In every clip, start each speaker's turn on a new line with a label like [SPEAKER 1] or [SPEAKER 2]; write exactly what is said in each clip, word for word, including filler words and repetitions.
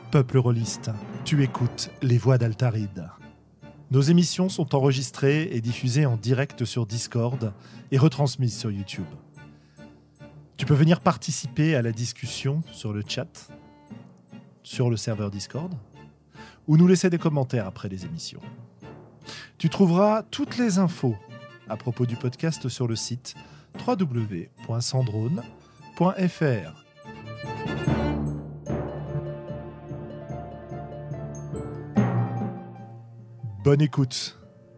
[SPEAKER 1] peuple rôliste, tu écoutes les voix d'Altaride. Nos émissions sont enregistrées et diffusées en direct sur Discord et retransmises sur YouTube. Tu peux venir participer à la discussion sur le chat, sur le serveur Discord, ou nous laisser des commentaires après les émissions. Tu trouveras toutes les infos à propos du podcast sur le site w w w point sandrone point f r. Bonne écoute.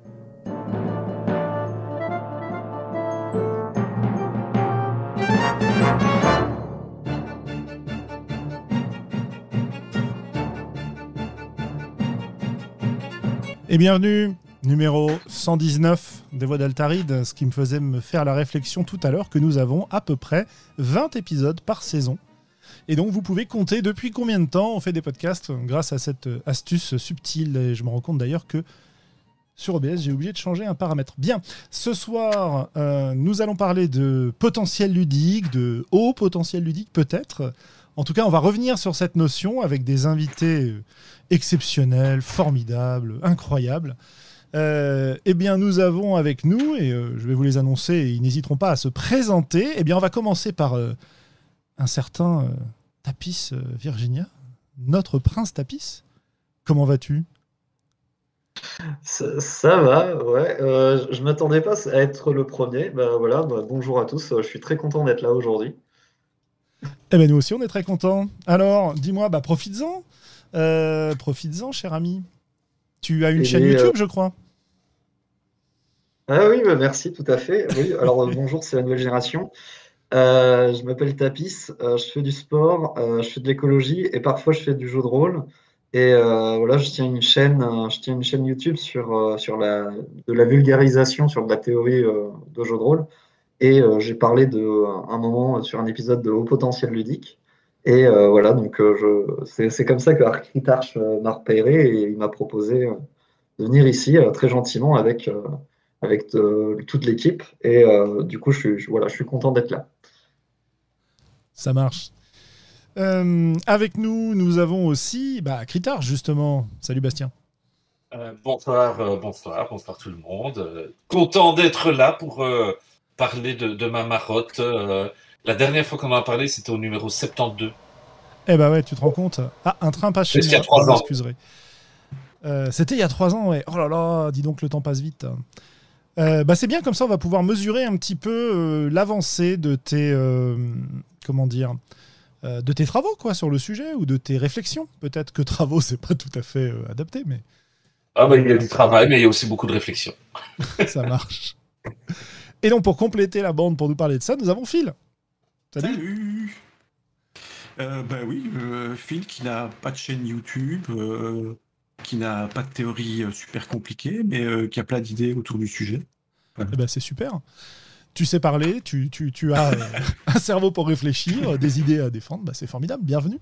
[SPEAKER 1] Et bienvenue, numéro cent dix-neuf des Voix d'Altaride, ce qui me faisait me faire la réflexion tout à l'heure que nous avons à peu près vingt épisodes par saison. Et donc vous pouvez compter depuis combien de temps on fait des podcasts grâce à cette astuce subtile. Et je me rends compte d'ailleurs que sur O B S, j'ai oublié de changer un paramètre. Bien, ce soir, euh, nous allons parler de potentiel ludique, de haut potentiel ludique peut-être. En tout cas, on va revenir sur cette notion avec des invités exceptionnels, formidables, incroyables. Euh, eh bien, nous avons avec nous, et euh, je vais vous les annoncer, et ils n'hésiteront pas à se présenter. Eh bien, on va commencer par euh, un certain euh, Tapis euh, Virginia, notre prince Tapis. Comment vas-tu ?
[SPEAKER 2] Ça, ça va, ouais. Euh, je ne m'attendais pas à être le premier. Bah, voilà, bah, bonjour à tous. Je suis très content d'être là aujourd'hui.
[SPEAKER 1] Eh bien, nous aussi, on est très contents. Alors, dis-moi, bah, profites-en. Euh, profites-en, cher ami. Tu as une
[SPEAKER 2] Et
[SPEAKER 1] chaîne
[SPEAKER 2] les, euh,
[SPEAKER 1] YouTube, je crois.
[SPEAKER 2] Ah oui, bah, merci, tout à fait. Oui, alors euh, bonjour, c'est la nouvelle génération. Euh, je m'appelle Tapis, euh, je fais du sport, euh, je fais de l'écologie et parfois je fais du jeu de rôle. Et euh, voilà, je tiens une chaîne, euh, je tiens une chaîne YouTube sur, euh, sur la, de la vulgarisation, sur de la théorie euh, de jeu de rôle. Et euh, j'ai parlé de un moment euh, sur un épisode de haut potentiel ludique. Et euh, voilà, donc euh, je, c'est, c'est comme ça que Architarch euh, m'a repéré et il m'a proposé euh, de venir ici euh, très gentiment avec, euh, avec euh, toute l'équipe. Et euh, du coup, je suis, je- voilà, je suis content d'être là.
[SPEAKER 1] Ça marche. Euh, avec nous, nous avons aussi bah, Critar, justement. Salut, Bastien.
[SPEAKER 3] Euh, bonsoir, euh, bonsoir, bonsoir tout le monde. Euh, content d'être là pour euh, parler de, de ma marotte. Euh, la dernière fois qu'on en a parlé, c'était au numéro soixante-douze.
[SPEAKER 1] Eh bah ouais, tu te rends compte. Ah, un train passe chez
[SPEAKER 3] C'était il y a
[SPEAKER 1] moi,
[SPEAKER 3] trois
[SPEAKER 1] vous
[SPEAKER 3] ans.
[SPEAKER 1] m'excuserez. Euh, c'était il y a trois ans, ouais. Oh là là, dis donc, le temps passe vite. Euh, bah c'est bien, comme ça, on va pouvoir mesurer un petit peu euh, l'avancée de tes... euh, comment dire euh, de tes travaux, quoi, sur le sujet, ou de tes réflexions. Peut-être que travaux, c'est pas tout à fait euh, adapté, mais...
[SPEAKER 3] Ah bah, il y a du travail, mais il y a aussi beaucoup de réflexion.
[SPEAKER 1] Ça marche. Et donc, pour compléter la bande, pour nous parler de ça, nous avons Phil. Salut.
[SPEAKER 4] Salut euh, Bah oui, euh, Phil qui n'a pas de chaîne YouTube, euh, qui n'a pas de théorie euh, super compliquée, mais euh, qui a plein d'idées autour du sujet. Voilà.
[SPEAKER 1] Eh ben, c'est super. Tu sais parler, tu, tu, tu as euh, un cerveau pour réfléchir, des idées à défendre, bah, c'est formidable, bienvenue.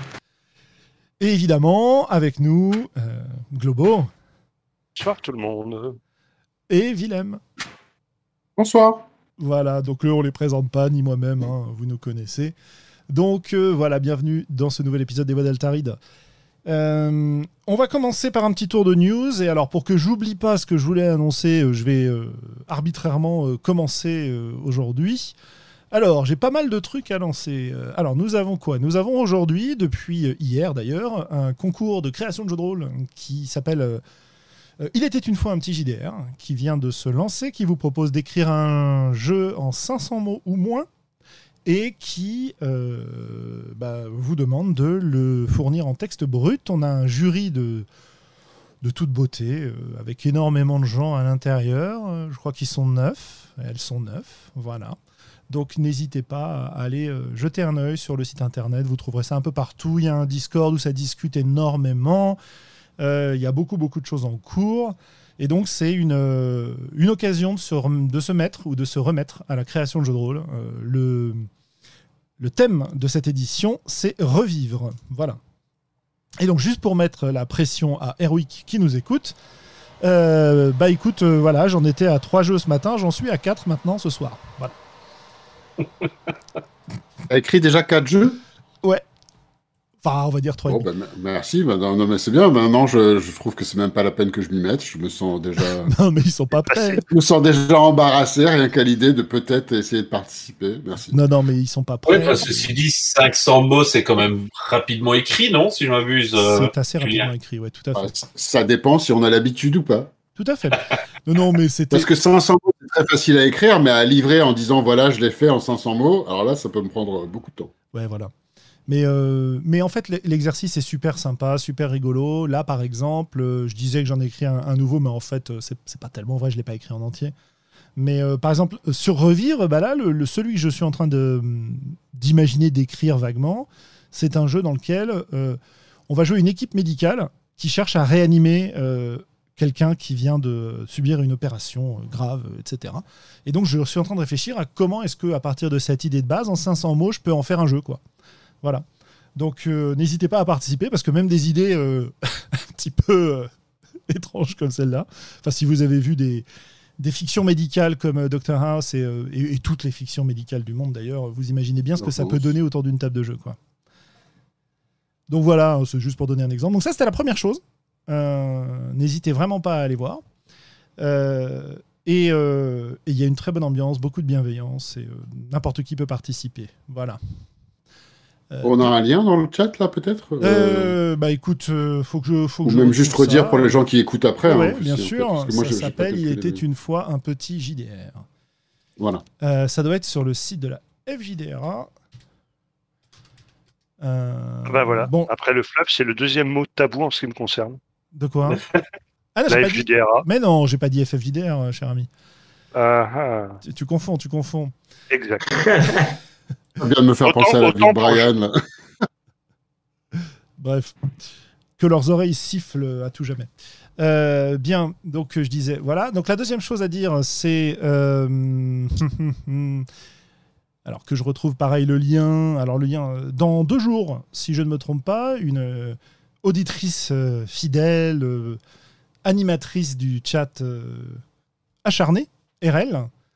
[SPEAKER 1] Et évidemment, avec nous, euh, Globo
[SPEAKER 5] Bonsoir tout le monde.
[SPEAKER 1] et Willem.
[SPEAKER 6] Bonsoir.
[SPEAKER 1] Voilà, donc eux, on les présente pas, ni moi-même, hein, vous nous connaissez. Donc euh, voilà, bienvenue dans ce nouvel épisode des Voix d'Altaride. Euh, on va commencer par un petit tour de news. Et alors, pour que j'oublie pas ce que je voulais annoncer, euh, je vais euh, arbitrairement euh, commencer euh, aujourd'hui. Alors, j'ai pas mal de trucs à lancer. Euh, alors, nous avons quoi ? Nous avons aujourd'hui, depuis euh, hier d'ailleurs, un concours de création de jeux de rôle qui s'appelle euh, euh, Il était une fois un petit J D R, qui vient de se lancer, qui vous propose d'écrire un jeu en cinq cents mots ou moins, et qui euh, bah, vous demande de le fournir en texte brut. On a un jury de, de toute beauté, euh, avec énormément de gens à l'intérieur. Euh, je crois qu'ils sont neuf, elles sont neuf, voilà. Donc n'hésitez pas à aller euh, jeter un œil sur le site internet, vous trouverez ça un peu partout. Il y a un Discord où ça discute énormément, euh, il y a beaucoup beaucoup de choses en cours. Et donc, c'est une, euh, une occasion de se, rem- de se mettre ou de se remettre à la création de jeux de rôle. Euh, le, le thème de cette édition, c'est revivre. Voilà. Et donc, juste pour mettre la pression à Erwick qui nous écoute, euh, bah écoute, euh, voilà, j'en étais à trois jeux ce matin, j'en suis à quatre maintenant ce soir. Voilà.
[SPEAKER 6] T'as écrit déjà quatre jeux ?
[SPEAKER 1] Ouais. Enfin, on va dire trois
[SPEAKER 6] Bon,
[SPEAKER 1] virgule cinq.
[SPEAKER 6] bah, me- merci. Bah, non, non, mais c'est bien. Maintenant, je, je trouve que c'est même pas la peine que je m'y mette. Je me sens déjà,
[SPEAKER 1] Non, mais ils sont pas prêts.
[SPEAKER 6] je me sens déjà embarrassé rien qu'à l'idée de peut-être essayer de participer. Merci.
[SPEAKER 1] Non, non, mais ils sont pas
[SPEAKER 3] Oui,
[SPEAKER 1] prêts.
[SPEAKER 3] parce que ceci dit, cinq cents mots, c'est quand même rapidement écrit, non? Si je m'abuse. euh,
[SPEAKER 1] C'est assez
[SPEAKER 3] Julien.
[SPEAKER 1] rapidement écrit, ouais, tout à
[SPEAKER 6] Ouais,
[SPEAKER 1] fait.
[SPEAKER 6] c- ça dépend si on a l'habitude ou pas.
[SPEAKER 1] Tout à fait. Non, non, mais c'était.
[SPEAKER 6] Parce que cinq cents mots, c'est très facile à écrire, mais à livrer en disant voilà, je l'ai fait en cinq cents mots, alors là, ça peut me prendre beaucoup de temps.
[SPEAKER 1] Ouais, voilà. Mais, euh, mais en fait, l'e- l'exercice est super sympa, super rigolo. Là, par exemple, euh, je disais que j'en ai écrit un, un nouveau, mais en fait, euh, c'est c'est pas tellement vrai, je l'ai pas écrit en entier. Mais euh, par exemple, euh, sur Revivre, bah là, le, le- celui que je suis en train de, d'imaginer, d'écrire vaguement, c'est un jeu dans lequel euh, on va jouer une équipe médicale qui cherche à réanimer euh, quelqu'un qui vient de subir une opération euh, grave, euh, et cetera. Et donc, je suis en train de réfléchir à comment est-ce que, à partir de cette idée de base, en cinq cents mots, je peux en faire un jeu, quoi. Voilà. Donc, euh, n'hésitez pas à participer parce que même des idées euh, un petit peu euh, étranges comme celle-là, enfin, si vous avez vu des, des fictions médicales comme euh, docteur House et, euh, et- et toutes les fictions médicales du monde d'ailleurs, vous imaginez bien ce que ça peut donner autour d'une table de jeu, quoi. Donc voilà, c'est juste pour donner un exemple. Donc ça, c'était la première chose. Euh, n'hésitez vraiment pas à aller voir. Euh, et euh, et il y a une très bonne ambiance, beaucoup de bienveillance et euh, n'importe qui peut participer. Voilà. Euh,
[SPEAKER 6] On a un lien dans le chat, là, peut-être euh,
[SPEAKER 1] euh, bah écoute, euh, faut que je, faut que
[SPEAKER 6] Ou
[SPEAKER 1] je
[SPEAKER 6] même
[SPEAKER 1] retrouve
[SPEAKER 6] juste redire
[SPEAKER 1] ça.
[SPEAKER 6] pour les gens qui écoutent après.
[SPEAKER 1] Ouais,
[SPEAKER 6] hein,
[SPEAKER 1] ouais,
[SPEAKER 6] aussi,
[SPEAKER 1] bien
[SPEAKER 6] en fait,
[SPEAKER 1] sûr.
[SPEAKER 6] parce que moi,
[SPEAKER 1] Ça
[SPEAKER 6] j'ai- j'ai pas
[SPEAKER 1] s'appelle Il
[SPEAKER 6] calculé
[SPEAKER 1] était
[SPEAKER 6] les-
[SPEAKER 1] une fois un petit J D R.
[SPEAKER 6] Voilà.
[SPEAKER 1] Euh, ça doit être sur le site de la F J D R A. Euh,
[SPEAKER 5] Bah voilà.
[SPEAKER 1] Bon,
[SPEAKER 5] Après le flap, c'est le deuxième mot tabou en ce qui me concerne.
[SPEAKER 1] de quoi Ah non, j'ai
[SPEAKER 5] La
[SPEAKER 1] pas dit.
[SPEAKER 5] F J D R A.
[SPEAKER 1] Mais non, j'ai pas dit F F J D R, euh, cher ami.
[SPEAKER 5] Ah, ah,
[SPEAKER 1] Tu, tu confonds, tu confonds.
[SPEAKER 5] exact.
[SPEAKER 6] Ça vient de me faire
[SPEAKER 5] Autant-
[SPEAKER 6] penser à la vie de
[SPEAKER 5] autant pour-
[SPEAKER 6] Brian. là.
[SPEAKER 1] Bref, que leurs oreilles sifflent à tout jamais. Euh, bien, donc je disais, voilà. Donc la deuxième chose à dire, c'est... euh, alors que je retrouve pareil le lien. Alors le lien, euh, dans deux jours, si je ne me trompe pas, une euh, auditrice euh, fidèle, euh, animatrice du chat euh, acharné, R L,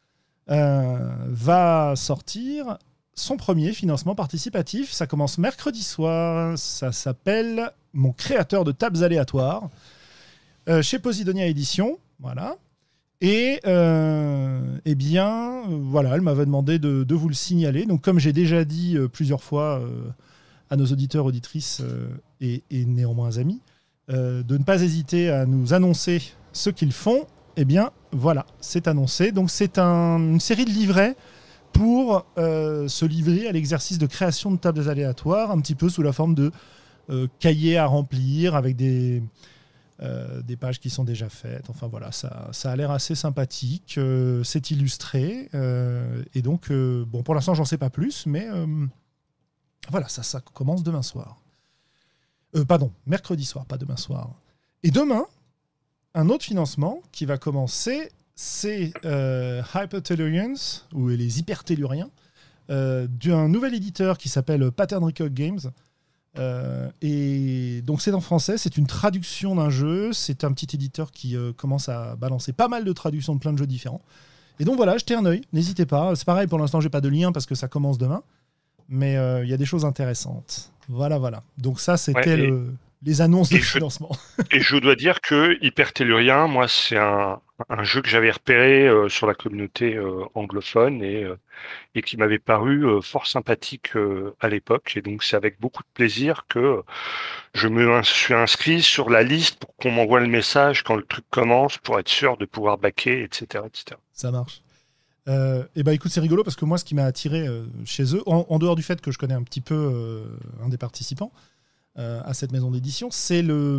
[SPEAKER 1] euh, va sortir son premier financement participatif. Ça commence mercredi soir. Ça s'appelle Mon créateur de tables aléatoires, euh, chez Posidonia Édition. Voilà. Et euh, eh bien, euh, voilà, elle m'avait demandé de, de vous le signaler. Donc, comme j'ai déjà dit euh, plusieurs fois euh, à nos auditeurs, auditrices euh, et, et néanmoins amis, euh, de ne pas hésiter à nous annoncer ce qu'ils font. Eh bien, voilà, c'est annoncé. Donc, c'est un- une série de livrets pour euh, se livrer à l'exercice de création de tables aléatoires, un petit peu sous la forme de euh, cahiers à remplir avec des, euh, des pages qui sont déjà faites. Enfin voilà, ça, ça a l'air assez sympathique. Euh, c'est illustré. euh, et donc, euh, bon, pour l'instant, j'en sais pas plus, mais euh, voilà, ça, ça commence demain soir. Euh, pardon, mercredi soir, pas demain soir. Et demain, un autre financement qui va commencer, c'est euh, Hypertellurians, ou les hypertelluriens, euh, d'un nouvel éditeur qui s'appelle Pattern Record Games. Euh, et donc c'est en français, c'est une traduction d'un jeu, c'est un petit éditeur qui euh, commence à balancer pas mal de traductions de plein de jeux différents. Et donc voilà, jetez un œil, n'hésitez pas. C'est pareil, pour l'instant j'ai pas de lien parce que ça commence demain, mais il euh, y a des choses intéressantes. Voilà, voilà. Donc ça c'était
[SPEAKER 5] Ouais, et-
[SPEAKER 1] le- les annonces de
[SPEAKER 5] et je-
[SPEAKER 1] financement.
[SPEAKER 5] Et je dois dire que Hypertellurien, moi, c'est un, un jeu que j'avais repéré euh, sur la communauté euh, anglophone et, euh, et qui m'avait paru euh, fort sympathique euh, à l'époque. Et donc, c'est avec beaucoup de plaisir que je me ins- suis inscrit sur la liste pour qu'on m'envoie le message quand le truc commence pour être sûr de pouvoir backer, et cetera, et cetera.
[SPEAKER 1] Ça marche. Euh, et bah écoute, c'est rigolo parce que moi, ce qui m'a attiré euh, chez eux, en, en dehors du fait que je connais un petit peu euh, un des participants euh, à cette maison d'édition, c'est le,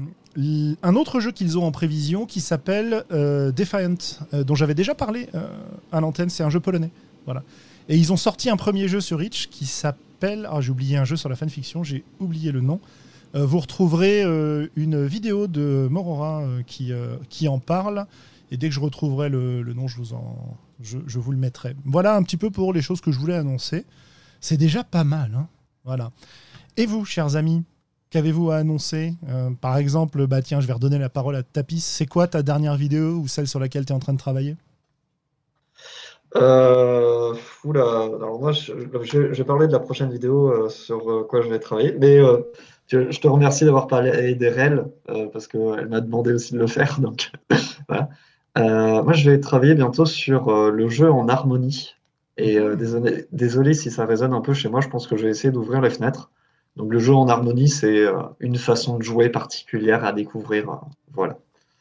[SPEAKER 1] l- un autre jeu qu'ils ont en prévision qui s'appelle euh, Defiant, euh, dont j'avais déjà parlé euh, à l'antenne. C'est un jeu polonais. Voilà. Et ils ont sorti un premier jeu sur Itch qui s'appelle. Ah, j'ai oublié un jeu sur la fanfiction, j'ai oublié le nom. Euh, vous retrouverez euh, une vidéo de Morora euh, qui, euh, qui en parle. Et dès que je retrouverai le, le nom, je vous, en, je, je vous le mettrai. Voilà un petit peu pour les choses que je voulais annoncer. C'est déjà pas mal. Hein, voilà. Et vous, chers amis, qu'avez-vous à annoncer Euh, Par exemple, bah tiens, je vais redonner la parole à Tapis. C'est quoi ta dernière vidéo ou celle sur laquelle tu es en train de travailler
[SPEAKER 2] Euh, oula, alors moi, je, je, je vais parler de la prochaine vidéo euh, sur euh, quoi je vais travailler, mais euh, je, je te remercie d'avoir parlé des R E L euh, parce qu'elle m'a demandé aussi de le faire, donc voilà. Euh, moi, je vais travailler bientôt sur euh, le jeu en harmonie. Et euh, désolé, désolé si ça résonne un peu chez moi, je pense que je vais essayer d'ouvrir les fenêtres. Donc, le jeu en harmonie, c'est euh, une façon de jouer particulière à découvrir. euh, voilà.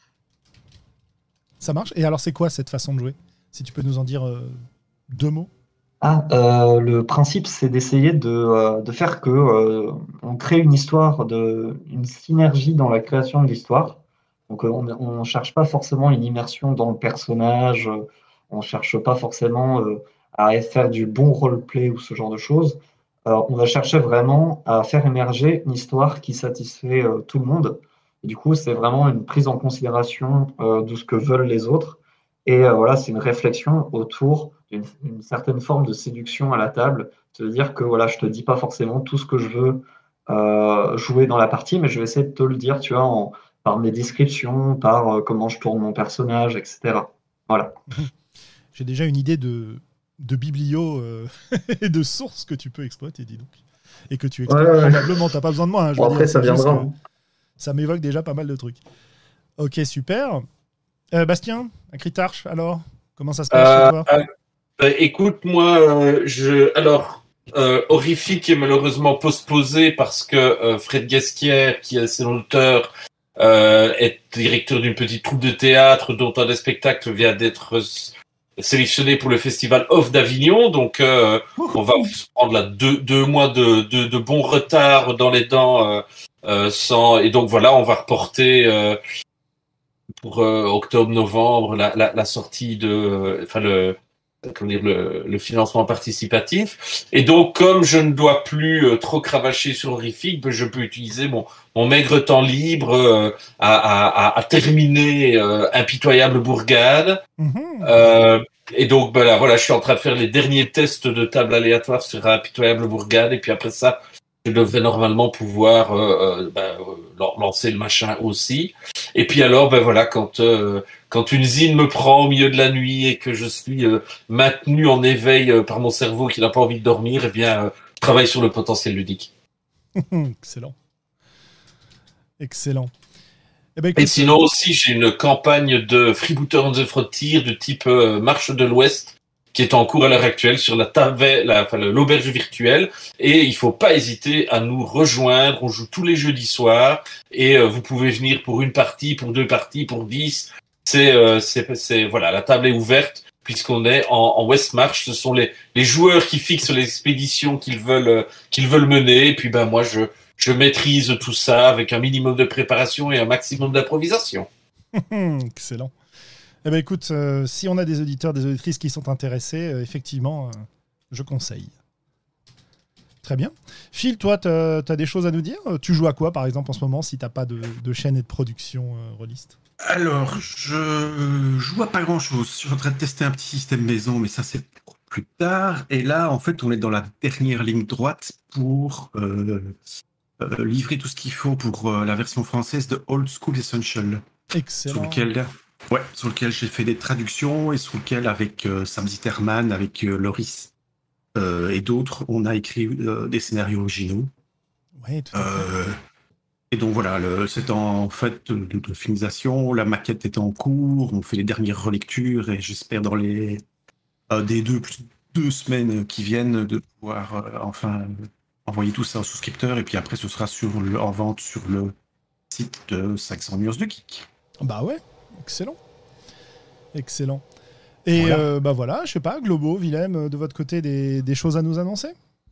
[SPEAKER 1] Ça marche. Et alors, c'est quoi cette façon de jouer? Si tu peux nous en dire euh, deux mots.
[SPEAKER 2] Ah, euh, le principe, c'est d'essayer de, euh, de faire que euh, on crée une histoire, de, une synergie dans la création de l'histoire. Donc, euh, on ne cherche pas forcément une immersion dans le personnage, euh, on ne cherche pas forcément euh, à faire du bon roleplay ou ce genre de choses. Euh, on va chercher vraiment à faire émerger une histoire qui satisfait euh, tout le monde. Et du coup, c'est vraiment une prise en considération euh, de ce que veulent les autres. Et euh, voilà, c'est une réflexion autour d'une une certaine forme de séduction à la table. C'est-à-dire que voilà, je te dis pas forcément tout ce que je veux euh, jouer dans la partie, mais je vais essayer de te le dire, tu vois, en, par mes descriptions, par euh, comment je tourne mon personnage, et cetera. Voilà.
[SPEAKER 1] J'ai déjà une idée de, de biblio euh, et de sources que tu peux exploiter, dis donc. Et que tu exploites
[SPEAKER 2] Ouais, ouais.
[SPEAKER 1] probablement. T'as pas besoin de moi. Hein, je
[SPEAKER 2] Bon,
[SPEAKER 1] veux
[SPEAKER 2] après,
[SPEAKER 1] dire,
[SPEAKER 2] ça
[SPEAKER 1] c'est juste
[SPEAKER 2] viendra.
[SPEAKER 1] que
[SPEAKER 2] hein.
[SPEAKER 1] ça m'évoque déjà pas mal de trucs. Ok, super. Euh, Bastien, à Critarch, alors comment ça se passe chez
[SPEAKER 3] Euh,
[SPEAKER 1] toi?
[SPEAKER 3] euh, euh, écoute, moi, euh, je. Alors, euh, Horrifique est malheureusement postposé parce que euh, Fred Guesquière, qui est son auteur, euh, est directeur d'une petite troupe de théâtre dont un des spectacles vient d'être s- sélectionné pour le festival Off d'Avignon. Donc, euh, on va se prendre là deux, deux mois de, de, de bon retard dans les dents. Euh, euh, sans... Et donc, voilà, on va reporter euh, pour euh, octobre-novembre la, la, la sortie de. Enfin, le comment dire, le, le financement participatif. Et donc, comme je ne dois plus euh, trop cravacher sur Horrifique, ben, je peux utiliser mon, mon maigre temps libre euh, à, à, à, à terminer euh, Impitoyable Bourgade.
[SPEAKER 1] Mhm.
[SPEAKER 3] Euh, et donc, ben là, voilà, je suis en train de faire les derniers tests de table aléatoire sur Impitoyable Bourgade. Et puis après ça, je devrais normalement pouvoir euh, euh, ben, euh, lancer le machin aussi. Et puis alors, ben voilà, quand euh, quand une zine me prend au milieu de la nuit et que je suis euh, maintenu en éveil euh, par mon cerveau qui n'a pas envie de dormir, eh bien, euh, je travaille sur le potentiel ludique.
[SPEAKER 1] Excellent. Excellent. Eh ben,
[SPEAKER 3] Et
[SPEAKER 1] écoute,
[SPEAKER 3] sinon
[SPEAKER 1] euh,
[SPEAKER 3] aussi, j'ai une campagne de Freebooter on the Frontier de type euh, Marche de l'Ouest qui est en cours à l'heure actuelle sur la tave- la, enfin, l'auberge virtuelle. Et il faut pas hésiter à nous rejoindre. On joue tous les jeudis soirs et euh, vous pouvez venir pour une partie, pour deux parties, pour dix. C'est, euh, c'est, c'est, voilà, la table est ouverte puisqu'on est en, en Westmarch. Ce sont les, les joueurs qui fixent l'expédition qu'ils veulent, euh, qu'ils veulent mener. Et puis, ben, moi, je, je maîtrise tout ça avec un minimum de préparation et un maximum d'improvisation.
[SPEAKER 1] excellent. Eh ben, écoute, euh, si on a des auditeurs, des auditrices qui sont intéressés, euh, effectivement, euh, je conseille. Très bien. Phil, toi, tu as des choses à nous dire? Tu joues à quoi, par exemple, en ce moment, si tu n'as pas de, de chaîne et de production euh, rôliste?
[SPEAKER 4] Alors, je joue à pas grand-chose. Je suis en train de tester un petit système maison, mais ça, c'est pour plus tard. Et là, en fait, on est dans la dernière ligne droite pour euh, euh, livrer tout ce qu'il faut pour euh, la version française de Old School Essential. Sur
[SPEAKER 1] Excellent.
[SPEAKER 4] lequel, ouais, sur lequel j'ai fait des traductions et sur lequel, avec euh, Sam Zitterman, avec euh, Loris euh, et d'autres, on a écrit euh, des scénarios originaux.
[SPEAKER 1] Oui, tout à fait.
[SPEAKER 4] Euh, et donc voilà, le- c'est en fait de, de finalisation, la maquette est en cours, on fait les dernières relectures et j'espère dans les euh, des deux, plus deux semaines qui viennent de pouvoir euh, enfin envoyer tout ça aux souscripteurs et puis après ce sera sur le, en vente sur le site de cinq cents News de Geek.
[SPEAKER 1] Bah ouais, excellent. Excellent. Et
[SPEAKER 4] Voilà.
[SPEAKER 1] euh, bah voilà, je sais pas, Globo, Willem, de votre côté, des, des choses à nous annoncer?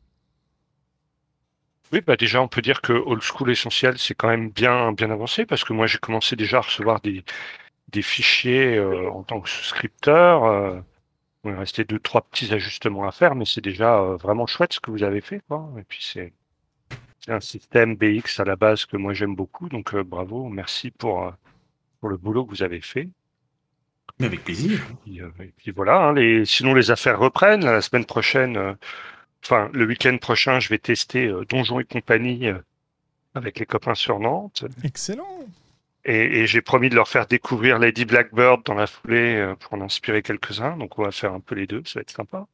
[SPEAKER 5] Oui, bah déjà, on peut dire que Old School Essentiel, c'est quand même bien, bien avancé parce que moi, j'ai commencé déjà à recevoir des, des fichiers euh, en tant que souscripteur. Euh, il me restait deux, trois petits ajustements à faire, mais c'est déjà euh, vraiment chouette ce que vous avez fait, quoi. Et puis, c'est c'est un système B X à la base que moi, j'aime beaucoup. Donc, euh, bravo, merci pour, euh, pour le boulot que vous avez fait.
[SPEAKER 4] Mais avec plaisir.
[SPEAKER 5] Et, euh, et puis voilà, hein, les... sinon, les affaires reprennent. La semaine prochaine, euh, enfin, le week-end prochain, je vais tester euh, Donjons et compagnie euh, avec les copains sur Nantes.
[SPEAKER 1] Excellent.
[SPEAKER 5] Et, et j'ai promis de leur faire découvrir Lady Blackbird dans la foulée euh, pour en inspirer quelques-uns. Donc on va faire un peu les deux, ça va être sympa.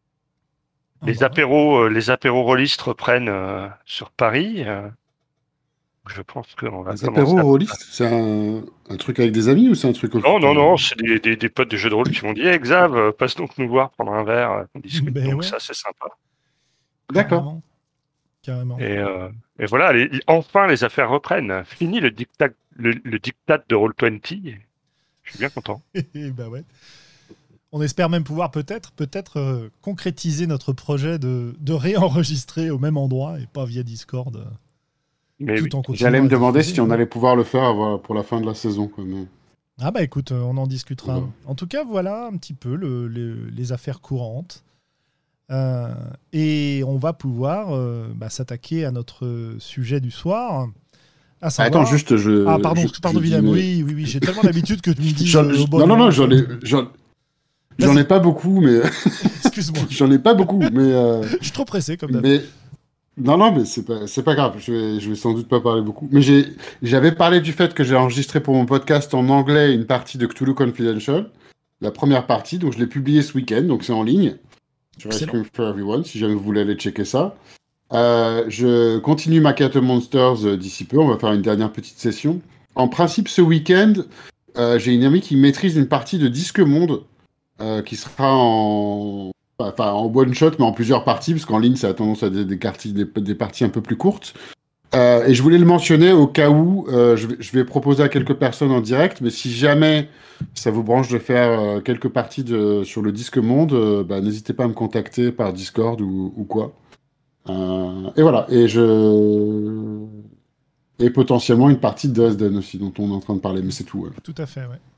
[SPEAKER 1] Ah
[SPEAKER 5] Les
[SPEAKER 1] bah ouais.
[SPEAKER 5] apéros, euh, les apéros rôlistes reprennent euh, sur Paris. euh. Je pense qu'on va
[SPEAKER 6] Les
[SPEAKER 5] commencer
[SPEAKER 6] apéros
[SPEAKER 5] à...
[SPEAKER 6] rôlistes, c'est un, un truc avec des amis ou c'est un truc au
[SPEAKER 5] Non, non, non, c'est des, des, des potes de jeux de rôle qui m'ont dit hey, Xav, euh, passe donc nous voir pendant un verre, euh, on discute.
[SPEAKER 1] Ben
[SPEAKER 5] Donc
[SPEAKER 1] ouais.
[SPEAKER 5] ça, c'est sympa.
[SPEAKER 6] D'accord.
[SPEAKER 1] Carrément. Carrément.
[SPEAKER 5] Et, euh, et voilà, les- enfin les affaires reprennent. Fini le dictat, le, le dictat de Roll vingt. Je suis bien content.
[SPEAKER 1] Et bah ouais. On espère même pouvoir peut-être peut-être euh, concrétiser notre projet de, de réenregistrer au même endroit et pas via Discord. euh,
[SPEAKER 5] Mais
[SPEAKER 1] tout
[SPEAKER 5] oui.
[SPEAKER 1] en continuant
[SPEAKER 6] J'allais me
[SPEAKER 1] à
[SPEAKER 6] demander
[SPEAKER 1] diffuser,
[SPEAKER 6] si on
[SPEAKER 1] hein.
[SPEAKER 6] allait pouvoir le faire voilà, pour la fin de la saison. Quoi, mais...
[SPEAKER 1] Ah bah écoute, euh, on en discutera.
[SPEAKER 6] Voilà.
[SPEAKER 1] En tout cas, voilà un petit peu le- le- les affaires courantes. Euh, et on va pouvoir euh, bah, s'attaquer à notre sujet du soir. À savoir...
[SPEAKER 6] Attends, juste, je.
[SPEAKER 1] Ah pardon,
[SPEAKER 6] je,
[SPEAKER 1] pardon
[SPEAKER 6] je dis,
[SPEAKER 1] Willem,
[SPEAKER 6] mais-
[SPEAKER 1] oui, oui, oui, j'ai tellement l'habitude que tu me dises
[SPEAKER 6] J'en-
[SPEAKER 1] euh, au bon
[SPEAKER 6] non, non,
[SPEAKER 1] moment.
[SPEAKER 6] non, j'en ai, j'en, j'en ai pas beaucoup, mais
[SPEAKER 1] Excuse-moi,
[SPEAKER 6] j'en ai pas beaucoup, mais, euh,
[SPEAKER 1] je suis trop pressé comme d'hab.
[SPEAKER 6] mais non, non, mais c'est pas, c'est pas grave. Je vais, je vais sans doute pas parler beaucoup. Mais j'ai, j'avais parlé du fait que j'ai enregistré pour mon podcast en anglais une partie de Cthulhu Confidential, la première partie, donc je l'ai publié ce week-end, donc c'est en ligne sur Ice
[SPEAKER 1] Excellent.
[SPEAKER 6] Cream for Everyone, si jamais vous voulez aller checker ça. Euh, je continue ma Cat of Monsters euh, d'ici peu. On va faire une dernière petite session. En principe, ce week-end, euh, j'ai une amie qui maîtrise une partie de Disque Monde euh, qui sera en, enfin, en one shot, mais en plusieurs parties, parce qu'en ligne, ça a tendance à des, des, parties, des, des parties un peu plus courtes. Euh, et je voulais le mentionner au cas où euh, je, vais, je vais proposer à quelques personnes en direct, mais si jamais ça vous branche de faire euh, quelques parties de, sur le Disque Monde, euh, bah, n'hésitez pas à me contacter par Discord ou, ou quoi. Euh, et voilà, et je et potentiellement une partie de Dresden aussi dont on est en train de parler, mais c'est tout. Ouais.
[SPEAKER 1] Tout à fait, ouais.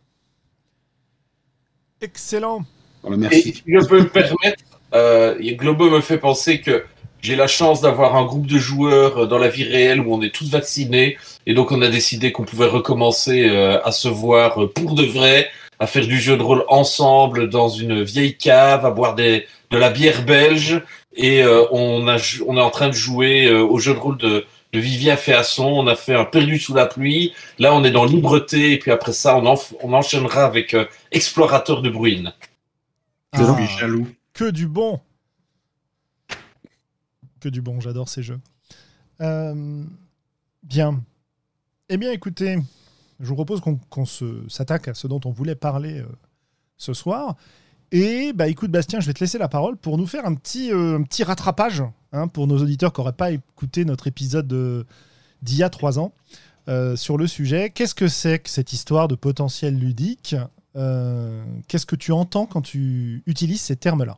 [SPEAKER 1] Excellent.
[SPEAKER 6] Voilà,
[SPEAKER 3] Et
[SPEAKER 6] merci.
[SPEAKER 3] si je peux me permettre, euh, et Globo me fait penser que j'ai la chance d'avoir un groupe de joueurs dans la vie réelle où on est tous vaccinés, et donc on a décidé qu'on pouvait recommencer euh, à se voir pour de vrai, à faire du jeu de rôle ensemble dans une vieille cave, à boire des, de la bière belge, et euh, on, a, on est en train de jouer euh, au jeu de rôle de, de Vivien Féasson. On a fait un Perdu sous la pluie. Là, on est dans Libreté, et puis après ça, on, en, on enchaînera avec euh, Explorateur de Bruine.
[SPEAKER 4] Je
[SPEAKER 1] Ah,
[SPEAKER 4] suis jaloux.
[SPEAKER 1] que du bon. Que du bon, j'adore ces jeux. Euh, bien. Eh bien, écoutez, je vous propose qu'on qu'on se, s'attaque à ce dont on voulait parler euh, ce soir. Et bah écoute Bastien, je vais te laisser la parole pour nous faire un petit, euh, un petit rattrapage hein, pour nos auditeurs qui n'auraient pas écouté notre épisode de, d'il y a trois ans euh, sur le sujet. Qu'est-ce que c'est que cette histoire de potentiel ludique euh, Qu'est-ce que tu entends quand tu utilises ces termes-là?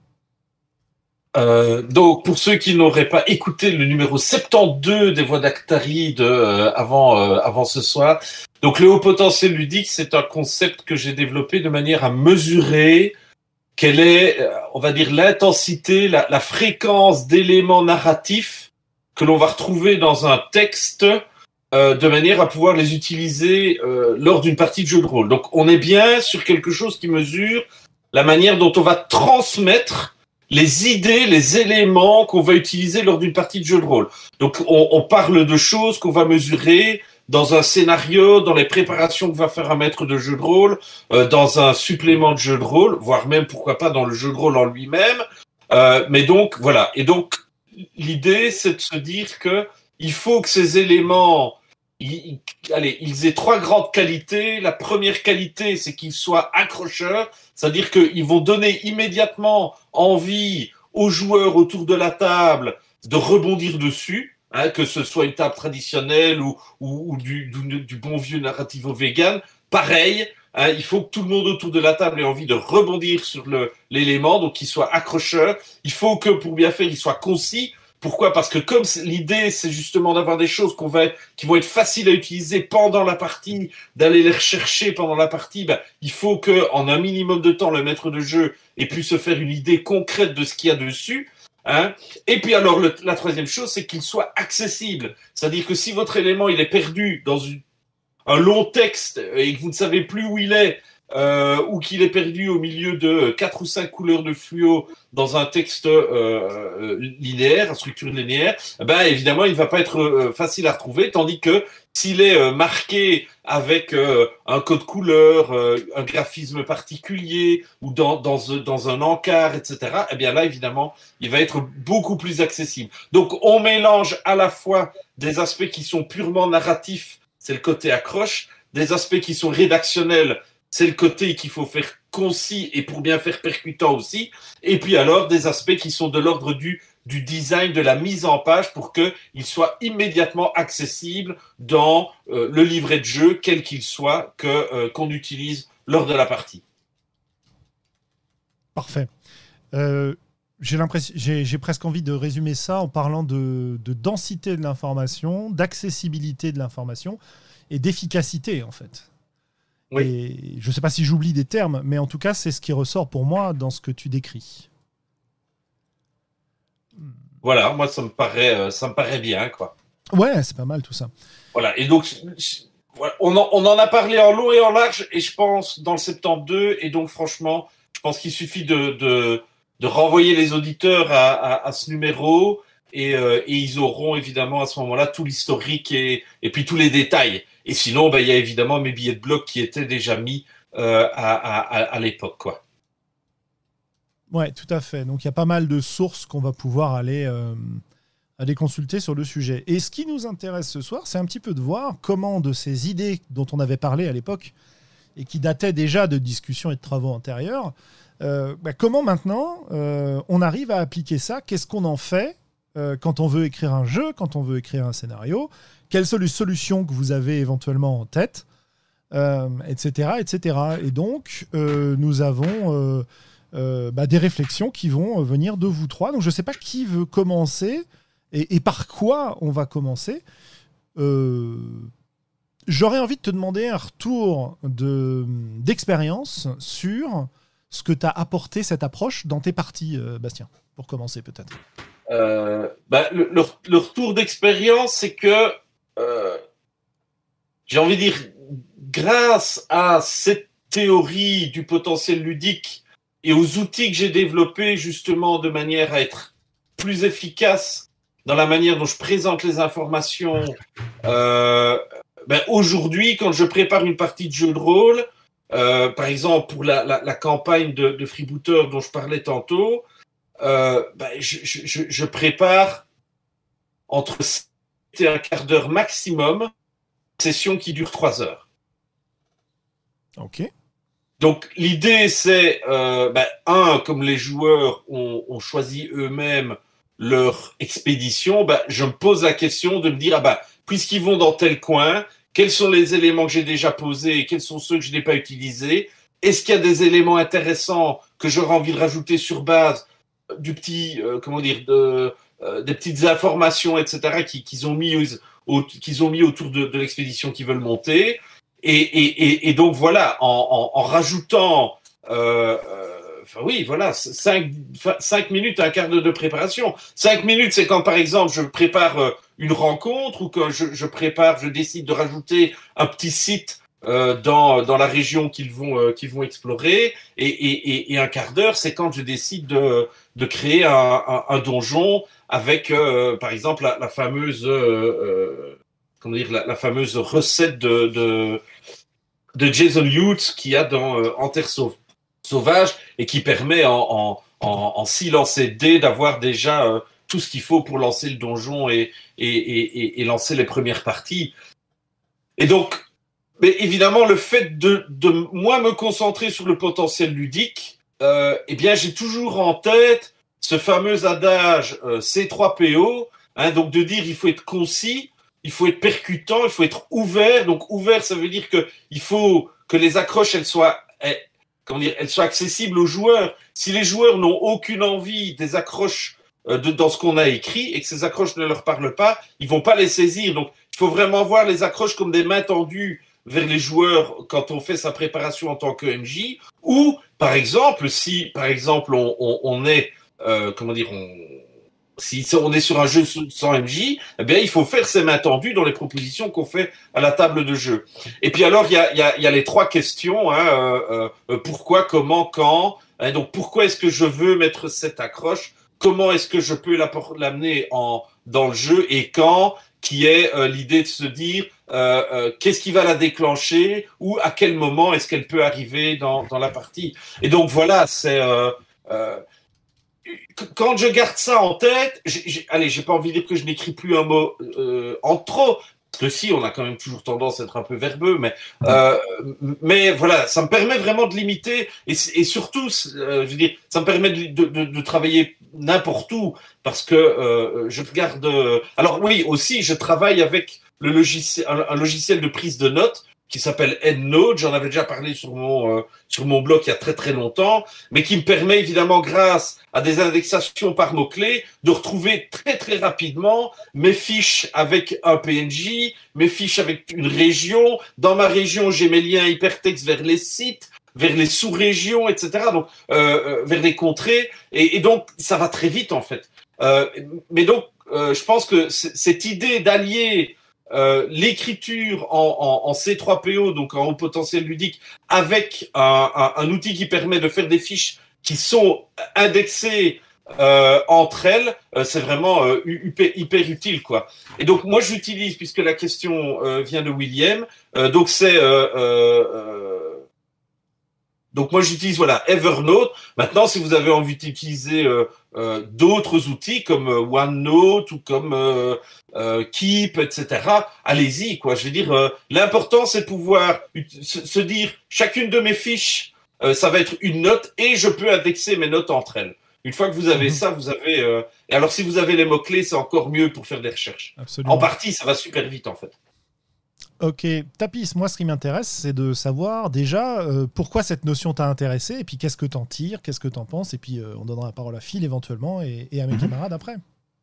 [SPEAKER 3] Euh, donc, pour ceux qui n'auraient pas écouté le numéro soixante-douze des Voix d'Actari de, euh, avant, euh, avant ce soir, donc le haut potentiel ludique, c'est un concept que j'ai développé de manière à mesurer quelle est, euh, on va dire, l'intensité, la, la fréquence d'éléments narratifs que l'on va retrouver dans un texte euh, de manière à pouvoir les utiliser euh, lors d'une partie de jeu de rôle. Donc, on est bien sur quelque chose qui mesure la manière dont on va transmettre les idées, les éléments qu'on va utiliser lors d'une partie de jeu de rôle. Donc, on, on parle de choses qu'on va mesurer dans un scénario, dans les préparations que va faire un maître de jeu de rôle, euh, dans un supplément de jeu de rôle, voire même, pourquoi pas, dans le jeu de rôle en lui-même. Euh, mais donc, voilà. Et donc, l'idée, c'est de se dire que il faut que ces éléments, ils, allez, ils aient trois grandes qualités. La première qualité, c'est qu'ils soient accrocheurs, c'est-à-dire qu'ils vont donner immédiatement envie aux joueurs autour de la table de rebondir dessus. Hein, que ce soit une table traditionnelle ou, ou, ou du, du, du bon vieux narrativo vegan, pareil, hein, il faut que tout le monde autour de la table ait envie de rebondir sur le, l'élément, donc qu'il soit accrocheur. Il faut que, pour bien faire, il soit concis. Pourquoi ? Parce que comme l'idée, c'est justement d'avoir des choses qu'on va, qui vont être faciles à utiliser pendant la partie, d'aller les rechercher pendant la partie, ben, il faut que, en un minimum de temps, le maître de jeu ait pu se faire une idée concrète de ce qu'il y a dessus. Hein. Et puis alors le, la troisième chose, c'est qu'il soit accessible. C'est-à-dire que si votre élément il est perdu dans une, un long texte et que vous ne savez plus où il est, euh, ou qu'il est perdu au milieu de quatre ou cinq couleurs de fluo dans un texte euh, linéaire, à structure linéaire, ben évidemment, il ne va pas être euh, facile à retrouver, tandis que s'il est euh, marqué avec euh, un code couleur, euh, un graphisme particulier, ou dans, dans, dans un encart, et cetera, eh bien là, évidemment, il va être beaucoup plus accessible. Donc, on mélange à la fois des aspects qui sont purement narratifs, c'est le côté accroche, des aspects qui sont rédactionnels, c'est le côté qu'il faut faire concis et pour bien faire percutant aussi, et puis alors des aspects qui sont de l'ordre du, du design, de la mise en page pour qu'il soit immédiatement accessible dans euh, le livret de jeu, quel qu'il soit, que, euh, qu'on utilise lors de la partie.
[SPEAKER 1] Parfait. Euh, j'ai, l'impression, j'ai, j'ai presque envie de résumer ça en parlant de, de densité de l'information, d'accessibilité de l'information et d'efficacité, en fait.
[SPEAKER 3] Oui.
[SPEAKER 1] Et je ne sais pas si j'oublie des termes, mais en tout cas, c'est ce qui ressort pour moi dans ce que tu décris.
[SPEAKER 3] Voilà, moi, ça me paraît, ça me paraît bien, quoi.
[SPEAKER 1] Ouais, c'est pas mal tout ça.
[SPEAKER 3] Voilà, et donc, on en, on en a parlé en long et en large, et je pense dans le soixante-douze, et donc, franchement, je pense qu'il suffit de, de, de renvoyer les auditeurs à, à, à ce numéro, et, euh, et ils auront évidemment à ce moment-là tout l'historique et, et puis tous les détails. Et sinon, ben, il y a évidemment mes billets de bloc qui étaient déjà mis euh, à, à, à l'époque, quoi.
[SPEAKER 1] Ouais, tout à fait. Donc, il y a pas mal de sources qu'on va pouvoir aller, euh, aller consulter sur le sujet. Et ce qui nous intéresse ce soir, c'est un petit peu de voir comment de ces idées dont on avait parlé à l'époque et qui dataient déjà de discussions et de travaux antérieurs, euh, bah, comment maintenant euh, on arrive à appliquer ça. Qu'est-ce qu'on en fait euh, quand on veut écrire un jeu, quand on veut écrire un scénario? Quelles sont les solutions que vous avez éventuellement en tête, euh, et cetera, et cetera. Et donc, euh, nous avons euh, euh, bah, des réflexions qui vont venir de vous trois. Donc, je ne sais pas qui veut commencer et, et par quoi on va commencer. Euh, j'aurais envie de te demander un retour de, d'expérience sur ce que t'as apporté cette approche dans tes parties, euh, Bastien, pour commencer peut-être.
[SPEAKER 3] Euh, bah, le, le, le retour d'expérience, c'est que Euh, j'ai envie de dire, grâce à cette théorie du potentiel ludique et aux outils que j'ai développés justement de manière à être plus efficace dans la manière dont je présente les informations, euh, ben aujourd'hui, quand je prépare une partie de jeu de rôle, euh, par exemple pour la, la, la campagne de, de Freebooter dont je parlais tantôt, euh, ben je, je, je prépare entre c'est un quart d'heure maximum, session qui dure trois heures.
[SPEAKER 1] Ok.
[SPEAKER 3] Donc l'idée c'est, euh, ben, un, comme les joueurs ont, ont choisi eux-mêmes leur expédition, ben, je me pose la question de me dire, ah ben, puisqu'ils vont dans tel coin, quels sont les éléments que j'ai déjà posés et quels sont ceux que je n'ai pas utilisés? Est-ce qu'il y a des éléments intéressants que j'aurais envie de rajouter sur base du petit, euh, comment dire, de... Euh, des petites informations, et cetera, qui, qu'ils ont mis, au, qu'ils ont mis autour de, de l'expédition qu'ils veulent monter. Et, et, et, et donc, voilà, en, en, en rajoutant, euh, euh, enfin oui, voilà, cinq, cinq minutes, un quart d'heure de préparation. Cinq minutes, c'est quand, par exemple, je prépare une rencontre ou que je, je prépare, je décide de rajouter un petit site euh, dans, dans la région qu'ils vont, euh, qu'ils vont explorer. Et, et, et, et un quart d'heure, c'est quand je décide de, de créer un, un, un donjon avec, euh, par exemple, la, la fameuse, euh, euh, comment dire, la, la fameuse recette de, de, de Jason Hughes qu'il y a dans euh, En Terre Sauvage et qui permet en, en, en, en six lancers de dés d'avoir déjà euh, tout ce qu'il faut pour lancer le donjon et, et, et, et lancer les premières parties. Et donc, mais évidemment, le fait de, de moi me concentrer sur le potentiel ludique, euh, eh bien, j'ai toujours en tête ce fameux adage euh, C trois P O, hein, donc de dire il faut être concis, il faut être percutant, il faut être ouvert. Donc ouvert, ça veut dire que il faut que les accroches elles soient, elles, comment dire, elles soient accessibles aux joueurs. Si les joueurs n'ont aucune envie des accroches euh, de, dans ce qu'on a écrit et que ces accroches ne leur parlent pas, ils vont pas les saisir. Donc il faut vraiment voir les accroches comme des mains tendues vers les joueurs quand on fait sa préparation en tant que M J. Ou par exemple, si par exemple on, on, on est Euh, comment dire, on... si on est sur un jeu sans M J, eh bien, il faut faire ses mains tendues dans les propositions qu'on fait à la table de jeu. Et puis alors, il y a, il y a, il y a les trois questions, hein, euh, euh, pourquoi, comment, quand. Hein, donc, pourquoi est-ce que je veux mettre cette accroche? Comment est-ce que je peux l'amener en, dans le jeu et quand? Qui est euh, l'idée de se dire euh, euh, qu'est-ce qui va la déclencher ou à quel moment est-ce qu'elle peut arriver dans, dans la partie. Et donc, voilà, c'est... Euh, euh, quand je garde ça en tête, j'ai, j'ai, allez, j'ai pas envie de dire que je n'écris plus un mot euh, en trop, parce que si, on a quand même toujours tendance à être un peu verbeux, mais euh, mais voilà, ça me permet vraiment de limiter et, et surtout, euh, je veux dire, ça me permet de, de, de, de travailler n'importe où, parce que euh, je regarde. Euh, alors oui, aussi, je travaille avec le logiciel, un, un logiciel de prise de notes qui s'appelle EndNote. J'en avais déjà parlé sur mon euh, sur mon blog il y a très très longtemps, mais qui me permet évidemment, grâce à des indexations par mots-clés, de retrouver très très rapidement mes fiches avec un P N J, mes fiches avec une région. Dans ma région, j'ai mes liens hypertextes vers les sites, vers les sous-régions, et cetera. Donc euh, vers les contrées, et, et donc ça va très vite en fait. Euh, mais donc euh, je pense que c- cette idée d'allier Euh, l'écriture en, en, en C trois P O, donc en haut potentiel ludique, avec un, un, un outil qui permet de faire des fiches qui sont indexées euh, entre elles, euh, c'est vraiment euh, hyper, hyper utile, quoi. Et donc moi j'utilise, puisque la question euh, vient de William, euh, donc c'est euh, euh, euh, donc moi j'utilise voilà Evernote. Maintenant, si vous avez envie d'utiliser euh, euh, d'autres outils comme euh, OneNote ou comme euh, euh, Keep, et cetera, allez-y, quoi. Je veux dire, euh, l'important c'est de pouvoir se, se dire chacune de mes fiches, euh, ça va être une note et je peux indexer mes notes entre elles. Une fois que vous avez mmh. ça, vous avez. Euh... Et alors, si vous avez les mots-clés, c'est encore mieux pour faire des recherches.
[SPEAKER 1] Absolument.
[SPEAKER 3] En partie, ça va super vite, en fait.
[SPEAKER 1] Ok, Tapis, moi ce qui m'intéresse, c'est de savoir déjà euh, pourquoi cette notion t'a intéressé, et puis qu'est-ce que t'en tires, qu'est-ce que t'en penses, et puis euh, on donnera la parole à Phil éventuellement, et, et à mes mmh. camarades après.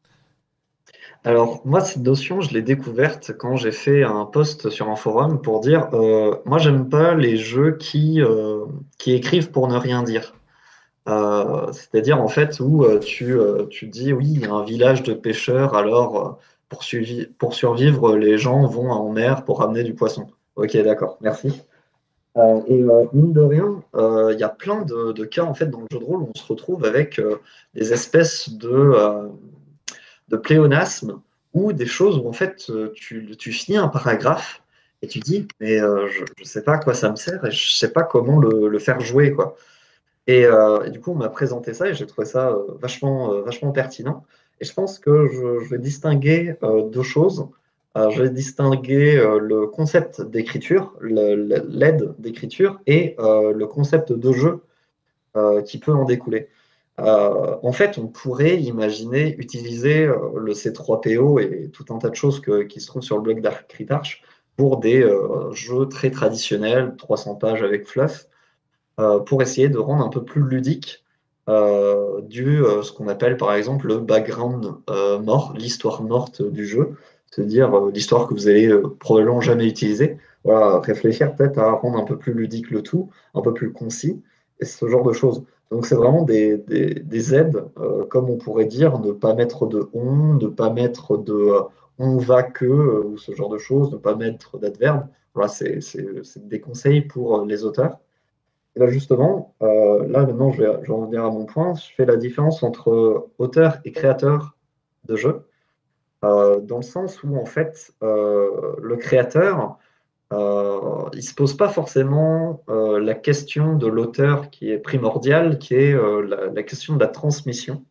[SPEAKER 2] Alors, moi, cette notion, je l'ai découverte quand j'ai fait un post sur un forum pour dire euh, moi, j'aime pas les jeux qui, euh, qui écrivent pour ne rien dire. Euh, c'est-à-dire, en fait, où euh, tu, euh, tu dis oui, il y a un village de pêcheurs, alors euh, pour, suivi- pour survivre, les gens vont en mer pour ramener du poisson. Ok, d'accord, merci. Euh, et euh, mine de rien, euh, il y a plein de, de cas en fait dans le jeu de rôle où on se retrouve avec euh, des espèces de. Euh, de pléonasme ou des choses où en fait tu, tu finis un paragraphe et tu dis mais euh, je ne sais pas à quoi ça me sert et je ne sais pas comment le, le faire jouer quoi. Et, euh, et du coup on m'a présenté ça et j'ai trouvé ça euh, vachement, euh, vachement pertinent et je pense que je, je vais distinguer euh, deux choses. Euh, je vais distinguer euh, le concept d'écriture, le- le- l'aide d'écriture et euh, le concept de jeu euh, qui peut en découler. Euh, en fait, on pourrait imaginer utiliser euh, le C trois P O et tout un tas de choses que- qui se trouvent sur le blog d'Architarch pour des euh, jeux très traditionnels, trois cents pages avec fluff, euh, pour essayer de rendre un peu plus ludique euh, du, euh, ce qu'on appelle par exemple le background euh, mort, l'histoire morte du jeu, c'est-à-dire euh, l'histoire que vous allez euh, probablement jamais utiliser. Voilà, réfléchir peut-être à rendre un peu plus ludique le tout, un peu plus concis, et ce genre de choses. Donc c'est vraiment des, des, des aides, euh, comme on pourrait dire, ne pas mettre de on, ne pas mettre de euh, on va que, euh, ou ce genre de choses, ne pas mettre d'adverbe. Voilà, c'est c'est- c'est des conseils pour euh, les auteurs. Et là, justement, euh, là maintenant, je vais, je vais en venir à mon point. Je fais la différence entre euh, auteur et créateur de jeu, euh, dans le sens où, en fait, euh, le créateur, euh, il ne se pose pas forcément euh, la question de l'auteur qui est primordiale, qui est euh, la, la question de la transmission.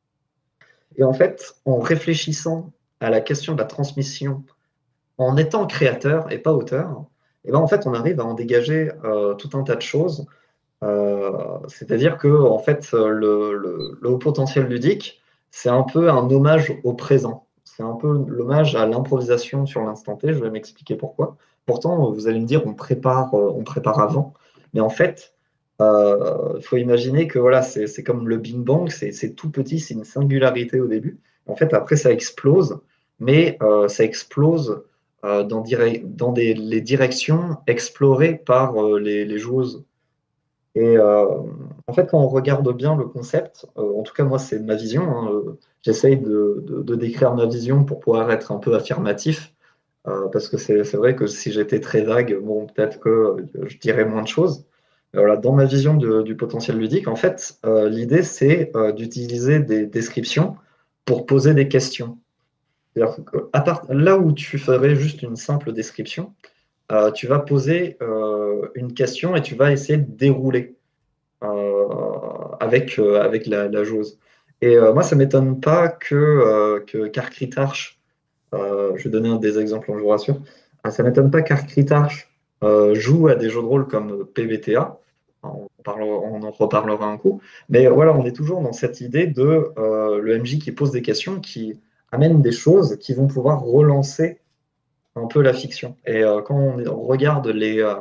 [SPEAKER 2] Et en fait, en réfléchissant à la question de la transmission, en étant créateur et pas auteur, et ben, en fait, on arrive à en dégager euh, tout un tas de choses. Euh, c'est-à-dire que en fait, le, le- le haut potentiel ludique, c'est un peu un hommage au présent. C'est un peu l'hommage à l'improvisation sur l'instant T. Je vais m'expliquer pourquoi. Pourtant, vous allez me dire, on prépare, euh, on prépare avant. Mais en fait, euh, il faut imaginer que voilà, c'est c'est comme le Big Bang, c'est c'est tout petit, c'est une singularité au début. En fait, après, ça explose, mais euh, ça explose euh, dans, direct, dans des, les directions explorées par euh, les, les joueuses. Et euh, en fait, quand on regarde bien le concept, euh, en tout cas moi c'est ma vision, hein, euh, j'essaye de, de- de décrire ma vision pour pouvoir être un peu affirmatif, euh, parce que c'est c'est vrai que si j'étais très vague, bon, peut-être que euh, je dirais moins de choses. Mais voilà, dans ma vision de- du potentiel ludique, en fait, euh, l'idée c'est euh, d'utiliser des descriptions pour poser des questions. C'est-à-dire que à part, là où tu ferais juste une simple description, euh, tu vas poser euh, une question et tu vas essayer de dérouler euh, avec, euh, avec la, la joueuse. Et euh, moi, ça ne m'étonne pas que, euh, que Karkritarch, euh, je vais donner un des exemples, je vous rassure, ah, ça ne m'étonne pas qu'Arkritarch euh, joue à des jeux de rôle comme P B T A. On, parle- on en reparlera un coup. Mais voilà, on est toujours dans cette idée de euh, le M J qui pose des questions, qui amène des choses qui vont pouvoir relancer un peu la fiction. Et euh, quand on, on regarde les, euh,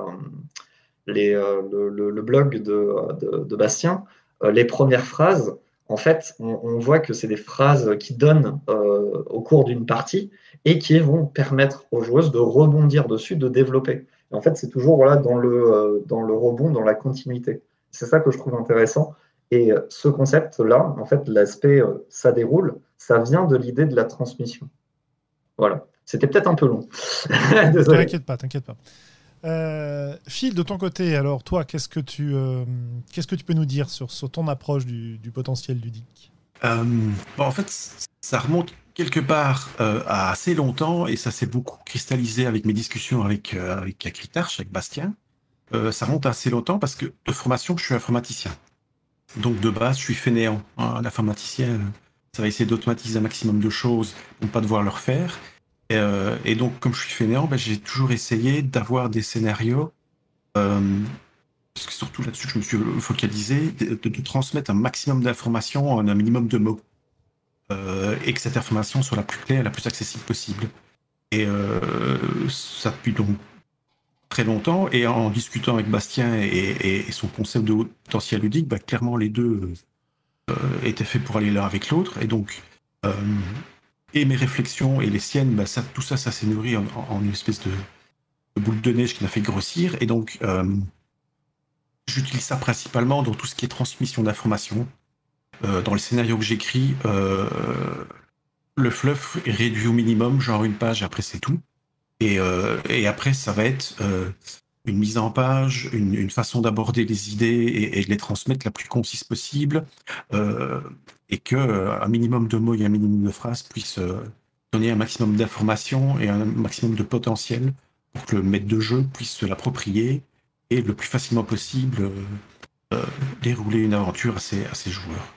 [SPEAKER 2] les, euh, le, le- le blog de, de- de Bastien, euh, les premières phrases, en fait, on, on voit que c'est des phrases qui donnent euh, au cours d'une partie et qui vont permettre aux joueuses de rebondir dessus, de développer. Et en fait, c'est toujours voilà, dans le, euh, dans le rebond, dans la continuité. C'est ça que je trouve intéressant. Et euh, ce concept-là, en fait, l'aspect euh, ça déroule, ça vient de l'idée de la transmission. Voilà. C'était peut-être un peu long. Désolé.
[SPEAKER 1] T'inquiète pas, t'inquiète pas. Euh, Phil, de ton côté, alors toi, qu'est-ce que tu, euh, qu'est-ce que tu peux nous dire sur, sur ton approche du, du potentiel ludique?
[SPEAKER 4] Euh, bon, en fait, c- ça remonte quelque part euh, à assez longtemps et ça s'est beaucoup cristallisé avec mes discussions avec, euh, avec Akritarch, avec Bastien. Euh, ça remonte à assez longtemps parce que de formation, je suis informaticien. Donc de base, je suis fainéant. Hein. L'informaticien, euh, ça va essayer d'automatiser un maximum de choses pour ne pas devoir le refaire. Et, euh, et donc, comme je suis fainéant, ben, j'ai toujours essayé d'avoir des scénarios, euh, parce que surtout là-dessus, je me suis focalisé, de, de- de transmettre un maximum d'informations en un minimum de mots. Euh, et que cette information soit la plus claire, la plus accessible possible. Et euh, ça depuis donc très longtemps. Et en discutant avec Bastien et, et- et son concept de haut potentiel ludique, bah, clairement les deux euh, étaient faits pour aller l'un avec l'autre. Et donc, euh, et mes réflexions et les siennes, bah, ça, tout ça, ça s'est nourri en, en une espèce de, de boule de neige qui m'a fait grossir. Et donc, euh, j'utilise ça principalement dans tout ce qui est transmission d'informations. Euh, dans le scénario que j'écris, euh, le fluff est réduit au minimum, genre une page, après c'est tout. Et, euh, et après, ça va être euh, une mise en page, une, une façon d'aborder les idées et, et de les transmettre la plus concise possible, euh, et que euh, un minimum de mots et un minimum de phrases puissent euh, donner un maximum d'informations et un maximum de potentiel pour que le maître de jeu puisse se l'approprier et le plus facilement possible euh, euh, dérouler une aventure à ses, à ses joueurs.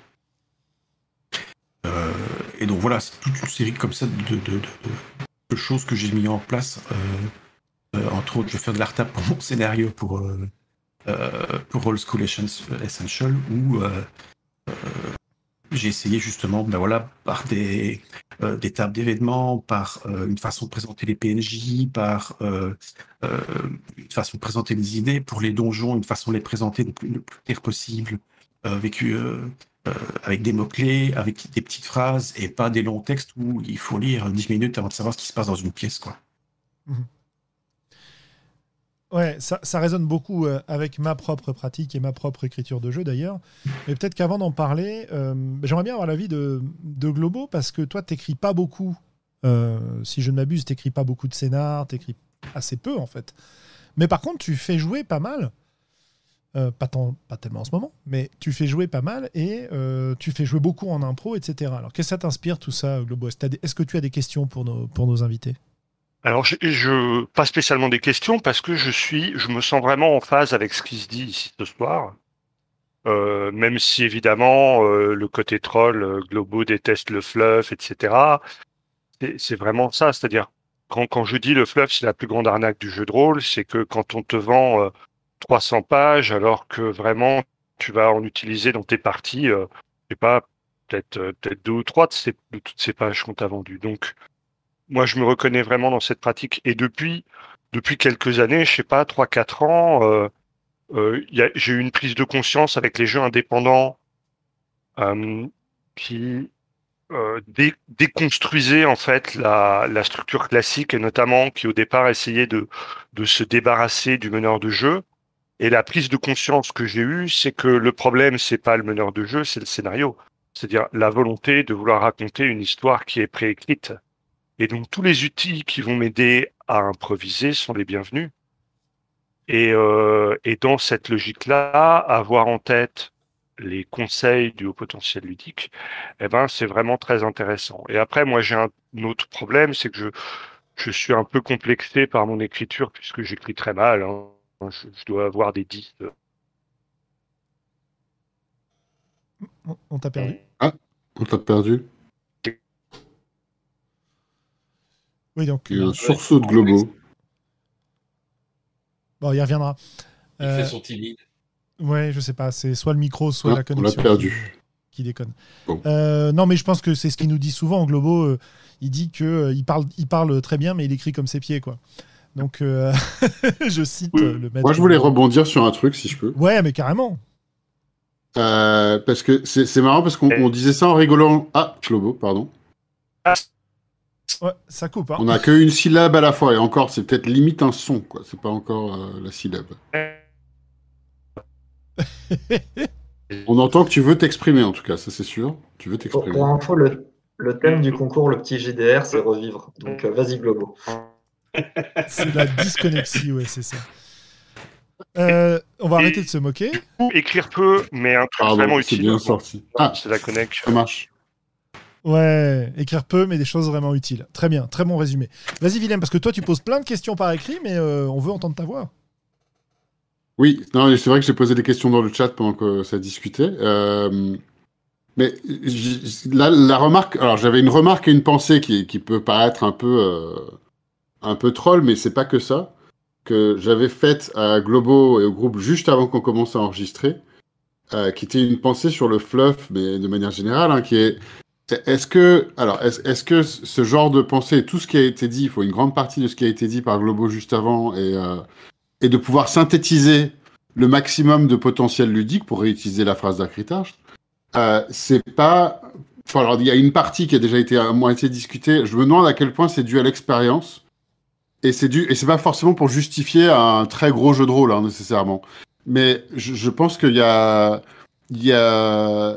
[SPEAKER 4] Euh, et donc voilà, c'est toute une série comme ça de, de, de, de- de choses que j'ai mis en place. Euh, Euh, entre autres, je vais faire de la retable pour mon scénario pour, euh, euh, pour Old School Essential, où euh, j'ai essayé justement, ben voilà, par des, euh, des tables d'événements, par euh, une façon de présenter les P N J, par euh, euh, une façon de présenter les idées, pour les donjons, une façon de les présenter le plus, le plus clair possible, euh, avec, euh, euh, avec des mots-clés, avec des petites phrases, et pas des longs textes où il faut lire dix minutes avant de savoir ce qui se passe dans une pièce, quoi.
[SPEAKER 1] Mhm. Ouais, ça, ça résonne beaucoup euh, avec ma propre pratique et ma propre écriture de jeu d'ailleurs. Mais peut-être qu'avant d'en parler, euh, j'aimerais bien avoir l'avis de, de Globo parce que toi, t'écris pas beaucoup. Euh, si je ne m'abuse, t'écris pas beaucoup de scénar, t'écris assez peu en fait. Mais par contre, tu fais jouer pas mal. Euh, pas, tant, pas tellement en ce moment, mais tu fais jouer pas mal et euh, tu fais jouer beaucoup en impro, et cetera. Alors, qu'est-ce que ça t'inspire tout ça, Globo? Est-ce que t'as des- est-ce que tu as des questions pour nos, pour nos invités?
[SPEAKER 5] Alors, je, je pas spécialement des questions parce que je suis, je me sens vraiment en phase avec ce qui se dit ici ce soir. Euh, même si évidemment euh, le côté troll, euh, Globo déteste le fluff, et cetera. C'est c'est vraiment ça, c'est-à-dire quand, quand je dis le fluff, c'est la plus grande arnaque du jeu de rôle, c'est que quand on te vend euh, trois cents pages, alors que vraiment tu vas en utiliser dans tes parties, euh, je sais pas, peut-être euh, peut-être deux ou trois de, ces, de toutes ces pages qu'on t'a vendues. Donc moi je me reconnais vraiment dans cette pratique et depuis depuis quelques années, je sais pas, trois quatre ans, euh, euh, y a- j'ai eu une prise de conscience avec les jeux indépendants euh, qui euh, dé- déconstruisait en fait la, la structure classique et notamment qui au départ essayait de, de se débarrasser du meneur de jeu Et la prise de conscience que j'ai eue, c'est que le problème, c'est pas le meneur de jeu, c'est le scénario. C'est-à-dire la volonté de vouloir raconter une histoire qui est préécrite. Et donc, tous les outils qui vont m'aider à improviser sont les bienvenus. Et, euh, et dans cette logique-là, avoir en tête les conseils du haut potentiel ludique, eh ben, c'est vraiment très intéressant. Et après, moi, j'ai un autre problème, c'est que je, je suis un peu complexé par mon écriture, puisque j'écris très mal, hein. Je, je dois avoir des dix.
[SPEAKER 1] On, on t'a perdu.
[SPEAKER 6] Ah, on t'a perdu.
[SPEAKER 1] Oui, donc.
[SPEAKER 6] Il y a un sursaut de Globo.
[SPEAKER 1] Bon, il reviendra.
[SPEAKER 3] Il
[SPEAKER 1] euh,
[SPEAKER 3] fait son timide.
[SPEAKER 1] Ouais, je sais pas. C'est soit le micro, soit
[SPEAKER 6] Ah,
[SPEAKER 1] la connexion.
[SPEAKER 6] on l'a perdu.
[SPEAKER 1] Qui, qui déconne.
[SPEAKER 6] Bon.
[SPEAKER 1] Euh, non, mais je pense que c'est ce qu'il nous dit souvent en Globo. Euh, il dit que euh, il parle, il parle très bien, mais il écrit comme ses pieds, quoi. Donc, euh, je cite
[SPEAKER 6] Oui.
[SPEAKER 1] euh, le maître.
[SPEAKER 6] Moi, je voulais rebondir sur un truc, si je peux.
[SPEAKER 1] Ouais, mais carrément.
[SPEAKER 6] Euh, parce que c'est c'est marrant, parce qu'on on disait ça en rigolant. Ah, Globo, pardon.
[SPEAKER 1] Ouais, ça coupe. Hein.
[SPEAKER 6] On n'a qu'une syllabe à la fois, et encore, c'est peut-être limite un son, quoi. C'est pas encore euh, la syllabe. On entend que tu veux t'exprimer, en tout cas, ça c'est sûr. Tu veux
[SPEAKER 2] Pour,
[SPEAKER 6] t'exprimer.
[SPEAKER 2] pour info, le, le thème du concours, le petit J D R, c'est revivre. Donc euh, vas-y, Globo.
[SPEAKER 1] C'est la disconnexie, ouais, c'est ça. Euh, on va
[SPEAKER 5] Et-
[SPEAKER 1] arrêter de se moquer.
[SPEAKER 5] Écrire peu, mais un truc vraiment
[SPEAKER 6] Pardon, c'est
[SPEAKER 5] utile.
[SPEAKER 6] bien sorti. Ah,
[SPEAKER 5] C'est la connexion.
[SPEAKER 6] ça marche.
[SPEAKER 1] Ouais, écrire peu, mais des choses vraiment utiles. Très bien, très bon résumé. Vas-y, Willem, parce que toi, tu poses plein de questions par écrit, mais euh, on veut entendre ta voix.
[SPEAKER 6] Oui, non, mais c'est vrai que j'ai posé des questions dans le chat pendant que ça discutait. Euh, mais j- la, la remarque, alors j'avais une remarque et une pensée qui, qui peut paraître un peu, euh, un peu troll, mais c'est pas que ça, que j'avais faite à Globo et au groupe juste avant qu'on commence à enregistrer, euh, qui était une pensée sur le fluff, mais de manière générale, hein, qui est, est-ce que, alors, est-ce, est-ce que ce genre de pensée, tout ce qui a été dit, il faut une grande partie de ce qui a été dit par Globo juste avant, et, euh, et de pouvoir synthétiser le maximum de potentiel ludique, pour réutiliser la phrase d'Acritage, euh, c'est pas... Enfin, alors, il y a une partie qui a déjà été à moitié discutée. Je me demande à quel point c'est dû à l'expérience. Et c'est dû, et c'est pas forcément pour justifier un très gros jeu de rôle, hein, nécessairement. Mais je, je pense qu'il y a, il y a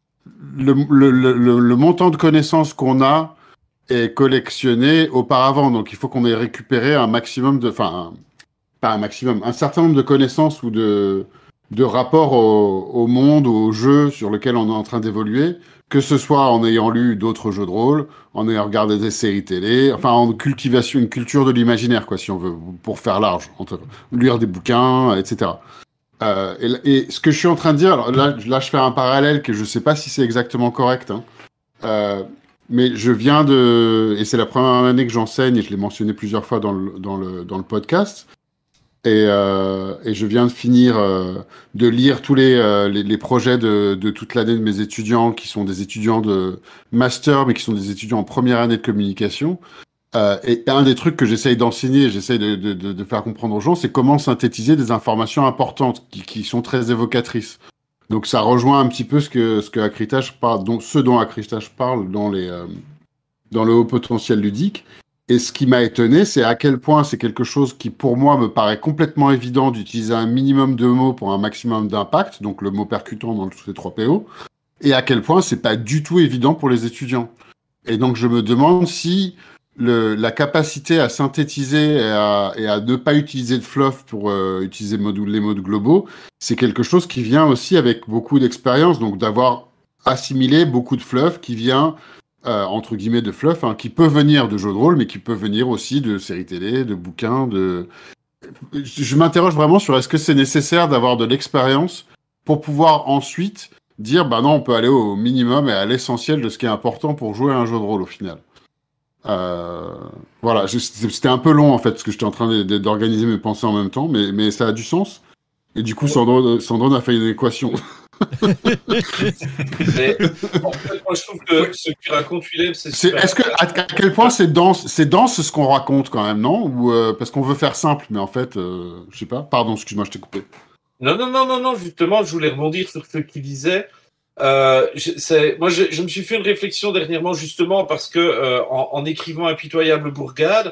[SPEAKER 6] le, le, le, le, le montant de connaissances qu'on a est collectionné auparavant. Donc, il faut qu'on ait récupéré un maximum de, enfin, un- pas un maximum, un certain nombre de connaissances ou de, de rapports au, au monde ou au jeu sur lequel on est en train d'évoluer, que ce soit en ayant lu d'autres jeux de rôle, en ayant regardé des séries télé, enfin en cultivation, une culture de l'imaginaire, quoi, si on veut, pour faire large, entre lire des bouquins, et cetera. Euh, et, et ce que je suis en train de dire, alors là, là je fais un parallèle que je sais pas si c'est exactement correct, hein, euh, mais je viens de, et c'est la première année que j'enseigne, et je l'ai mentionné plusieurs fois dans le, dans le, dans le podcast, et, euh, et je viens de finir euh, de lire tous les, euh, les, les projets de, de toute l'année de mes étudiants, qui sont des étudiants de master, mais qui sont des étudiants en première année de communication. Euh, et un des trucs que j'essaye d'enseigner, j'essaye de, de, de, de faire comprendre aux gens, c'est comment synthétiser des informations importantes qui, qui sont très évocatrices. Donc ça rejoint un petit peu ce que, ce que Acritage parle, donc ce dont Acritage parle dans, les, euh, dans le haut potentiel ludique. Et ce qui m'a étonné, c'est à quel point c'est quelque chose qui, pour moi, me paraît complètement évident d'utiliser un minimum de mots pour un maximum d'impact, donc le mot percutant dans tous les trois P O, et à quel point c'est pas du tout évident pour les étudiants. Et donc je me demande si le, la capacité à synthétiser et à, et à ne pas utiliser de fluff pour euh, utiliser mode, les modes globaux, c'est quelque chose qui vient aussi avec beaucoup d'expérience, donc d'avoir assimilé beaucoup de fluff qui vient... Euh, entre guillemets de fluff, hein, qui peut venir de jeux de rôle, mais qui peut venir aussi de séries télé, de bouquins, de... Je, je m'interroge vraiment sur est-ce que c'est nécessaire d'avoir de l'expérience pour pouvoir ensuite dire, bah non, on peut aller au minimum et à l'essentiel de ce qui est important pour jouer à un jeu de rôle au final. Euh, voilà, je- c'était un peu long en fait, parce que j'étais en train de- de- d'organiser mes pensées en même temps, mais, mais ça a du sens. Et du coup, Sandro, Sandro a fait une équation.
[SPEAKER 3] Mais, en fait, moi, je trouve que ce que tu racontes, Willem, c'est
[SPEAKER 6] C'est,
[SPEAKER 3] super.
[SPEAKER 6] est-ce que, à, à quel point c'est dense, c'est dense ce qu'on raconte quand même, non? Ou euh, parce qu'on veut faire simple, mais en fait, euh, je sais pas. Pardon, excuse-moi, je t'ai coupé.
[SPEAKER 3] Non, non, non, non, non, justement, je voulais rebondir sur ce qu'il disait. Euh, je, c'est, moi, je, je me suis fait une réflexion dernièrement, justement, parce que euh, en, en écrivant Impitoyable Bourgade,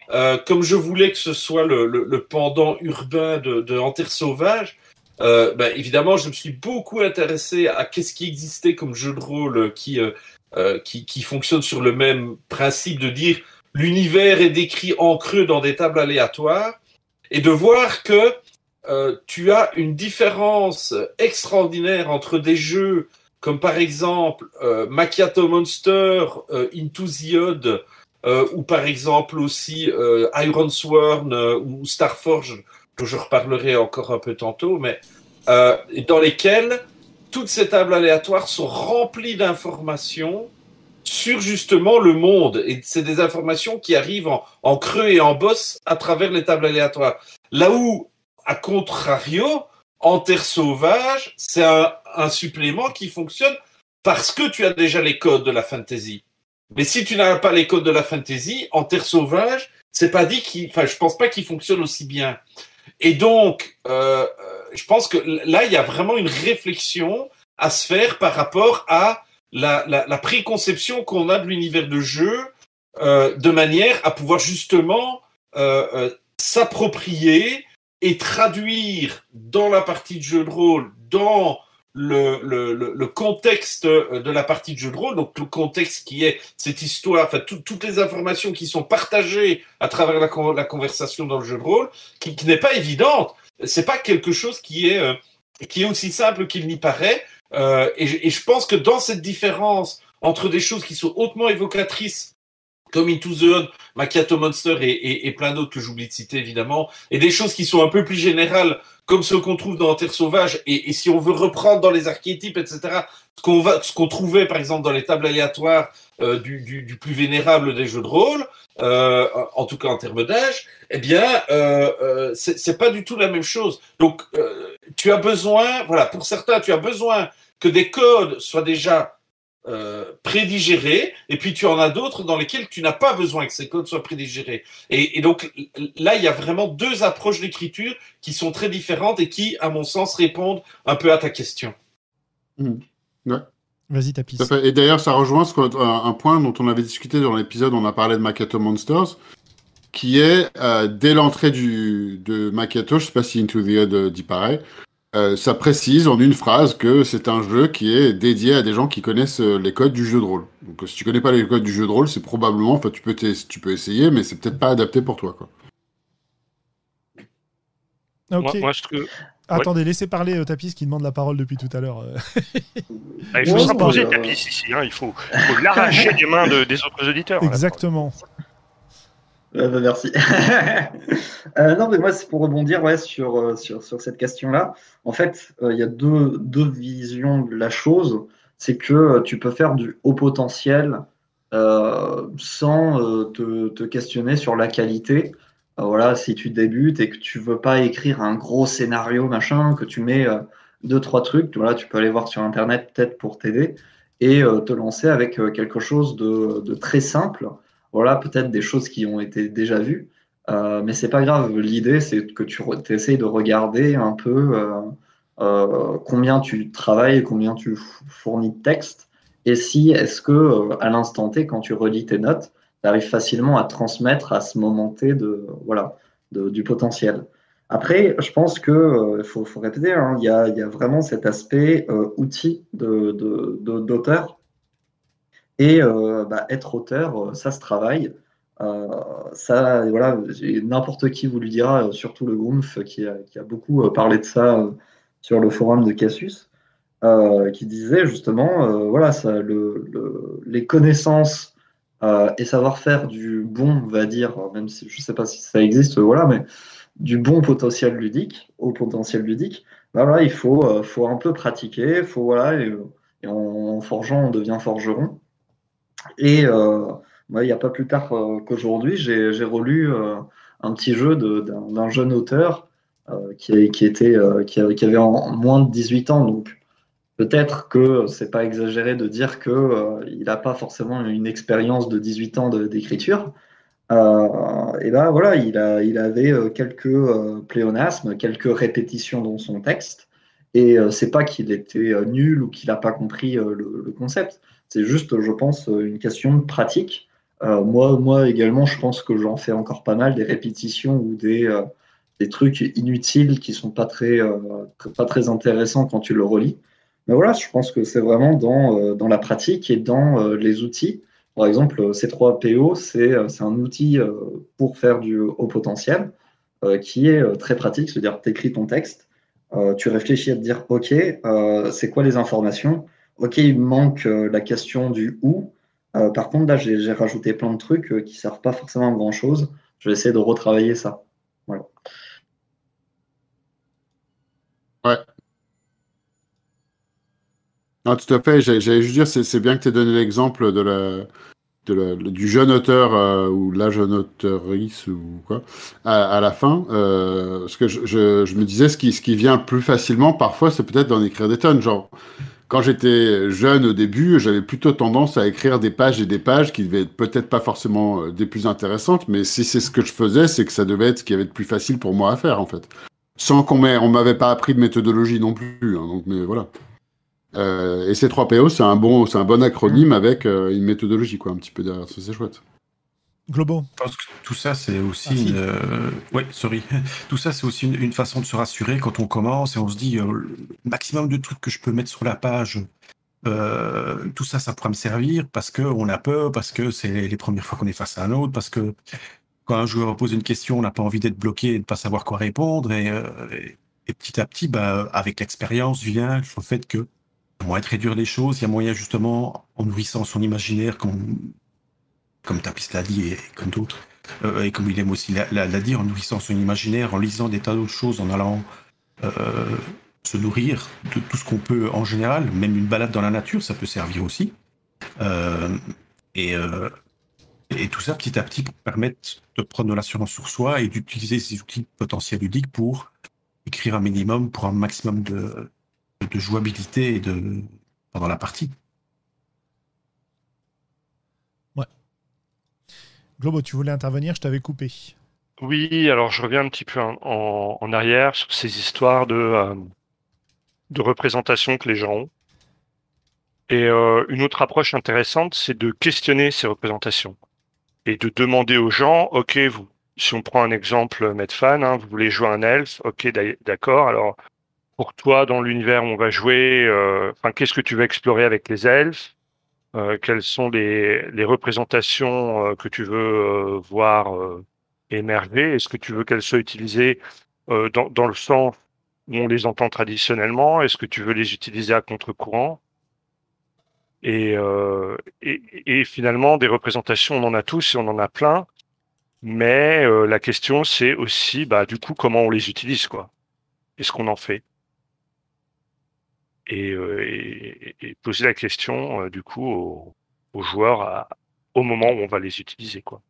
[SPEAKER 3] euh, comme je voulais que ce soit le, le, le pendant urbain de, de En Terre Sauvage, euh, ben, évidemment, je me suis beaucoup intéressé à qu'est-ce qui existait comme jeu de rôle qui, euh, euh, qui, qui fonctionne sur le même principe de dire l'univers est décrit en creux dans des tables aléatoires, et de voir que euh, tu as une différence extraordinaire entre des jeux comme par exemple euh, Macchiato Monster, euh, Into the Odd, euh, ou par exemple aussi euh, Iron Sworn euh, ou Starforge, dont je reparlerai encore un peu tantôt, mais euh, dans lesquels toutes ces tables aléatoires sont remplies d'informations sur justement le monde. Et c'est des informations qui arrivent en, en creux et en bosse à travers les tables aléatoires. Là où, à contrario, En Terre Sauvage, c'est un, un supplément qui fonctionne parce que tu as déjà les codes de la fantasy. Mais si tu n'as pas les codes de la fantasy, En Terre Sauvage, c'est pas dit qu'il, enfin, je pense pas qu'il fonctionne aussi bien. Et donc, euh, je pense que là, il y a vraiment une réflexion à se faire par rapport à la, la, la préconception qu'on a de l'univers de jeu, euh, de manière à pouvoir justement euh, euh, s'approprier et traduire dans la partie de jeu de rôle, dans le, le, le, le contexte de la partie de jeu de rôle, donc le contexte qui est cette histoire, enfin tout, toutes les informations qui sont partagées à travers la, la conversation dans le jeu de rôle, qui, qui n'est pas évidente. C'est pas quelque chose qui est, euh, qui est aussi simple qu'il n'y paraît. Euh, et, et je pense que dans cette différence entre des choses qui sont hautement évocatrices, comme Into the Odd, Macchiato Monster et, et, et plein d'autres que j'oublie de citer évidemment, et des choses qui sont un peu plus générales, comme ce qu'on trouve dans En Terre Sauvage, et, et si on veut reprendre dans les archétypes, et cetera, ce qu'on, va, ce qu'on trouvait par exemple dans les tables aléatoires euh, du, du, du plus vénérable des jeux de rôle, euh, en tout cas en termes d'âge, eh bien, euh, euh, c'est, c'est pas du tout la même chose. Donc, euh, tu as besoin, voilà, pour certains, tu as besoin que des codes soient déjà Euh, prédigérés, et puis tu en as d'autres dans lesquels tu n'as pas besoin que ces codes soient prédigérés. Et, et donc là, il y a vraiment deux approches d'écriture qui sont très différentes et qui, à mon sens, répondent un peu à ta question.
[SPEAKER 6] Mmh. Ouais.
[SPEAKER 1] Vas-y, Tapis.
[SPEAKER 6] Et d'ailleurs, ça rejoint ce un, un point dont on avait discuté dans l'épisode où on a parlé de Macchiato Monsters, qui est, euh, dès l'entrée du, de Macchiato, je ne sais pas si Into the Odd dit pareil, Euh, ça précise en une phrase que c'est un jeu qui est dédié à des gens qui connaissent les codes du jeu de rôle. Donc si tu connais pas les codes du jeu de rôle, c'est probablement, enfin tu peux, tu peux essayer, mais c'est peut-être pas adapté pour toi, quoi.
[SPEAKER 1] Ok.
[SPEAKER 5] Moi, moi, je trouve...
[SPEAKER 1] Attendez, ouais. Laissez parler euh, Tapis qui demande la parole depuis tout à l'heure.
[SPEAKER 5] Ah, il faut s'imposer Tapis ici, hein. Il faut, faut l'arracher des mains de, des autres auditeurs.
[SPEAKER 1] Exactement.
[SPEAKER 2] Euh, bah, merci. euh, non, mais moi, c'est pour rebondir ouais, sur, euh, sur, sur cette question-là. En fait, il euh, y a deux, deux visions de la chose. C'est que euh, tu peux faire du haut potentiel euh, sans euh, te, te questionner sur la qualité. Euh, voilà, si tu débutes et que tu veux pas écrire un gros scénario, machin, que tu mets euh, deux, trois trucs, voilà, tu peux aller voir sur Internet peut-être pour t'aider et euh, te lancer avec euh, quelque chose de, de très simple. Voilà, peut-être des choses qui ont été déjà vues, euh, mais c'est pas grave. L'idée, c'est que tu re- essayes de regarder un peu euh, euh, combien tu travailles, combien tu f- fournis de texte, et si est-ce que euh, à l'instant T, quand tu relis tes notes, tu arrives facilement à transmettre à ce moment T de voilà de- du potentiel. Après, je pense que euh, faut, faut répéter, hein, il y a, il y a vraiment cet aspect euh, outil de, de- de- d'auteur. Et euh, bah, être auteur, ça se travaille. Euh, ça, voilà, n'importe qui vous le dira, surtout le Grumpf qui a, qui a beaucoup parlé de ça euh, sur le forum de Cassius, euh, qui disait justement, euh, voilà, ça, le, le- les connaissances euh, et savoir-faire du bon, on va dire, même si je ne sais pas si ça existe, voilà, mais du bon potentiel ludique au potentiel ludique, bah, voilà, il faut, euh, faut un peu pratiquer, faut, voilà, et, et en, en forgeant, on devient forgeron. Et euh, moi, il n'y a pas plus tard euh, qu'aujourd'hui, j'ai, j'ai relu euh, un petit jeu de- d'un, d'un jeune auteur euh, qui, qui, était, euh, qui, avait, qui avait en- moins de dix-huit ans. Donc peut-être que c'est pas exagéré de dire qu'il euh, il n'a pas forcément une expérience de dix-huit ans de- d'écriture. Euh, et là, voilà, il, a, il avait euh, quelques euh, pléonasmes, quelques répétitions dans son texte. Et euh, c'est pas qu'il était euh, nul ou qu'il n'a pas compris euh, le, le concept. C'est juste, je pense, euh, une question de pratique. Euh, moi, moi également, je pense que j'en fais encore pas mal, des répétitions ou des, euh, des trucs inutiles qui sont pas très, euh, pas très intéressants quand tu le relis. Mais voilà, je pense que c'est vraiment dans, euh, dans la pratique et dans euh, les outils. Par exemple, C trois P O, c'est euh, c'est un outil euh, pour faire du haut potentiel euh, qui est euh, très pratique. C'est-à-dire, tu écris ton texte, euh, tu réfléchis à te dire, OK, euh, c'est quoi les informations? OK, il me manque euh, la question du où. Euh, par contre, là, j'ai j'ai rajouté plein de trucs euh, qui servent pas forcément à grand-chose. Je vais essayer de retravailler ça. Voilà.
[SPEAKER 6] Ouais. Non, tout à fait. J'ai- J'allais juste dire, c'est c'est bien que tu aies donné l'exemple de la, de la- du jeune auteur euh, ou la jeune auteurice ou quoi à, à la fin. Euh, parce que je, je, je me disais, ce qui, ce qui vient le plus facilement parfois, c'est peut-être d'en écrire des tonnes. Genre, quand j'étais jeune au début, j'avais plutôt tendance à écrire des pages et des pages qui devaient être peut-être pas forcément euh, des plus intéressantes, mais si c'est ce que je faisais, c'est que ça devait être ce qui avait de plus facile pour moi à faire en fait. Sans qu'on m'ait, on m'avait pas appris de méthodologie non plus. Hein, donc, mais voilà. Euh, et C trois P O, c'est un bon, c'est un bon acronyme avec euh, une méthodologie, quoi, un petit peu derrière. Ça, c'est chouette.
[SPEAKER 1] Globo.
[SPEAKER 4] Je pense que tout ça, c'est aussi
[SPEAKER 1] Merci.
[SPEAKER 4] une. euh, Ouais, sorry. Tout ça, c'est aussi une, une façon de se rassurer quand on commence et on se dit euh, le maximum de trucs que je peux mettre sur la page. Euh, tout ça, ça pourra me servir parce que on a peur, parce que c'est les premières fois qu'on est face à un autre, parce que quand un joueur pose une question, on n'a pas envie d'être bloqué et de ne pas savoir quoi répondre. Et, euh, et, et petit à petit, bah, avec l'expérience vient le fait que il y a moyen de réduire les choses, il y a moyen justement, en nourrissant son imaginaire, comme, comme Tapis l'a dit et comme d'autres, euh, et comme il aime aussi l'a, l'a, l'a dit, en nourrissant son imaginaire, en lisant des tas d'autres choses, en allant euh, se nourrir de tout ce qu'on peut en général, même une balade dans la nature, ça peut servir aussi. Euh, et, euh, et tout ça petit à petit pour permettre de prendre de l'assurance sur soi et d'utiliser ces outils potentiels ludiques pour écrire un minimum pour un maximum de, de jouabilité et de, pendant la partie.
[SPEAKER 1] Ouais. Globo, tu voulais intervenir, je t'avais coupé.
[SPEAKER 5] Oui, alors je reviens un petit peu en, en- en arrière sur ces histoires de, euh, de représentation que les gens ont. Et euh, une autre approche intéressante, c'est de questionner ces représentations et de demander aux gens, OK, vous, si on prend un exemple, Medfan, hein, vous voulez jouer un elfe, OK, d'ac- d'accord, alors pour toi, dans l'univers où on va jouer, euh, enfin, qu'est-ce que tu veux explorer avec les elfes? Euh, quelles sont les, les représentations euh, que tu veux euh, voir euh, émerger? Est-ce que tu veux qu'elles soient utilisées euh, dans, dans le sens où on les entend traditionnellement? Est-ce que tu veux les utiliser à contre-courant? Et, euh, et, et finalement, des représentations, on en a tous et on en a plein. Mais euh, la question, c'est aussi, bah, du coup, comment on les utilise, quoi? Qu'est-ce qu'on en fait? Et, euh, et, et poser la question, euh, du coup, aux, aux joueurs à- au moment où on va les utiliser, quoi.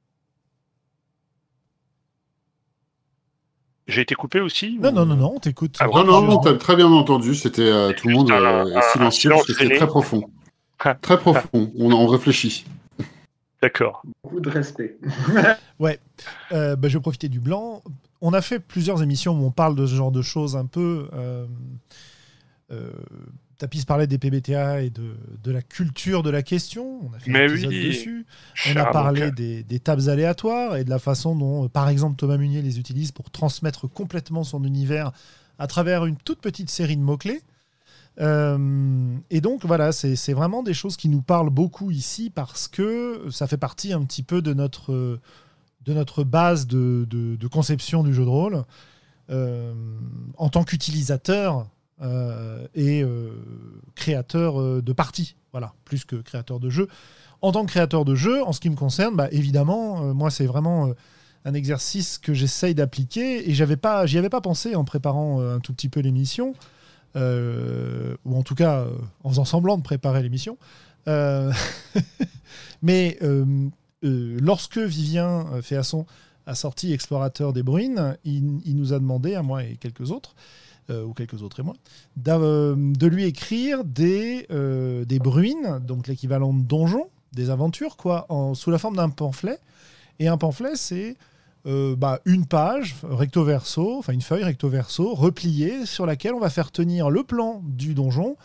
[SPEAKER 5] J'ai été coupé aussi
[SPEAKER 1] Non, non, non,
[SPEAKER 5] ou...
[SPEAKER 1] non, on t'écoute
[SPEAKER 5] Ah bon,
[SPEAKER 6] Non, non,
[SPEAKER 1] religieusement.
[SPEAKER 6] non, t'as très bien entendu. C'était euh, tout le
[SPEAKER 5] juste
[SPEAKER 6] monde
[SPEAKER 5] un,
[SPEAKER 6] euh, est
[SPEAKER 5] un- un
[SPEAKER 6] silencieux parce
[SPEAKER 5] silence
[SPEAKER 6] que c'était
[SPEAKER 5] gêné.
[SPEAKER 6] très profond. Très profond. On, on réfléchit.
[SPEAKER 5] D'accord.
[SPEAKER 2] Beaucoup de respect.
[SPEAKER 1] Ouais, euh, bah, je vais profiter du blanc. On a fait plusieurs émissions où on parle de ce genre de choses un peu. Euh, euh, Tapis parlait des P B T A et de, de la culture de la question. On a fait un
[SPEAKER 5] Mais
[SPEAKER 1] épisode
[SPEAKER 5] oui,
[SPEAKER 1] dessus.
[SPEAKER 5] je
[SPEAKER 1] On
[SPEAKER 5] suis
[SPEAKER 1] a
[SPEAKER 5] un
[SPEAKER 1] parlé
[SPEAKER 5] avocat.
[SPEAKER 1] des, des tables aléatoires et de la façon dont, euh, par exemple, Thomas Munier les utilise pour transmettre complètement son univers à travers une toute petite série de mots-clés. Euh, et donc voilà, c'est c'est vraiment des choses qui nous parlent beaucoup ici parce que ça fait partie un petit peu de notre, de notre base de, de- de conception du jeu de rôle euh, en tant qu'utilisateur euh, et euh, créateur euh, de parties, voilà, plus que créateur de jeu. En tant que créateur de jeu, en ce qui me concerne, bah, évidemment, euh, moi c'est vraiment euh, un exercice que j'essaye d'appliquer et j'avais pas, j'y avais pas pensé en préparant euh, un tout petit peu l'émission. Euh, ou en tout cas euh, en faisant semblant de préparer l'émission. Euh, mais euh, euh, lorsque Vivien euh, Féasson a sorti Explorateur des Bruines, il, il nous a demandé, à moi et quelques autres, euh, ou quelques autres et moi, de lui écrire des, euh, des bruines, donc l'équivalent de donjons, des aventures, quoi, en, sous la forme d'un pamphlet. Et un pamphlet, c'est Euh, bah, une page recto verso, enfin une feuille recto verso repliée sur laquelle on va faire tenir le plan du donjon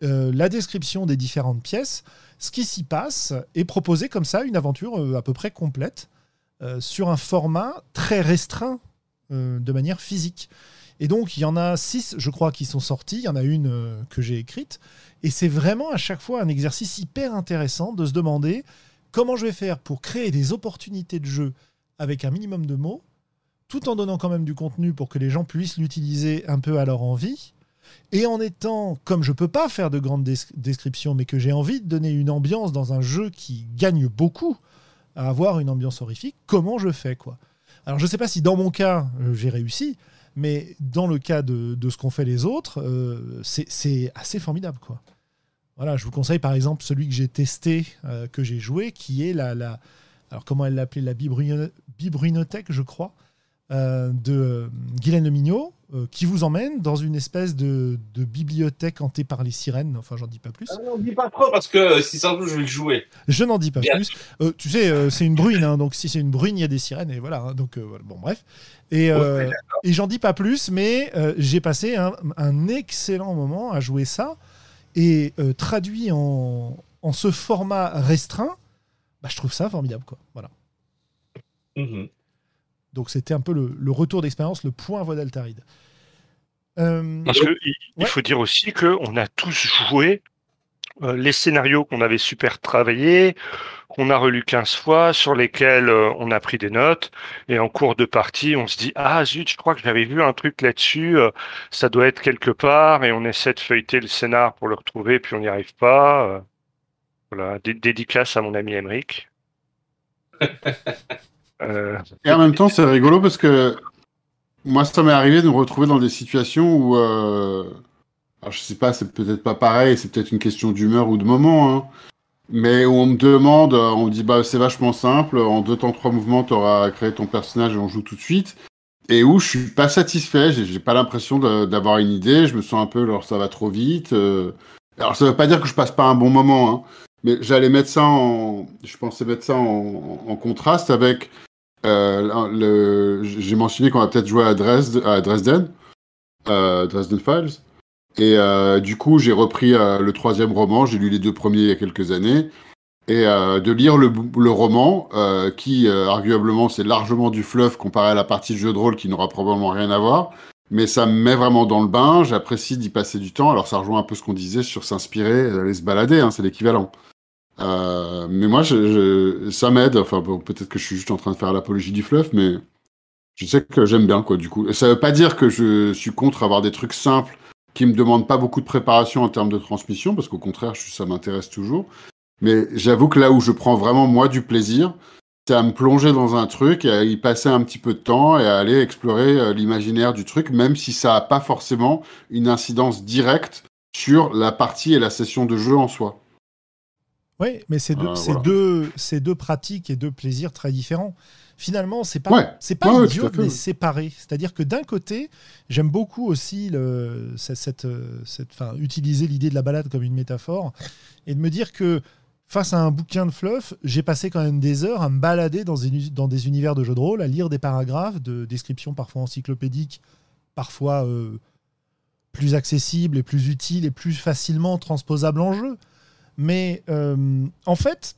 [SPEAKER 1] euh, la description des différentes pièces, ce qui s'y passe, et proposer comme ça une aventure euh, à peu près complète euh, sur un format très restreint euh, de manière physique. Et donc, il y en a six, je crois, qui sont sortis. Il y en a une euh, que j'ai écrite. Et c'est vraiment à chaque fois un exercice hyper intéressant de se demander comment je vais faire pour créer des opportunités de jeu avec un minimum de mots, tout en donnant quand même du contenu pour que les gens puissent l'utiliser un peu à leur envie, et en étant, comme je ne peux pas faire de grandes des- descriptions, mais que j'ai envie de donner une ambiance dans un jeu qui gagne beaucoup à avoir une ambiance horrifique, comment je fais, quoi. Alors, je ne sais pas si dans mon cas, euh, j'ai réussi, mais dans le cas de, de ce qu'ont fait les autres, euh, c'est, c'est assez formidable, quoi. Voilà, je vous conseille par exemple celui que j'ai testé, euh, que j'ai joué, qui est la, la alors comment elle l'appelait, la Bibruino- Bibruinothèque, je crois, euh, de euh, Guylaine Le Mignot, euh, qui vous emmène dans une espèce de, de bibliothèque hantée par les sirènes. Enfin, j'en dis pas plus.
[SPEAKER 3] Ah non, dis pas trop parce que euh, si ça se trouve, je vais le jouer.
[SPEAKER 1] Je n'en dis pas
[SPEAKER 3] Bien.
[SPEAKER 1] plus. Euh, tu sais, euh, c'est une bruine, hein, donc si c'est une bruine, il y a des sirènes, et voilà. Hein, donc, euh, voilà. Bon, bref. Et, euh,
[SPEAKER 3] Ouais,
[SPEAKER 1] et j'en dis pas plus, mais euh, j'ai passé un, un excellent moment à jouer ça, et euh, traduit en, en ce format restreint, bah, je trouve ça formidable, quoi. Voilà.
[SPEAKER 3] Mhm.
[SPEAKER 1] Donc c'était un peu le, le retour d'expérience, le point voix d'Altaride. Euh,
[SPEAKER 5] Parce qu'il il
[SPEAKER 1] Ouais.
[SPEAKER 5] faut dire aussi qu'on a tous joué euh, les scénarios qu'on avait super travaillés, qu'on a relus quinze fois, sur lesquels euh, on a pris des notes, et en cours de partie, on se dit « Ah zut, je crois que j'avais vu un truc là-dessus, euh, ça doit être quelque part », et on essaie de feuilleter le scénar pour le retrouver, puis on n'y arrive pas. euh. Voilà, Dé- dédicace à mon ami Emeric. Euh,
[SPEAKER 6] Et en même temps, c'est rigolo parce que moi, ça m'est arrivé de me retrouver dans des situations où, euh, alors je sais pas, c'est peut-être pas pareil, c'est peut-être une question d'humeur ou de moment, hein, mais où on me demande, euh, on me dit, bah, c'est vachement simple, en deux temps, trois mouvements, t'auras créé ton personnage et on joue tout de suite. Et où je suis pas satisfait, j'ai j'ai pas l'impression de- d'avoir une idée, je me sens un peu, genre, ça va trop vite. euh. Alors, ça veut pas dire que je passe pas un bon moment, hein, mais j'allais mettre ça en, je pensais mettre ça en, en contraste avec, euh, le, j'ai mentionné qu'on va peut-être jouer à, Dresde, à Dresden, euh, Dresden Files. Et euh, du coup, j'ai repris euh, le troisième roman, j'ai lu les deux premiers il y a quelques années, et euh, de lire le, le roman, euh, qui, euh, arguablement, c'est largement du fluff comparé à la partie de jeu de rôle qui n'aura probablement rien à voir, mais ça me met vraiment dans le bain, j'apprécie d'y passer du temps, alors ça rejoint un peu ce qu'on disait sur s'inspirer, aller se balader, hein, c'est l'équivalent. Euh, mais moi, je, je- ça m'aide, enfin bon, peut-être que je suis juste en train de faire l'apologie du fluff, mais je sais que j'aime bien, quoi, du coup. Et ça veut pas dire que je suis contre avoir des trucs simples qui me demandent pas beaucoup de préparation en termes de transmission, parce qu'au contraire, je- ça m'intéresse toujours. Mais j'avoue que là où je prends vraiment, moi, du plaisir, c'est à me plonger dans un truc, et à y passer un petit peu de temps, et à aller explorer euh, l'imaginaire du truc, même si ça a pas forcément une incidence directe sur la partie et la session de jeu en soi.
[SPEAKER 1] Oui, mais c'est deux,
[SPEAKER 6] Euh,
[SPEAKER 1] c'est
[SPEAKER 6] voilà.
[SPEAKER 1] deux, c'est deux pratiques et deux plaisirs très différents. Finalement, c'est pas,
[SPEAKER 6] Ouais.
[SPEAKER 1] c'est pas
[SPEAKER 6] Ouais, ouais,
[SPEAKER 1] idiot
[SPEAKER 6] tout à fait,
[SPEAKER 1] de les
[SPEAKER 6] ouais.
[SPEAKER 1] séparer. C'est-à-dire que d'un côté, j'aime beaucoup aussi le, cette, cette, euh, cette- enfin, utiliser l'idée de la balade comme une métaphore et de me dire que face à un bouquin de fluff, j'ai passé quand même des heures à me balader dans des, dans des univers de jeux de rôle, à lire des paragraphes de descriptions parfois encyclopédiques, parfois euh, plus accessibles et plus utiles et plus facilement transposables en jeu. Mais euh, en fait,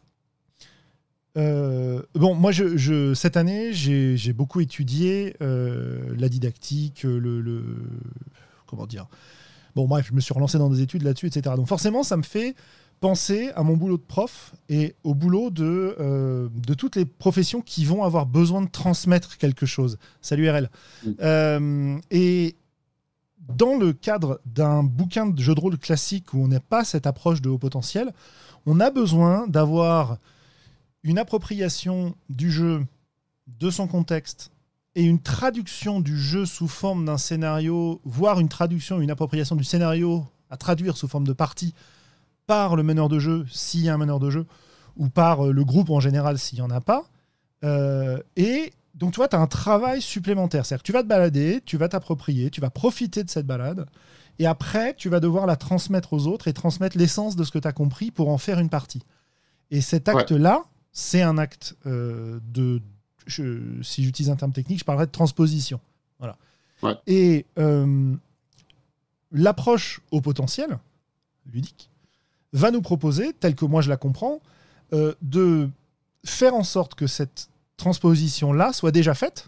[SPEAKER 1] euh, bon, moi, je, je- cette année, j'ai j'ai beaucoup étudié euh, la didactique, le, le- comment dire. Bon, bref, je me suis relancé dans des études là-dessus, et cetera. Donc forcément, ça me fait penser à mon boulot de prof et au boulot de, euh, de toutes les professions qui vont avoir besoin de transmettre quelque chose. Salut R L.
[SPEAKER 6] Mm.
[SPEAKER 1] Euh, et dans le cadre d'un bouquin de jeu de rôle classique où on n'a pas cette approche de haut potentiel, on a besoin d'avoir une appropriation du jeu, de son contexte, et une traduction du jeu sous forme d'un scénario, voire une traduction, une appropriation du scénario à traduire sous forme de partie par le meneur de jeu, s'il y a un meneur de jeu, ou par le groupe en général, s'il n'y en a pas. Euh, et donc, tu vois, tu as un travail supplémentaire. C'est-à-dire que tu vas te balader, tu vas t'approprier, tu vas profiter de cette balade, et après, tu vas devoir la transmettre aux autres et transmettre l'essence de ce que tu as compris pour en faire une partie. Et cet
[SPEAKER 6] Ouais.
[SPEAKER 1] acte-là, c'est un acte euh, de... je- si j'utilise un terme technique, je parlerais de transposition. Voilà.
[SPEAKER 6] Ouais.
[SPEAKER 1] Et euh, l'approche au potentiel, ludique, va nous proposer, tel que moi je la comprends, euh, de faire en sorte que cette transposition-là soit déjà faite,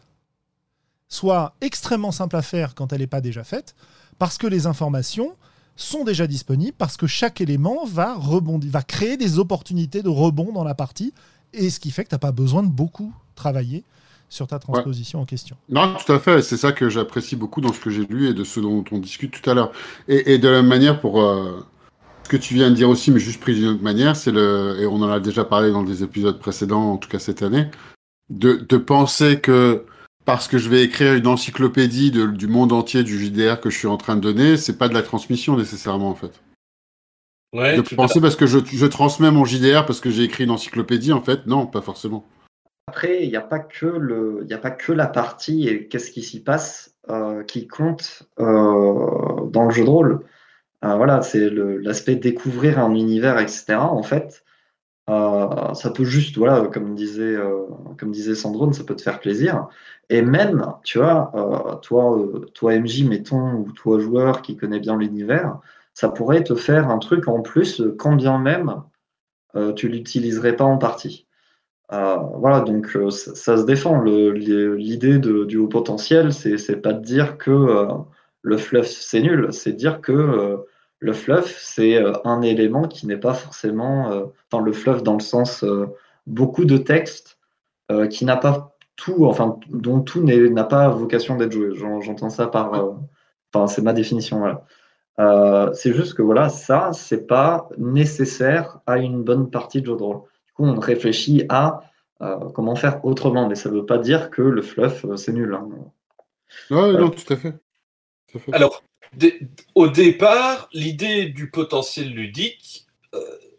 [SPEAKER 1] soit extrêmement simple à faire quand elle n'est pas déjà faite, parce que les informations sont déjà disponibles, parce que chaque élément va rebondir, va créer des opportunités de rebond dans la partie, et ce qui fait que tu n'as pas besoin de beaucoup travailler sur ta transposition ouais. en question.
[SPEAKER 6] Non, tout à fait. C'est ça que j'apprécie beaucoup dans ce que j'ai lu et de ce dont on discute tout à l'heure. Et, et de la même manière, pour euh, ce que tu viens de dire aussi, mais juste pris d'une autre manière, c'est le, et on en a déjà parlé dans des épisodes précédents, en tout cas cette année, de, de penser que parce que je vais écrire une encyclopédie de, du monde entier du J D R que je suis en train de donner, c'est pas de la transmission nécessairement en fait. Ouais, de penser parce que je, je transmets mon J D R parce que j'ai écrit une encyclopédie, en fait, non, pas forcément.
[SPEAKER 2] Après, il n'y a pas que le, il n'y a pas que la partie et qu'est-ce qui s'y passe euh, qui compte euh, dans le jeu de rôle. Euh, voilà, c'est le, l'aspect découvrir un univers, et cetera. En fait, euh, ça peut juste, voilà, comme disait, euh, comme disait Sandrone, ça peut te faire plaisir. Et même, tu vois, euh, toi, euh, toi M J, mettons, ou toi joueur qui connais bien l'univers, ça pourrait te faire un truc en plus, quand bien même euh, tu l'utiliserais pas en partie. Euh, voilà, donc euh, ça, ça se défend. Le, l'idée de, du haut potentiel, c'est, c'est pas de dire que euh, le fluff c'est nul, c'est de dire que euh, le fluff c'est euh, un élément qui n'est pas forcément, euh, enfin le fluff dans le sens euh, beaucoup de texte euh, qui n'a pas tout, enfin dont tout n'est, n'a pas vocation d'être joué. J'en, j'entends ça par, euh, enfin c'est ma définition. Voilà. Euh, c'est juste que voilà, ça c'est pas nécessaire à une bonne partie de jeu de rôle. On réfléchit à euh, comment faire autrement, mais ça ne veut pas dire que le fluff, euh, c'est nul. Hein.
[SPEAKER 6] Ouais, voilà. Non, tout à fait.
[SPEAKER 3] Tout à fait. Alors, d- au départ, l'idée du potentiel ludique, euh,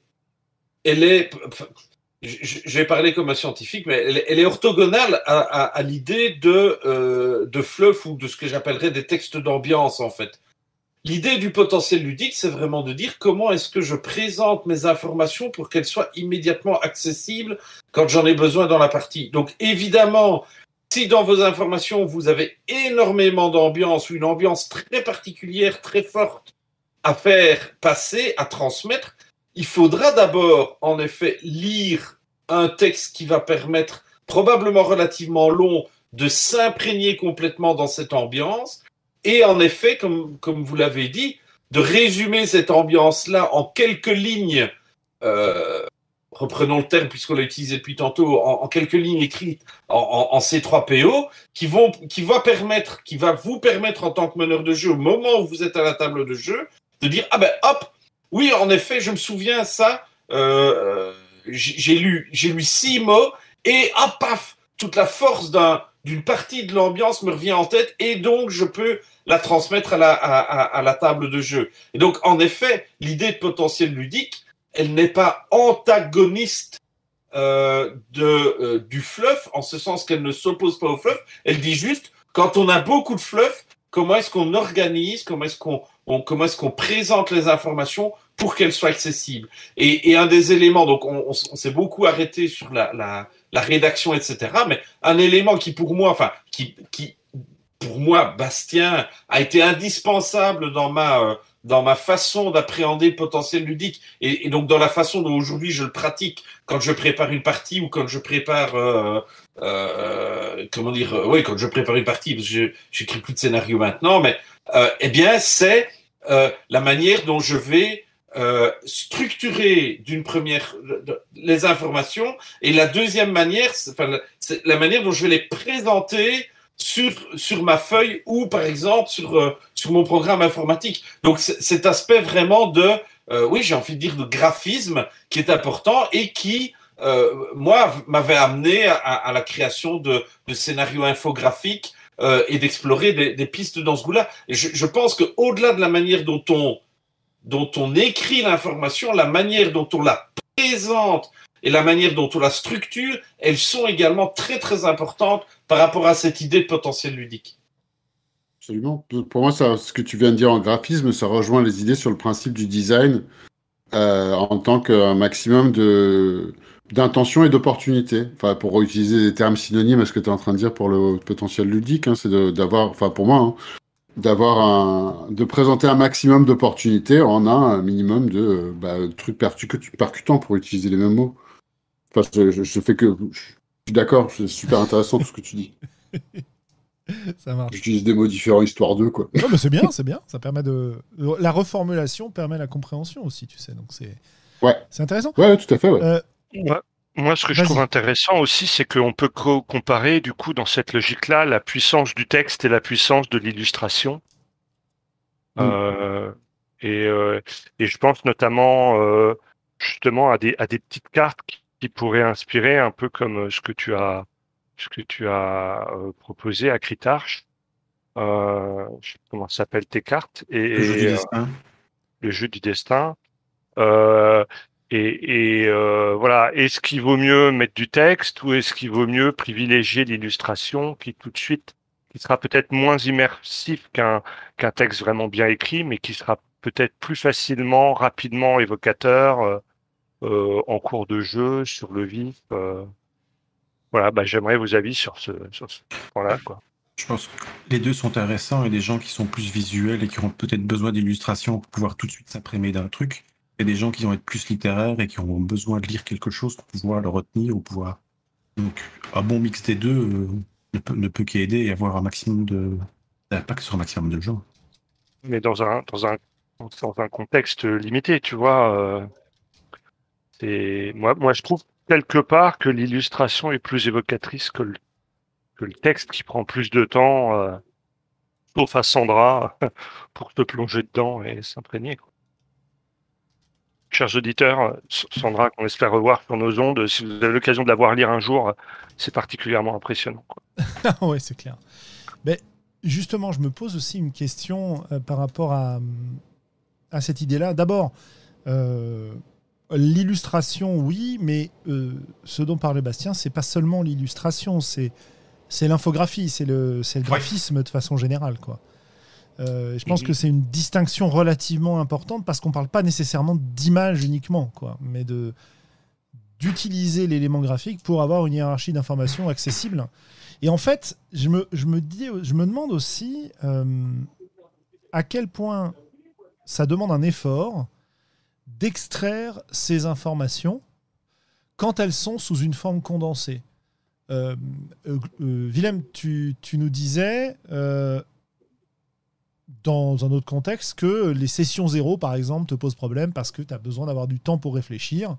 [SPEAKER 3] elle est... Je, je vais parler comme un scientifique, mais elle, elle est orthogonale à, à, à l'idée de, euh, de fluff ou de ce que j'appellerais des textes d'ambiance, en fait. L'idée du potentiel ludique, c'est vraiment de dire comment est-ce que je présente mes informations pour qu'elles soient immédiatement accessibles quand j'en ai besoin dans la partie. Donc évidemment, si dans vos informations, vous avez énormément d'ambiance ou une ambiance très particulière, très forte à faire passer, à transmettre, il faudra d'abord, en effet, lire un texte qui va permettre, probablement relativement long, de s'imprégner complètement dans cette ambiance. Et en effet, comme, comme vous l'avez dit, de résumer cette ambiance-là en quelques lignes, euh, reprenons le terme puisqu'on l'a utilisé depuis tantôt, en, en quelques lignes écrites en, en, en C trois P O, qui, vont, qui, va permettre, qui va vous permettre en tant que meneur de jeu, au moment où vous êtes à la table de jeu, de dire « Ah ben hop, oui, en effet, je me souviens ça, euh, j'ai, lu, j'ai lu six mots, et ah paf, toute la force d'un... d'une partie de l'ambiance me revient en tête et donc je peux la transmettre à la, à, à, à la table de jeu. Et donc, en effet, l'idée de potentiel ludique, elle n'est pas antagoniste euh, de, euh, du fluff, en ce sens qu'elle ne s'oppose pas au fluff. Elle dit juste, quand on a beaucoup de fluff, comment est-ce qu'on organise, comment est-ce qu'on, on, comment est-ce qu'on présente les informations pour qu'elles soient accessibles. Et, et un des éléments, donc on, on, on s'est beaucoup arrêté sur la, la, la rédaction, et cetera. Mais un élément qui pour moi, enfin, qui, qui pour moi, Bastien, a été indispensable dans ma, euh, dans ma façon d'appréhender le potentiel ludique et, et donc dans la façon dont aujourd'hui je le pratique quand je prépare une partie ou quand je prépare, euh, euh, comment dire, euh, oui, quand je prépare une partie, parce que je j'écris plus de scénario maintenant, mais euh, eh bien, c'est euh, la manière dont je vais Euh, structurer d'une première les informations et la deuxième manière, c'est, enfin, c'est la manière dont je vais les présenter sur sur ma feuille ou par exemple sur euh, sur mon programme informatique. Donc c'est, cet aspect vraiment de euh, oui, j'ai envie de dire de graphisme qui est important et qui euh, moi m'avait amené à, à la création de, de scénarios infographiques euh, et d'explorer des, des pistes dans ce goût-là. Et je, je pense que au-delà de la manière dont on dont on écrit l'information, la manière dont on la présente et la manière dont on la structure, elles sont également très très importantes par rapport à cette idée de potentiel ludique.
[SPEAKER 6] Absolument. Pour moi, ça, ce que tu viens de dire en graphisme, ça rejoint les idées sur le principe du design euh, en tant qu'un maximum de, d'intention et d'opportunité. Enfin, pour utiliser des termes synonymes à ce que tu es en train de dire pour le potentiel ludique, hein, c'est de, d'avoir, enfin pour moi, hein, d'avoir un, de présenter un maximum d'opportunités en un minimum de euh, bah, trucs percu- percutants pour utiliser les mêmes mots. Enfin, je, je, je fais que, je suis d'accord, c'est super intéressant tout ce que tu dis.
[SPEAKER 1] Ça marche.
[SPEAKER 6] J'utilise des mots différents histoire d'eux, quoi.
[SPEAKER 1] Non, mais c'est bien, c'est bien. Ça permet de. La reformulation permet la compréhension aussi, tu sais. Donc c'est.
[SPEAKER 6] Ouais.
[SPEAKER 1] C'est intéressant.
[SPEAKER 6] Ouais, ouais, tout à fait. Ouais.
[SPEAKER 1] Euh,
[SPEAKER 5] Ouais. Moi, ce que je
[SPEAKER 1] Vas-y.
[SPEAKER 5] trouve intéressant aussi, c'est qu'on peut co- comparer, du coup, dans cette logique-là, la puissance du texte et la puissance de l'illustration.
[SPEAKER 6] Mm.
[SPEAKER 5] Euh, et, euh, et je pense notamment, euh, justement, à des, à des petites cartes qui, qui pourraient inspirer un peu comme euh, ce que tu as, ce que tu as euh, proposé à Critarch. Euh, je sais pas comment ça s'appelle tes cartes et,
[SPEAKER 4] Le jeu du
[SPEAKER 5] et, euh,
[SPEAKER 4] destin.
[SPEAKER 5] le jeu du destin. Euh, et et euh, voilà, est-ce qu'il vaut mieux mettre du texte ou est-ce qu'il vaut mieux privilégier l'illustration qui tout de suite, qui sera peut-être moins immersif qu'un qu'un texte vraiment bien écrit, mais qui sera peut-être plus facilement, rapidement évocateur euh, euh, en cours de jeu, sur le vif. euh. Voilà, bah, j'aimerais vos avis sur ce, sur ce point-là, quoi.
[SPEAKER 4] Je pense que les deux sont intéressants et des gens qui sont plus visuels et qui auront peut-être besoin d'illustrations pour pouvoir tout de suite s'imprimer d'un truc. Et des gens qui vont être plus littéraires et qui auront besoin de lire quelque chose pour pouvoir le retenir ou pouvoir. Donc, un bon mix des deux euh, ne peut, ne peut qu'aider et avoir un maximum de d'impact sur un maximum de gens.
[SPEAKER 5] Mais dans un, dans un, dans un contexte limité, tu vois. euh, c'est, moi, moi, je trouve quelque part que l'illustration est plus évocatrice que le, que le texte qui prend plus de temps, euh, sauf à Sandra, pour te plonger dedans et s'imprégner, quoi. Chers auditeurs, euh, S- Sandra, qu'on espère revoir sur nos ondes, si vous avez l'occasion de la voir lire un jour, euh, c'est particulièrement impressionnant, quoi.
[SPEAKER 1] Ah ouais, c'est clair. Mais justement, je me pose aussi une question euh, par rapport à, à cette idée-là. D'abord, euh, l'illustration, oui, mais euh, ce dont parlait Bastien, c'est pas seulement l'illustration, c'est c'est l'infographie, c'est le, c'est le
[SPEAKER 4] Ouais.
[SPEAKER 1] graphisme de façon générale, quoi. Euh, je pense
[SPEAKER 5] Mhm.
[SPEAKER 1] que c'est une distinction relativement importante parce qu'on parle pas nécessairement d'image uniquement, quoi, mais de d'utiliser l'élément graphique pour avoir une hiérarchie d'informations accessible. Et en fait, je me, je me, dis, je me demande aussi euh, à quel point ça demande un effort d'extraire ces informations quand elles sont sous une forme condensée. Euh, euh, euh, Willem, tu, tu nous disais, euh, dans un autre contexte, que les sessions zéro, par exemple, te posent problème parce que tu as besoin d'avoir du temps pour réfléchir.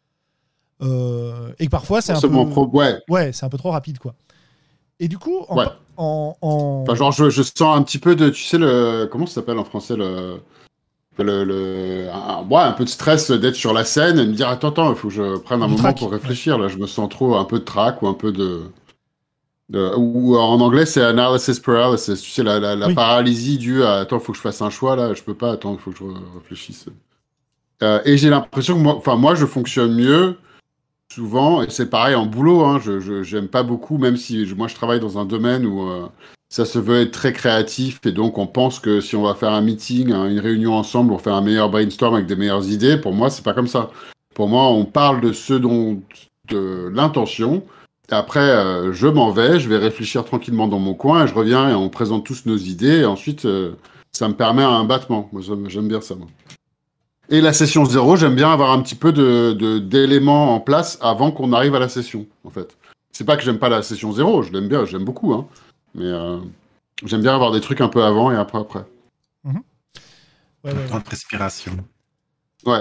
[SPEAKER 1] Euh, et que parfois, c'est un, peu...
[SPEAKER 6] Pro... Ouais.
[SPEAKER 1] Ouais, c'est un peu trop rapide, quoi. Et du coup, en,
[SPEAKER 6] Ouais.
[SPEAKER 1] en, en...
[SPEAKER 6] Enfin, genre, je, je sens un petit peu de, tu sais, le, comment ça s'appelle en français, le, le, le un, ouais, un peu de stress d'être sur la scène et me dire, attends, attends, il faut que je prenne un
[SPEAKER 1] Du
[SPEAKER 6] moment
[SPEAKER 1] trac,
[SPEAKER 6] pour réfléchir. Ouais. Là, je me sens trop un peu de trac ou un peu de, de ou en anglais, c'est analysis paralysis. Tu sais, la, la, la
[SPEAKER 1] oui.
[SPEAKER 6] paralysie due à, attends, il faut que je fasse un choix là, je peux pas, attends, il faut que je réfléchisse. Euh, et j'ai l'impression que moi, enfin, moi, je fonctionne mieux. Souvent, et c'est pareil en boulot, hein, je, je j'aime pas beaucoup, même si je, moi je travaille dans un domaine où euh, ça se veut être très créatif, et donc on pense que si on va faire un meeting, hein, une réunion ensemble, on fait un meilleur brainstorm avec des meilleures idées. Pour moi, c'est pas comme ça. Pour moi, on parle de ce dont, de l'intention. Et après, euh, je m'en vais, je vais réfléchir tranquillement dans mon coin, et je reviens et on présente tous nos idées, et ensuite, euh, ça me permet un battement. Moi, j'aime, j'aime bien ça, moi. Et la session zéro, j'aime bien avoir un petit peu de, de, d'éléments en place avant qu'on arrive à la session, en fait. C'est pas que j'aime pas la session zéro, je l'aime bien, j'aime beaucoup, hein. Mais euh, j'aime bien avoir des trucs un peu avant et un peu après.
[SPEAKER 1] Mmh. Ouais, ouais, ouais.
[SPEAKER 4] En respiration.
[SPEAKER 6] Ouais.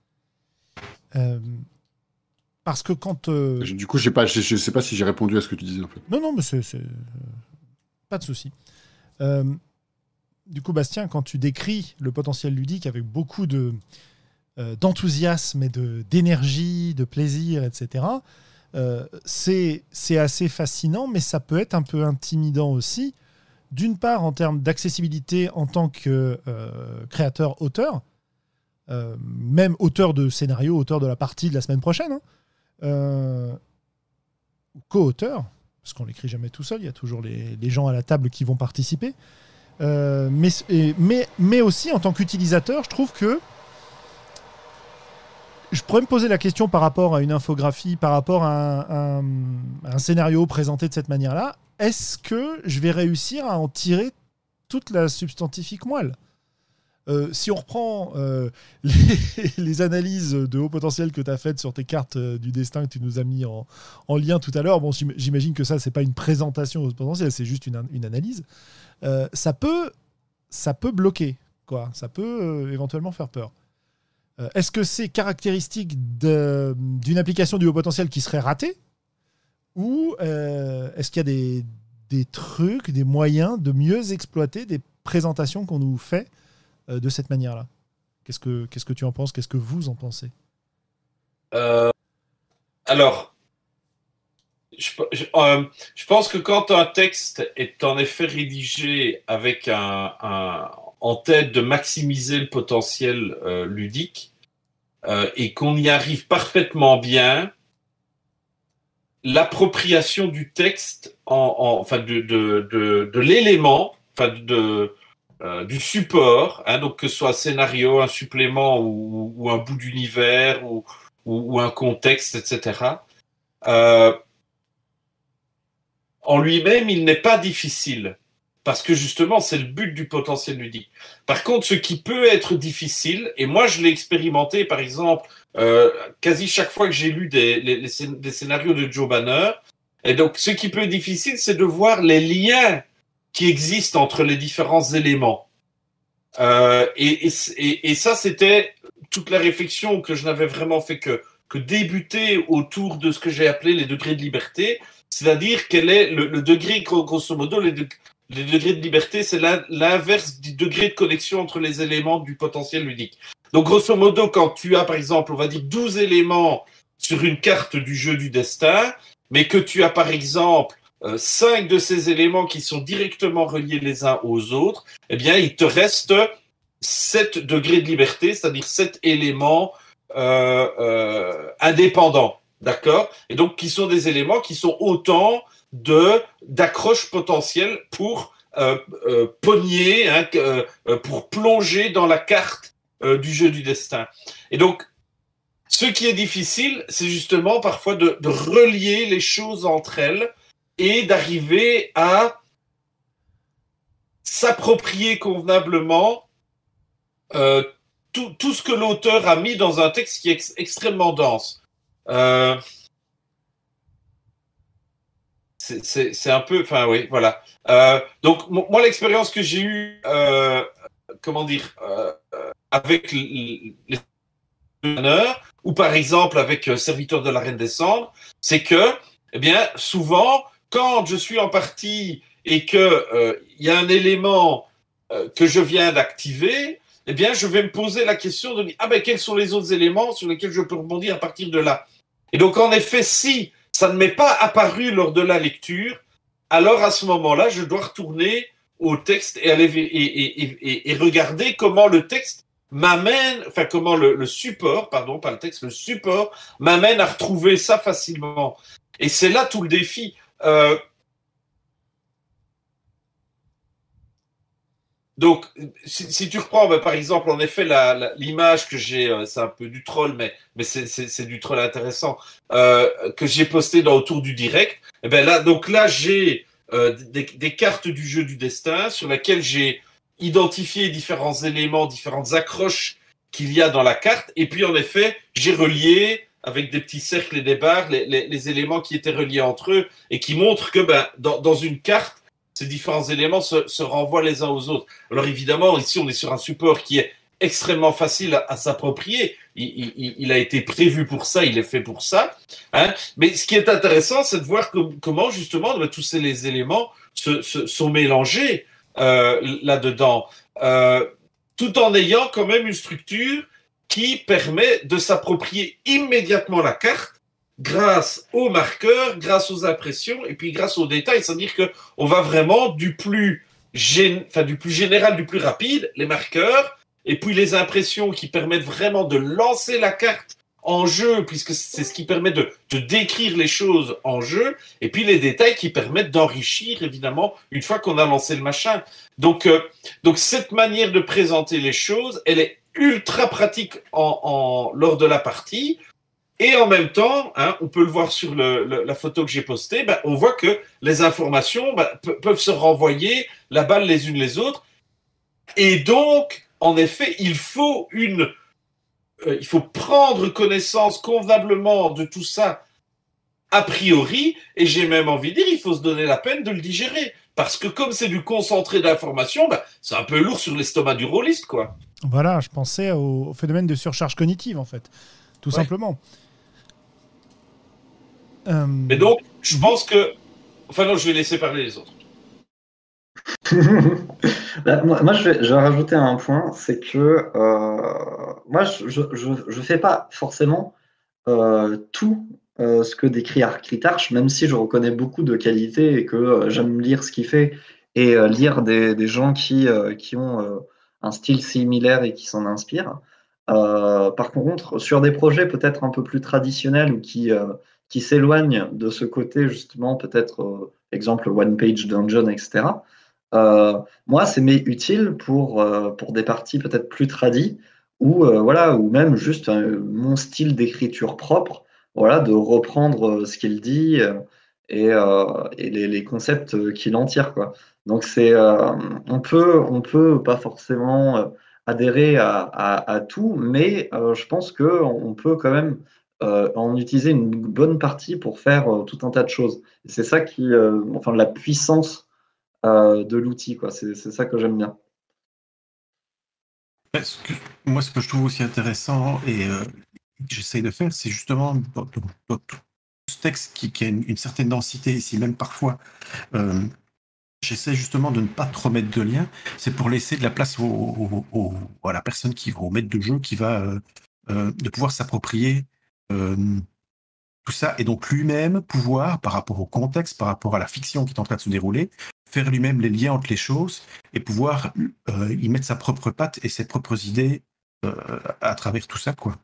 [SPEAKER 1] Euh, parce que quand... Euh...
[SPEAKER 6] Du coup, j'ai pas, je, je sais pas si j'ai répondu à ce que tu disais, en fait.
[SPEAKER 1] Non, non, mais c'est... c'est... Pas de souci. Euh... Du coup, Bastien, quand tu décris le potentiel ludique avec beaucoup de, euh, d'enthousiasme et de, d'énergie, de plaisir, et cetera, euh, c'est, c'est assez fascinant, mais ça peut être un peu intimidant aussi. D'une part, en termes d'accessibilité en tant que euh, créateur-auteur, euh, même auteur de scénario, auteur de la partie de la semaine prochaine, hein, euh, ou co-auteur, parce qu'on l'écrit jamais tout seul, il y a toujours les, les gens à la table qui vont participer. Euh, mais, et, mais, mais aussi en tant qu'utilisateur, je trouve que je pourrais me poser la question par rapport à une infographie, par rapport à un, un, un scénario présenté de cette manière-là. Est-ce que je vais réussir à en tirer toute la substantifique moelle. Euh, si on reprend euh, les, les analyses de haut potentiel que tu as faites sur tes cartes euh, du destin que tu nous as mis en, en lien tout à l'heure, bon, j'imagine que ça, c'est pas une présentation au potentiel, c'est juste une, une analyse. Euh, ça peut, ça peut bloquer, quoi. Ça peut euh, éventuellement faire peur. Euh, est-ce que c'est caractéristique de, d'une application du haut potentiel qui serait ratée, ou euh, est-ce qu'il y a des, des trucs, des moyens de mieux exploiter des présentations qu'on nous fait euh, de cette manière-là? Qu'est-ce que, qu'est-ce que tu en penses? Qu'est-ce que vous en pensez?
[SPEAKER 3] euh, Alors, je, je, euh, je pense que quand un texte est en effet rédigé avec un, un en tête de maximiser le potentiel euh, ludique euh, et qu'on y arrive parfaitement bien, l'appropriation du texte, en, en, enfin de, de, de, de l'élément, enfin de, euh, du support, hein, donc que ce soit un scénario, un supplément ou, ou un bout d'univers ou, ou, ou un contexte, et cetera. Euh, en lui-même, il n'est pas difficile. Parce que justement, c'est le but du potentiel ludique. Par contre, ce qui peut être difficile, et moi je l'ai expérimenté, par exemple, euh, quasi chaque fois que j'ai lu des, les, les, des scénarios de Joe Banner, et donc ce qui peut être difficile, c'est de voir les liens qui existent entre les différents éléments. Euh, et, et, et ça, c'était toute la réflexion que je n'avais vraiment fait que, que débuter autour de ce que j'ai appelé les degrés de liberté, c'est-à-dire quel est le, le degré, grosso modo, les degrés. Les degrés de liberté, c'est l'inverse du degré de connexion entre les éléments du potentiel ludique. Donc, grosso modo, quand tu as, par exemple, on va dire douze éléments sur une carte du jeu du destin, mais que tu as, par exemple, euh, cinq de ces éléments qui sont directement reliés les uns aux autres, eh bien, il te reste sept degrés de liberté, c'est-à-dire sept éléments euh, euh, indépendants, d'accord? Et donc, qui sont des éléments qui sont autant de d'accroche potentielle pour euh, euh, pogner, hein, euh, pour plonger dans la carte euh, du jeu du destin. Et donc, ce qui est difficile, c'est justement parfois de, de relier les choses entre elles et d'arriver à s'approprier convenablement euh, tout, tout ce que l'auteur a mis dans un texte qui est ex- extrêmement dense. Euh, C'est un peu, enfin oui, voilà. Euh, donc moi, l'expérience que j'ai eue, euh, comment dire, euh, avec les honneurs, ou par exemple avec euh, Serviteur de la Reine des Cendres, c'est que, eh bien, souvent, quand je suis en partie et que euh, il y a un élément euh, que je viens d'activer, eh bien, je vais me poser la question de ah ben quels sont les autres éléments sur lesquels je peux rebondir à partir de là. Et donc en effet, si ça ne m'est pas apparu lors de la lecture, alors à ce moment-là, je dois retourner au texte et, aller, et, et, et, et regarder comment le texte m'amène, enfin comment le, le support, pardon, pas le texte, le support m'amène à retrouver ça facilement. Et c'est là tout le défi. Euh, donc, si, si tu reprends, bah, par exemple, en effet, la, la, l'image que j'ai, euh, c'est un peu du troll, mais, mais c'est, c'est, c'est du troll intéressant, euh, que j'ai posté dans autour du direct. Et ben là, donc là, j'ai euh, des, des cartes du jeu du destin sur lesquelles j'ai identifié différents éléments, différentes accroches qu'il y a dans la carte. Et puis, en effet, j'ai relié avec des petits cercles et des barres les, les, les éléments qui étaient reliés entre eux et qui montrent que ben, dans, dans une carte, ces différents éléments se, se renvoient les uns aux autres. Alors évidemment, ici, on est sur un support qui est extrêmement facile à, à s'approprier. Il, il, il a été prévu pour ça, il est fait pour ça. Hein. Mais ce qui est intéressant, c'est de voir com- comment, justement, tous ces les éléments se, se, sont mélangés euh, là-dedans, euh, tout en ayant quand même une structure qui permet de s'approprier immédiatement la carte grâce aux marqueurs, grâce aux impressions et puis grâce aux détails. C'est-à-dire que on va vraiment du plus, gén... enfin, du plus général, du plus rapide, les marqueurs, et puis les impressions qui permettent vraiment de lancer la carte en jeu, puisque c'est ce qui permet de, de décrire les choses en jeu, et puis les détails qui permettent d'enrichir, évidemment, une fois qu'on a lancé le machin. Donc, euh, donc cette manière de présenter les choses, elle est ultra pratique en, en, lors de la partie, Et en même temps, hein, on peut le voir sur le, le, la photo que j'ai postée, ben, on voit que les informations ben, pe- peuvent se renvoyer la balle les unes les autres. Et donc, en effet, il faut une, euh, il faut prendre connaissance convenablement de tout ça a priori, et j'ai même envie de dire, il faut se donner la peine de le digérer. Parce que comme c'est du concentré d'informations, ben, c'est un peu lourd sur l'estomac du rôliste, quoi.
[SPEAKER 1] Voilà, je pensais au, au phénomène de surcharge cognitive, en fait. Tout
[SPEAKER 3] Ouais.
[SPEAKER 1] simplement. Euh,
[SPEAKER 3] Mais donc, je pense que... Enfin non, je vais laisser parler les autres.
[SPEAKER 2] Là, moi, moi, je vais, je vais rajouter un point, c'est que euh, moi, je je, je, je fais pas forcément euh, tout euh, ce que décrit Architarch, même si je reconnais beaucoup de qualités et que euh, j'aime lire ce qu'il fait et euh, lire des, des gens qui, euh, qui ont euh, un style similaire et qui s'en inspirent. Euh, par contre, sur des projets peut-être un peu plus traditionnels ou qui, euh, qui s'éloignent de ce côté, justement, peut-être, euh, exemple, One Page Dungeon, et cetera, euh, moi, c'est mais utile pour, euh, pour des parties peut-être plus tradies ou euh, voilà, ou même juste euh, mon style d'écriture propre, voilà, de reprendre euh, ce qu'il dit euh, et, euh, et les, les concepts euh, qu'il en tire, quoi. Donc c'est, euh, on peut, on peut pas forcément euh, adhérer à, à, à tout, mais euh, je pense que on peut quand même euh, en utiliser une bonne partie pour faire euh, tout un tas de choses. Et c'est ça qui, euh, enfin, la puissance euh, de l'outil, quoi. C'est c'est ça que j'aime bien.
[SPEAKER 4] Ce que- moi, ce que je trouve aussi intéressant et euh, que j'essaye de faire, c'est justement dans, dans- dans tout ce texte qui, qui a une, une certaine densité, si même parfois euh, j'essaie justement de ne pas trop mettre de liens, c'est pour laisser de la place au, au- au- à la personne qui va, au maître de jeu, qui va euh, euh, de pouvoir s'approprier euh, tout ça, et donc lui-même pouvoir, par rapport au contexte, par rapport à la fiction qui est en train de se dérouler, faire lui-même les liens entre les choses et pouvoir euh, y mettre sa propre patte et ses propres idées euh, à travers tout ça, quoi.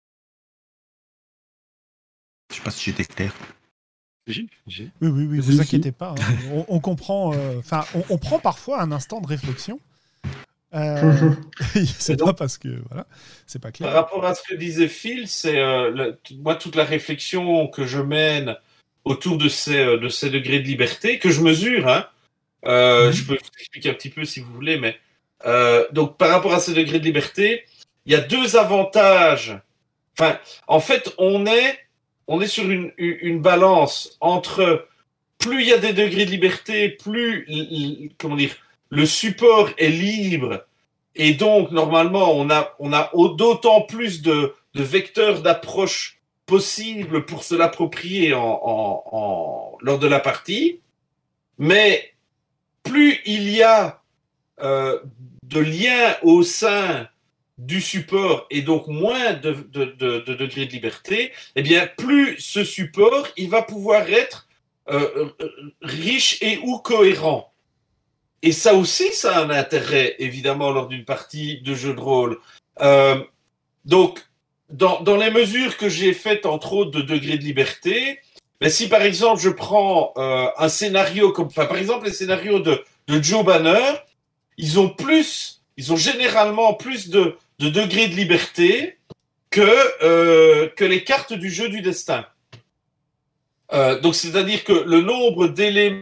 [SPEAKER 4] Je sais pas si j'étais clair.
[SPEAKER 5] J'ai- j'ai-
[SPEAKER 1] Oui, oui, oui,
[SPEAKER 6] Si,
[SPEAKER 1] vous
[SPEAKER 6] si.
[SPEAKER 1] inquiétez pas. hein. On, on comprend. Enfin, on, on prend parfois un instant de réflexion. Euh, c'est
[SPEAKER 3] Et
[SPEAKER 1] pas
[SPEAKER 3] donc-
[SPEAKER 1] parce que voilà, c'est pas
[SPEAKER 3] Par
[SPEAKER 1] clair.
[SPEAKER 3] rapport à ce que disait Phil, c'est euh, le- t- moi toute la réflexion que je mène autour de ces, euh, de ces degrés de liberté, que je mesure, hein, euh,
[SPEAKER 1] Mhm.
[SPEAKER 3] je peux vous expliquer un petit peu si vous voulez, mais euh, donc par rapport à ces degrés de liberté, il y a deux avantages. Enfin, en fait, on est, on est sur une, une une balance entre plus il y a des degrés de liberté, plus l- l- comment dire, le support est libre et donc normalement on a, on a au- d'autant plus de, de vecteurs d'approche possibles pour se l'approprier en, en, en- lors de la partie. Mais plus il y a euh, de liens au sein du support et donc moins de, de, de, de degrés de liberté, eh bien plus ce support il va pouvoir être euh, euh, riche et ou cohérent. Et ça aussi, ça a un intérêt, évidemment, lors d'une partie de jeu de rôle. Euh, donc, dans, dans les mesures que j'ai faites, entre autres, de degré de liberté, mais si par exemple je prends euh, un scénario comme, enfin, par exemple, les scénarios de, de Joe Banner, ils ont plus, ils ont généralement plus de, de degrés de liberté que, euh, que les cartes du jeu du destin. Euh, donc, c'est-à-dire que le nombre d'éléments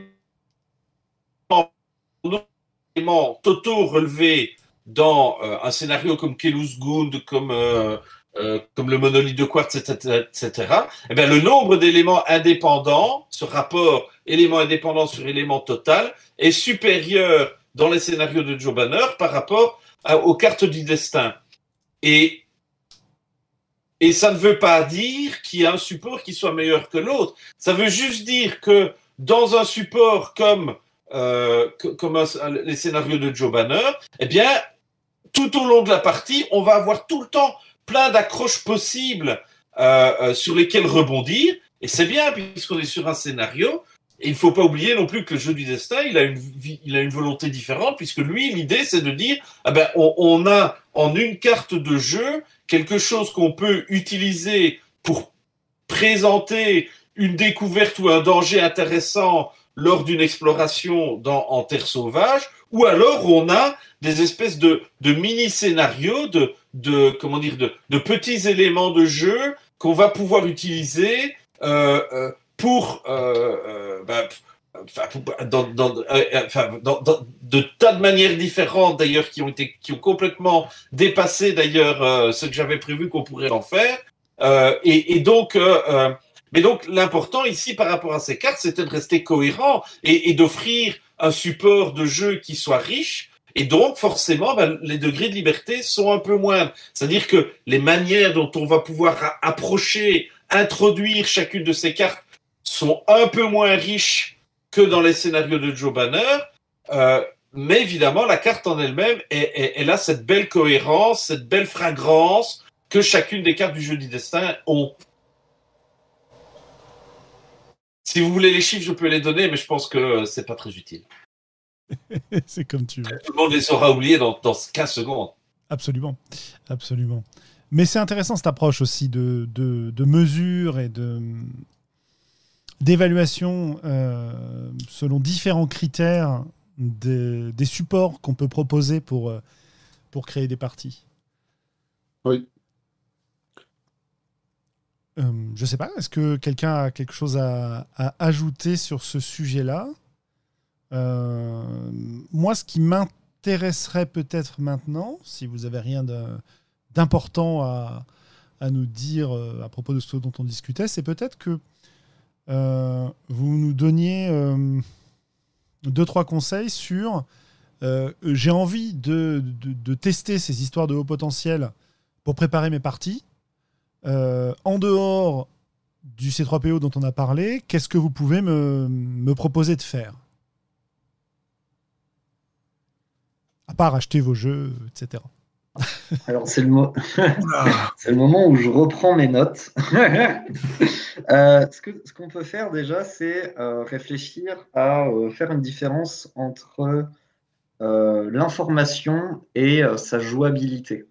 [SPEAKER 3] éléments totaux relevés dans euh, un scénario comme Kelus Gund, comme, euh, euh, comme le monolithe de quartz, et cetera, et cetera, eh bien, le nombre d'éléments indépendants, ce rapport élément indépendant sur élément total, est supérieur dans les scénarios de Joe Banner par rapport à, aux cartes du destin. Et, et ça ne veut pas dire qu'il y a un support qui soit meilleur que l'autre. Ça veut juste dire que dans un support comme euh, comme un, les scénarios de Joe Banner, eh bien, tout au long de la partie, on va avoir tout le temps plein d'accroches possibles euh, euh, sur lesquelles rebondir. Et c'est bien, puisqu'on est sur un scénario. Et il ne faut pas oublier non plus que le jeu du destin, il a une, il a une volonté différente, puisque lui, l'idée, c'est de dire, ah ben, on, on a en une carte de jeu quelque chose qu'on peut utiliser pour présenter une découverte ou un danger intéressant lors d'une exploration dans, en terre sauvage, ou alors on a des espèces de, de mini-scénarios, de, de, comment dire, de, de petits éléments de jeu qu'on va pouvoir utiliser euh, euh, pour, euh, euh, bah, enfin, pour dans, dans, euh, enfin, dans, dans de tas de manières différentes d'ailleurs qui ont été qui ont complètement dépassé d'ailleurs euh, ce que j'avais prévu qu'on pourrait en faire. Euh, et, et donc, euh, euh, mais donc l'important ici par rapport à ces cartes, c'était de rester cohérent et, et d'offrir un support de jeu qui soit riche. Et donc, forcément, ben, les degrés de liberté sont un peu moindres. C'est-à-dire que les manières dont on va pouvoir approcher, introduire chacune de ces cartes sont un peu moins riches que dans les scénarios de Joe Banner. Euh, mais évidemment, la carte en elle-même, elle, elle, elle a cette belle cohérence, cette belle fragrance que chacune des cartes du jeu du destin ont. Si vous voulez les chiffres, je peux les donner, mais je pense que c'est pas très utile.
[SPEAKER 1] C'est comme tu veux.
[SPEAKER 3] Tout le monde les aura oubliés dans, dans quinze secondes.
[SPEAKER 1] Absolument, absolument. Mais c'est intéressant cette approche aussi de, de, de mesure et de d'évaluation euh, selon différents critères des, des supports qu'on peut proposer pour, pour créer des parties.
[SPEAKER 6] Oui.
[SPEAKER 1] Euh, je sais pas, est-ce que quelqu'un a quelque chose à, à ajouter sur ce sujet-là ? Euh, moi, ce qui m'intéresserait peut-être maintenant, si vous avez rien de, d'important à, à nous dire euh, à propos de ce dont on discutait, c'est peut-être que euh, vous nous donniez euh, deux, trois conseils sur euh, j'ai envie de, de, de tester ces histoires de haut potentiel pour préparer mes parties. Euh, en dehors du C trois P O dont on a parlé, qu'est-ce que vous pouvez me, me proposer de faire ? À part acheter vos jeux, et cetera.
[SPEAKER 2] Alors, c'est le, mo... c'est le moment où je reprends mes notes. euh, ce, que, ce qu'on peut faire déjà, c'est euh, réfléchir à euh, faire une différence entre euh, l'information et euh, sa jouabilité.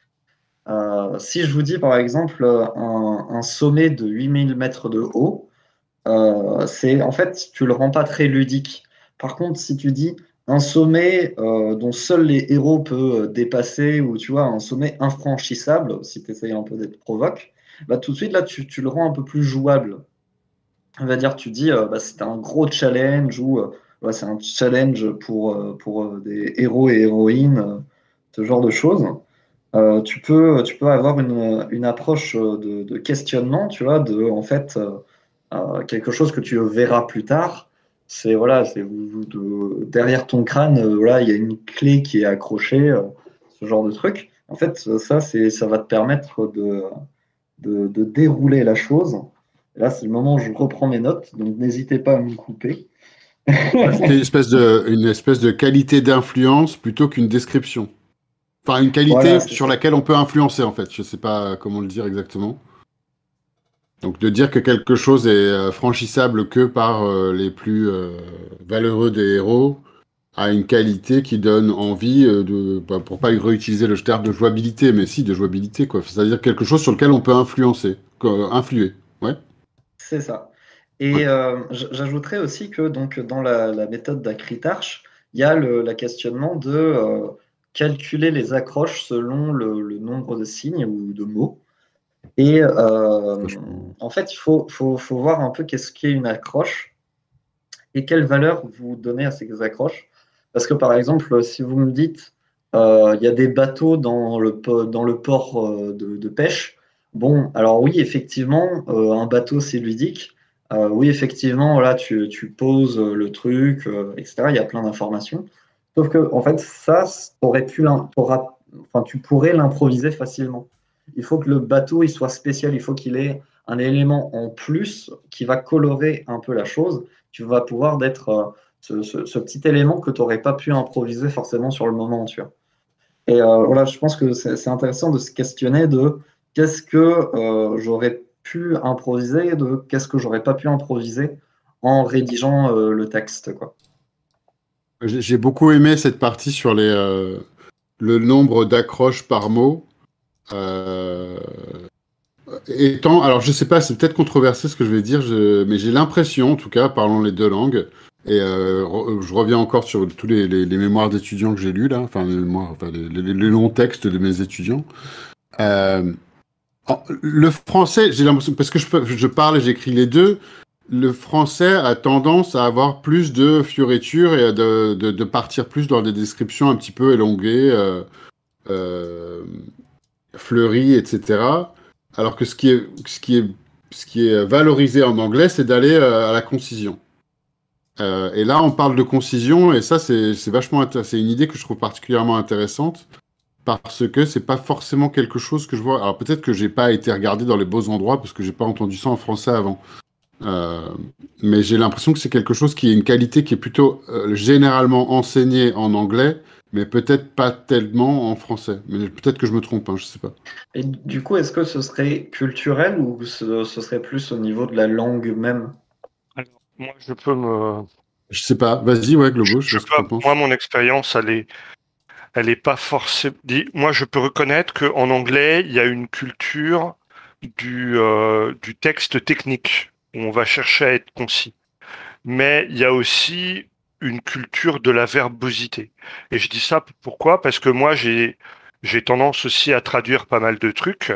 [SPEAKER 2] Euh, si je vous dis par exemple un, un sommet de huit mille mètres de haut, euh, c'est en fait, tu le rends pas très ludique. Par contre, si tu dis un sommet euh, dont seuls les héros peuvent dépasser, ou tu vois, un sommet infranchissable, si tu essayes un peu d'être provoque, bah, tout de suite, là, tu, tu le rends un peu plus jouable. On va dire, tu dis, euh, bah, c'est un gros challenge, ou euh, ouais, c'est un challenge pour, euh, pour euh, des héros et héroïnes, euh, ce genre de choses. Euh, tu peux, tu peux avoir une, une approche de, de questionnement, tu vois, de, en fait, euh, euh, quelque chose que tu verras plus tard. C'est voilà, c'est de, derrière ton crâne, euh, voilà, il y a une clé qui est accrochée, euh, ce genre de truc. En fait, ça, c'est, ça va te permettre de, de, de dérouler la chose. Et là, c'est le moment où je reprends mes notes, donc n'hésitez pas à me couper.
[SPEAKER 6] C'était une espèce de, une espèce de qualité d'influence plutôt qu'une description. Enfin, une qualité
[SPEAKER 2] Voilà,
[SPEAKER 6] sur
[SPEAKER 2] ça.
[SPEAKER 6] laquelle on peut influencer, en fait. Je sais pas comment le dire exactement. Donc, de dire que quelque chose est euh, franchissable que par euh, les plus euh, valeureux des héros a une qualité qui donne envie euh, de, bah, pour pas réutiliser le terme de jouabilité, mais si, de jouabilité, quoi. C'est-à-dire quelque chose sur lequel on peut influencer, quoi, influer. Ouais.
[SPEAKER 2] C'est ça. Et
[SPEAKER 6] Ouais.
[SPEAKER 2] euh, j'ajouterais aussi que donc, dans la, la méthode d'Acritarch, il y a le la questionnement de euh, calculer les accroches selon le, le nombre de signes ou de mots. Et euh, en fait, il faut, faut, faut voir un peu qu'est-ce qu'est une accroche et quelle valeur vous donnez à ces accroches. Parce que par exemple, si vous me dites euh, il y a des bateaux dans le, dans le port euh, de, de pêche, bon, alors oui, effectivement, euh, un bateau c'est ludique. Euh, oui, effectivement, là, tu, tu poses le truc, euh, et cetera. Il y a plein d'informations. Sauf que, en fait, ça, aurais pu t'auras, enfin, tu pourrais l'improviser facilement. Il faut que le bateau il soit spécial, il faut qu'il ait un élément en plus qui va colorer un peu la chose. Tu vas pouvoir d'être euh, ce, ce, ce, petit élément que tu n'aurais pas pu improviser forcément sur le moment. Tu vois. Et euh, voilà, je pense que c'est intéressant de se questionner de qu'est-ce que euh, j'aurais pu improviser, de qu'est-ce que j'aurais pas pu improviser en rédigeant euh, le texte, quoi.
[SPEAKER 6] J'ai beaucoup aimé cette partie sur les, euh, le nombre d'accroches par mot. Euh, étant, alors je sais pas, c'est peut-être controversé ce que je vais dire, je, mais j'ai l'impression, en tout cas, parlant les deux langues, et euh, re, je reviens encore sur tous les, les, les mémoires d'étudiants que j'ai lus là, enfin les, mémoires, enfin, les, les, les longs textes de mes étudiants. Euh, le français, j'ai l'impression, parce que je, peux- je parle et j'écris les deux, le français a tendance à avoir plus de fioritures et de, de, de partir plus dans des descriptions un petit peu élonguées, euh, euh, fleuries, et cetera. Alors que ce qui est, ce qui est, ce qui est valorisé en anglais, c'est d'aller euh, à la concision. Euh, et là, on parle de concision, et ça, c'est c'est vachement intér- c'est une idée que je trouve particulièrement intéressante, parce que c'est pas forcément quelque chose que je vois. Alors peut-être que j'ai pas été regardé dans les beaux endroits, parce que j'ai pas entendu ça en français avant. Euh, mais j'ai l'impression que c'est quelque chose qui est une qualité qui est plutôt euh, généralement enseignée en anglais, mais peut-être pas tellement en français. Mais peut-être que je me trompe, hein, je sais pas.
[SPEAKER 2] Et du coup, est-ce que ce serait culturel ou ce, ce serait plus au niveau de la langue même?
[SPEAKER 5] Alors, moi, je peux me.
[SPEAKER 6] Je sais pas. Vas-y, ouais, Globo, je
[SPEAKER 5] Je
[SPEAKER 6] sais ce que t'en
[SPEAKER 5] peux,
[SPEAKER 6] penses.
[SPEAKER 5] moi, mon expérience, elle est, elle est pas forcément. Moi, je peux reconnaître qu'en anglais, il y a une culture du, euh, du texte technique où on va chercher à être concis. Mais il y a aussi une culture de la verbosité. Et je dis ça pourquoi? Parce que moi, j'ai, j'ai tendance aussi à traduire pas mal de trucs.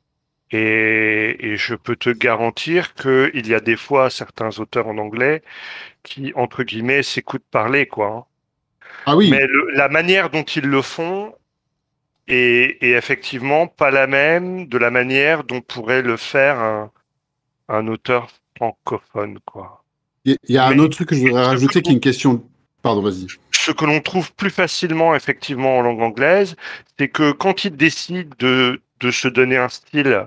[SPEAKER 5] Et, et je peux te garantir qu'il y a des fois certains auteurs en anglais qui, entre guillemets, s'écoutent parler, quoi, hein.
[SPEAKER 6] Ah
[SPEAKER 5] Mais
[SPEAKER 6] oui,
[SPEAKER 5] le- la manière dont ils le font est, est effectivement pas la même de la manière dont pourrait le faire un, un auteur francophone, quoi.
[SPEAKER 6] il y, y a un
[SPEAKER 5] Mais
[SPEAKER 6] autre truc que je voudrais
[SPEAKER 5] ce que
[SPEAKER 6] rajouter qui est
[SPEAKER 5] l'on-
[SPEAKER 6] une question. Pardon, vas-y.
[SPEAKER 5] ce que l'on trouve plus facilement, effectivement, en langue anglaise, c'est que quand ils décident de, de se donner un style,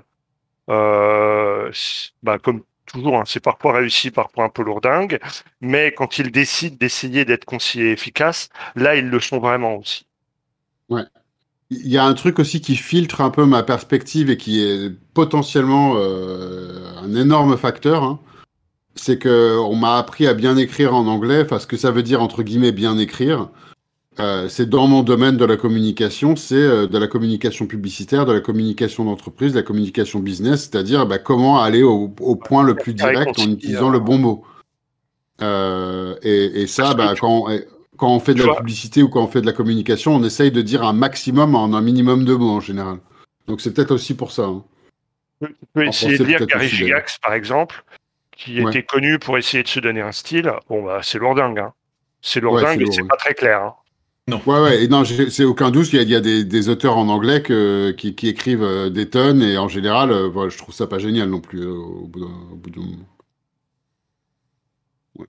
[SPEAKER 5] euh, s- bah, comme toujours, hein, c'est parfois réussi, parfois un peu lourdingue, mais quand ils décident d'essayer d'être concis et efficaces, là, ils le sont vraiment aussi.
[SPEAKER 6] Ouais. Il y a un truc aussi qui filtre un peu ma perspective et qui est potentiellement euh, un énorme facteur, hein. C'est que on m'a appris à bien écrire en anglais, enfin ce que ça veut dire entre guillemets bien écrire. Euh, c'est dans mon domaine de la communication, c'est euh, de la communication publicitaire, de la communication d'entreprise, de la communication business, c'est-à-dire bah, comment aller au, au point le plus
[SPEAKER 5] Carré
[SPEAKER 6] direct en
[SPEAKER 5] concis,
[SPEAKER 6] utilisant
[SPEAKER 5] euh,
[SPEAKER 6] le bon mot. Euh, et, et ça,
[SPEAKER 5] parce que
[SPEAKER 6] bah,
[SPEAKER 5] tu,
[SPEAKER 6] quand, quand on fait de
[SPEAKER 5] tu
[SPEAKER 6] la
[SPEAKER 5] vois,
[SPEAKER 6] publicité ou quand on fait de la communication, on essaye de dire un maximum en un minimum de mots en général. Donc c'est peut-être aussi pour ça, hein.
[SPEAKER 5] tu peux
[SPEAKER 6] En
[SPEAKER 5] essayer
[SPEAKER 6] français
[SPEAKER 5] de lire
[SPEAKER 6] peut-être
[SPEAKER 5] Gary
[SPEAKER 6] aussi d'ailleurs.
[SPEAKER 5] Gygax, par exemple, qui
[SPEAKER 6] Ouais,
[SPEAKER 5] était connu pour essayer de se donner un style. Bon, bah, c'est lourdingue, hein. C'est
[SPEAKER 6] ouais, c'est
[SPEAKER 5] lourdingue et
[SPEAKER 6] lourd.
[SPEAKER 5] c'est
[SPEAKER 6] Ouais,
[SPEAKER 5] pas très clair, hein.
[SPEAKER 4] Non.
[SPEAKER 6] ouais, ouais. Et non, j'ai- c'est aucun doute. Il y a, il y a des, des auteurs en anglais que, qui, qui écrivent euh, des tonnes et en général, euh, voilà, je trouve ça pas génial non plus euh, au bout d'un au bout d'un moment. Ouais.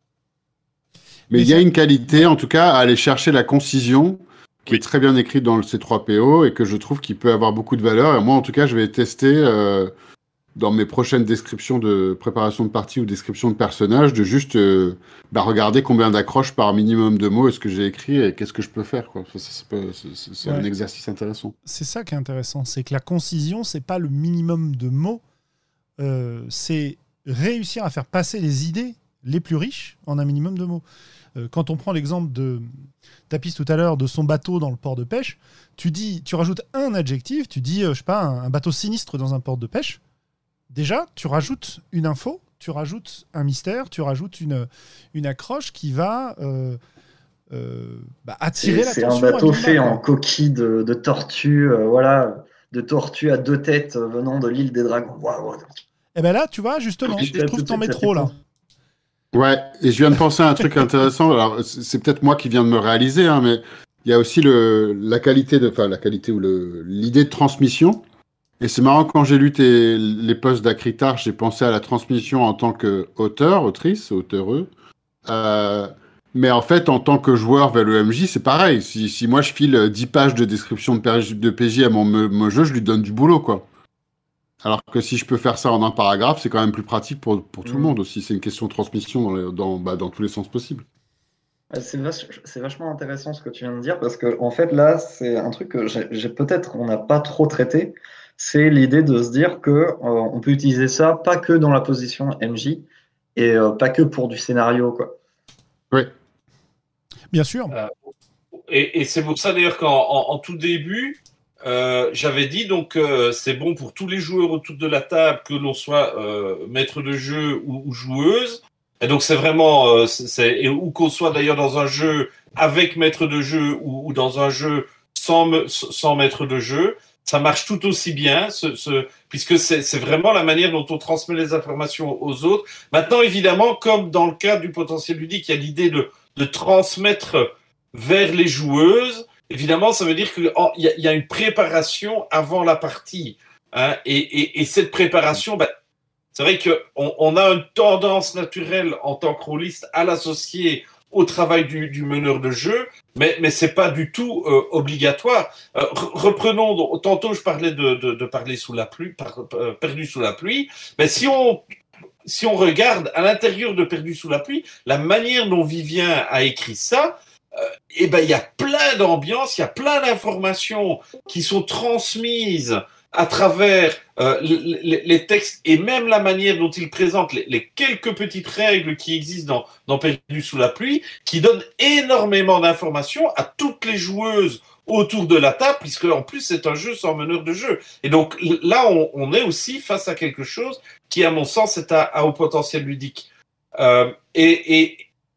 [SPEAKER 6] Mais
[SPEAKER 1] Mais
[SPEAKER 6] il y a
[SPEAKER 1] ça,
[SPEAKER 6] une qualité, en tout cas, à aller chercher la concision, qui est
[SPEAKER 5] Oui.
[SPEAKER 6] très bien écrite dans le C trois P O et que je trouve qui peut avoir beaucoup de valeur. Et moi, en tout cas, je vais tester euh, dans mes prochaines descriptions de préparation de partie ou description de personnage, de juste euh, bah, regarder combien d'accroches par minimum de mots est-ce que j'ai écrit et qu'est-ce que je peux faire, quoi. Ça, ça, ça peut- c'est c'est- c'est un
[SPEAKER 1] Ouais.
[SPEAKER 6] exercice intéressant.
[SPEAKER 1] c'est ça qui est intéressant, c'est que la concision, c'est pas le minimum de mots, euh, c'est réussir à faire passer les idées les plus riches en un minimum de mots. Euh, quand on prend l'exemple de Tapis tout à l'heure de son bateau dans le port de pêche, tu dis, tu rajoutes un adjectif, tu dis, euh, je sais pas, un, un bateau sinistre dans un port de pêche. Déjà, tu rajoutes une info, tu rajoutes un mystère, tu rajoutes une, une accroche qui va euh, euh, bah, attirer
[SPEAKER 2] C'est c'est un
[SPEAKER 1] l'attention à
[SPEAKER 2] bateau
[SPEAKER 1] minima,
[SPEAKER 2] fait
[SPEAKER 1] quoi.
[SPEAKER 2] en coquille de, de tortue, euh, voilà, de tortue à deux têtes euh, venant de l'île des dragons. Waouh, waouh.
[SPEAKER 1] Et ben là, tu vois, justement,
[SPEAKER 2] Et
[SPEAKER 1] je
[SPEAKER 2] là,
[SPEAKER 1] trouve
[SPEAKER 2] tout
[SPEAKER 1] que
[SPEAKER 2] de
[SPEAKER 1] t'en
[SPEAKER 2] suite,
[SPEAKER 1] mets
[SPEAKER 2] ça fait
[SPEAKER 1] trop, là.
[SPEAKER 2] sens.
[SPEAKER 6] Ouais, et je viens de penser à un truc intéressant. Alors, c'est c'est peut-être moi qui viens de me réaliser, hein, mais il y a aussi le, la qualité de, enfin, la qualité ou le, l'idée de transmission. Et c'est marrant, quand j'ai lu tes, les posts d'Acritar, j'ai pensé à la transmission en tant qu'auteur, autrice, auteureux. Euh, mais en fait, en tant que joueur vers le M J, c'est pareil. Si, si moi je file dix pages de description de, P J de P J à mon, me- mon jeu, je lui donne du boulot, quoi. Alors que si je peux faire ça en un paragraphe, c'est quand même plus pratique pour, pour tout le
[SPEAKER 2] Mm.
[SPEAKER 6] monde aussi. C'est une question de transmission dans, les- dans, bah, dans tous les sens possibles.
[SPEAKER 2] Ah, C'est vach- c'est vachement intéressant ce que tu viens de dire parce que en fait là c'est un truc que j'ai j'ai peut-être on n'a pas trop traité, c'est l'idée de se dire que euh, on peut utiliser ça pas que dans la position M J et euh, pas que pour du scénario quoi.
[SPEAKER 6] Oui,
[SPEAKER 1] Bien sûr.
[SPEAKER 3] Euh, Et, et c'est pour ça d'ailleurs qu'en en, en tout début, euh, j'avais dit donc euh, c'est bon pour tous les joueurs autour de la table que l'on soit euh, maître de jeu ou, ou joueuse. Et donc c'est vraiment euh, c'est, c'est- et, ou qu'on soit d'ailleurs dans un jeu avec maître de jeu ou, ou dans un jeu sans me- sans maître de jeu. ça marche tout aussi bien, ce, ce, puisque c'est, c'est vraiment la manière dont on transmet les informations aux autres. Maintenant, évidemment, comme dans le cas du potentiel ludique, il y a l'idée de, de transmettre vers les joueuses. Évidemment, ça veut dire qu'il oh, y, y a une préparation avant la partie. Hein, et, et, et cette préparation, ben, c'est vrai qu'on on a une tendance naturelle en tant que rôliste à l'associer au travail du, du meneur de jeu, mais, mais c'est pas du tout euh, obligatoire. Euh, reprenons, tantôt je parlais de, de, de parler sous la pluie, par, euh, perdu sous la pluie, mais si on, si on regarde à l'intérieur de Perdu sous la pluie, la manière dont Vivien a écrit ça, euh, eh ben, il y a plein d'ambiances, il y a plein d'informations qui sont transmises à travers euh, les, les textes et même la manière dont il présente les, les quelques petites règles qui existent dans, dans Perdu sous la pluie, qui donnent énormément d'informations à toutes les joueuses autour de la table, puisque en plus c'est un jeu sans meneur de jeu. Et donc là, on, on est aussi face à quelque chose qui, à mon sens, est à, à haut potentiel ludique. Euh, et, et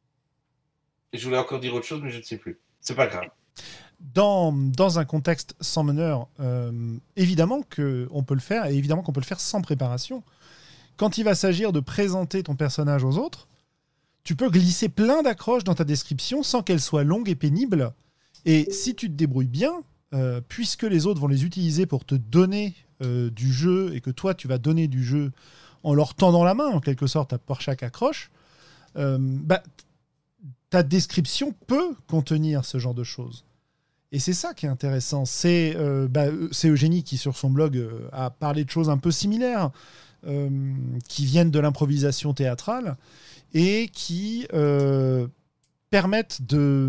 [SPEAKER 3] je voulais encore dire autre chose, mais je ne sais plus. C'est pas grave.
[SPEAKER 1] Dans, dans un contexte sans meneur, euh, évidemment qu'on peut le faire, et évidemment qu'on peut le faire sans préparation. Quand il va s'agir de présenter ton personnage aux autres, tu peux glisser plein d'accroches dans ta description sans qu'elles soient longues et pénibles. Et si tu te débrouilles bien, euh, puisque les autres vont les utiliser pour te donner euh, du jeu, et que toi tu vas donner du jeu en leur tendant la main, en quelque sorte, pour chaque accroche, euh, bah, ta description peut contenir ce genre de choses. Et c'est ça qui est intéressant. C'est, euh, bah, c'est Eugénie qui, sur son blog, euh, a parlé de choses un peu similaires, euh, qui viennent de l'improvisation théâtrale et qui euh, permettent de...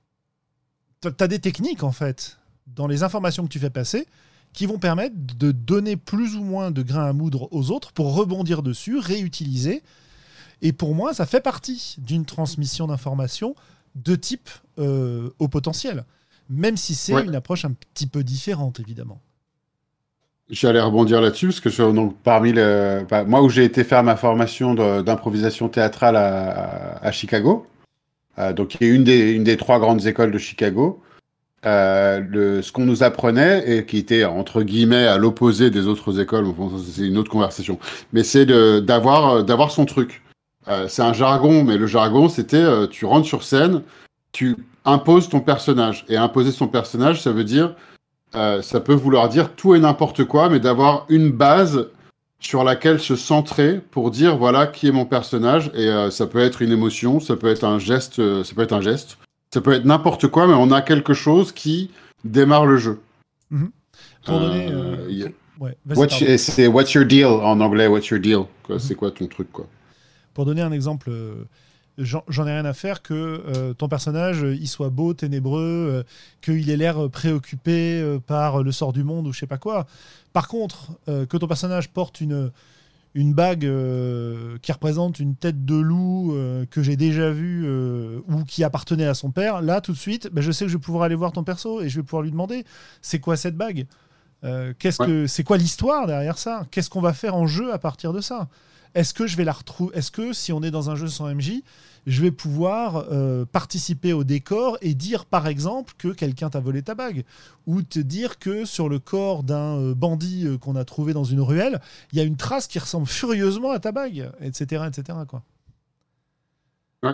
[SPEAKER 1] Tu as des techniques, en fait, dans les informations que tu fais passer, qui vont permettre de donner plus ou moins de grains à moudre aux autres pour rebondir dessus, réutiliser. Et pour moi, ça fait partie d'une transmission d'informations de type euh, au potentiel. Même si c'est ouais. une approche un petit peu différente, évidemment.
[SPEAKER 6] J'allais rebondir là-dessus, parce que je, donc, parmi les, bah, moi où j'ai été faire ma formation de, d'improvisation théâtrale à, à, à Chicago, euh, donc qui est une des, une des trois grandes écoles de Chicago, euh, le, ce qu'on nous apprenait, et qui était entre guillemets à l'opposé des autres écoles, bon, c'est une autre conversation, mais c'est de, d'avoir, d'avoir son truc. Euh, c'est un jargon, mais le jargon, c'était euh, tu rentres sur scène, tu imposes ton personnage. Et imposer son personnage, ça veut dire, euh, ça peut vouloir dire tout et n'importe quoi, mais d'avoir une base sur laquelle se centrer pour dire voilà qui est mon personnage. Et euh, ça peut être une émotion, ça peut être un geste, euh, ça peut être un geste, ça peut être n'importe quoi, mais on a quelque chose qui démarre le jeu.
[SPEAKER 1] Mmh. Pour euh, donner, euh,
[SPEAKER 6] y a...
[SPEAKER 1] ouais,
[SPEAKER 6] what's your, c'est what's your deal en anglais, what's your deal, quoi, mmh. C'est quoi ton truc, quoi.
[SPEAKER 1] Pour donner un exemple. Euh... J'en, j'en ai rien à faire que euh, ton personnage, il soit beau, ténébreux, euh, qu'il ait l'air préoccupé euh, par le sort du monde ou je sais pas quoi. Par contre, euh, que ton personnage porte une, une bague euh, qui représente une tête de loup euh, que j'ai déjà vue euh, ou qui appartenait à son père, là, tout de suite, bah, je sais que je vais pouvoir aller voir ton perso et je vais pouvoir lui demander c'est quoi cette bague euh, qu'est-ce ouais. que, c'est quoi l'histoire derrière ça? Qu'est-ce qu'on va faire en jeu à partir de ça? Est-ce que je vais la retrouver? Est-ce que si on est dans un jeu sans M J, je vais pouvoir euh, participer au décor et dire par exemple que quelqu'un t'a volé ta bague, ou te dire que sur le corps d'un euh, bandit euh, qu'on a trouvé dans une ruelle, il y a une trace qui ressemble furieusement à ta bague, et cetera, et cetera quoi.
[SPEAKER 6] Ouais.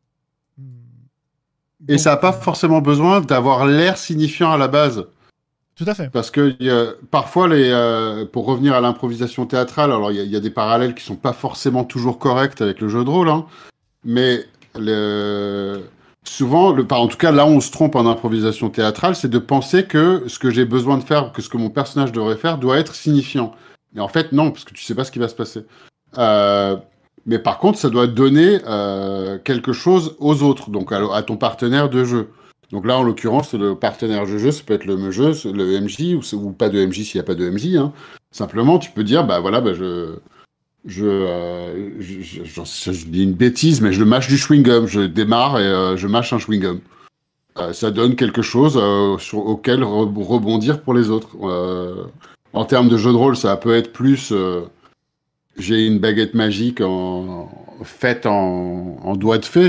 [SPEAKER 6] Et Donc, ça n'a pas forcément besoin d'avoir l'air signifiant à la base.
[SPEAKER 1] Tout à fait.
[SPEAKER 6] Parce que y a, parfois, les, euh, pour revenir à l'improvisation théâtrale, alors il y, y a des parallèles qui sont pas forcément toujours corrects avec le jeu de rôle, hein, mais le, souvent, le, en tout cas là où on se trompe en improvisation théâtrale, c'est de penser que ce que j'ai besoin de faire, que ce que mon personnage devrait faire, doit être signifiant. Mais en fait, non, parce que tu sais pas ce qui va se passer. Euh, mais par contre, ça doit donner euh, quelque chose aux autres, donc à, à ton partenaire de jeu. Donc là, en l'occurrence, le partenaire de jeu, ça peut être le jeu, le M J, ou, ou pas de M J s'il n'y a pas de M J. Hein. Simplement, tu peux dire, bah voilà, bah je, je, euh, je, je, je, je dis une bêtise, mais je mâche du chewing-gum. Je démarre et euh, je mâche un chewing-gum. Euh, ça donne quelque chose euh, sur, auquel re- rebondir pour les autres. Euh, en termes de jeu de rôle, ça peut être plus... Euh, j'ai une baguette magique en, faite en, en doigt de fée.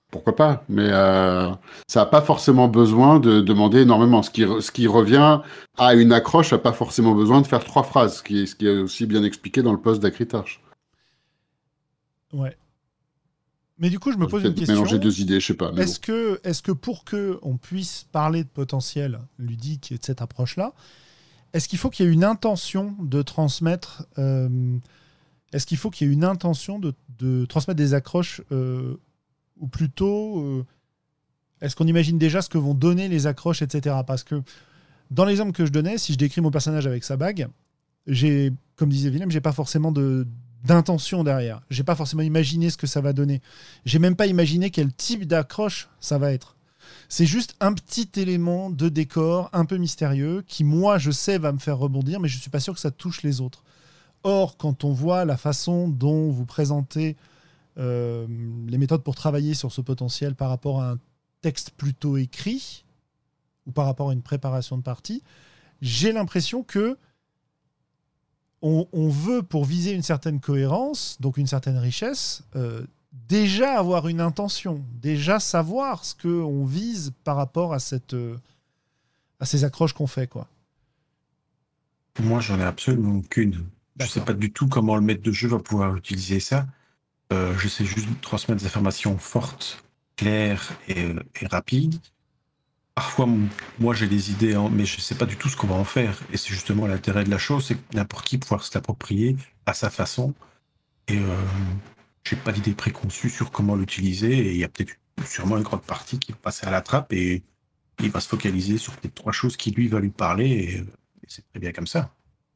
[SPEAKER 6] pourquoi pas. Mais euh, ça n'a pas forcément besoin de demander énormément. Ce qui, ce qui revient à une accroche n'a pas forcément besoin de faire trois phrases, ce qui est, ce qui est aussi bien expliqué dans le post d'Acritarch.
[SPEAKER 1] Ouais. Mais du coup, je me
[SPEAKER 6] J'ai
[SPEAKER 1] pose une
[SPEAKER 6] peut-être
[SPEAKER 1] question.
[SPEAKER 6] mélangé deux idées, je sais pas. mais
[SPEAKER 1] Est-ce que, est-ce que pour que on puisse parler de potentiel ludique et de cette approche-là, est-ce qu'il faut qu'il y ait une intention de transmettre euh, Est-ce qu'il faut qu'il y ait une intention de, de transmettre des accroches euh, ou plutôt euh, est-ce qu'on imagine déjà ce que vont donner les accroches, et cetera. Parce que dans l'exemple que je donnais, si je décris mon personnage avec sa bague, j'ai, comme disait Willem, j'ai pas forcément de d'intention derrière. J'ai pas forcément imaginé ce que ça va donner. J'ai même pas imaginé quel type d'accroche ça va être. C'est juste un petit élément de décor un peu mystérieux qui, moi, je sais, va me faire rebondir, mais je suis pas sûr que ça touche les autres. Or, quand on voit la façon dont vous présentez euh, les méthodes pour travailler sur ce potentiel par rapport à un texte plutôt écrit ou par rapport à une préparation de partie, j'ai l'impression que On, on veut, pour viser une certaine cohérence, donc une certaine richesse, euh, déjà avoir une intention, déjà savoir ce qu'on vise par rapport à, cette, euh, à ces accroches qu'on fait, quoi.
[SPEAKER 4] Moi, j'en ai absolument aucune. Je
[SPEAKER 1] D'accord.
[SPEAKER 4] sais pas du tout comment le maître de jeu va pouvoir utiliser ça. Euh, je sais juste transmettre des informations fortes, claires et, euh, et rapides. Parfois, m- moi, j'ai des idées, hein, mais je sais pas du tout ce qu'on va en faire. Et c'est justement l'intérêt de la chose, c'est que n'importe qui pouvoir se l'approprier à sa façon. Et euh, j'ai pas d'idée préconçue sur comment l'utiliser. Et il y a peut-être sûrement une grande partie qui va passer à la trappe et il va se focaliser sur peut-être trois choses qui lui va lui parler. Et, euh, et c'est très bien comme ça.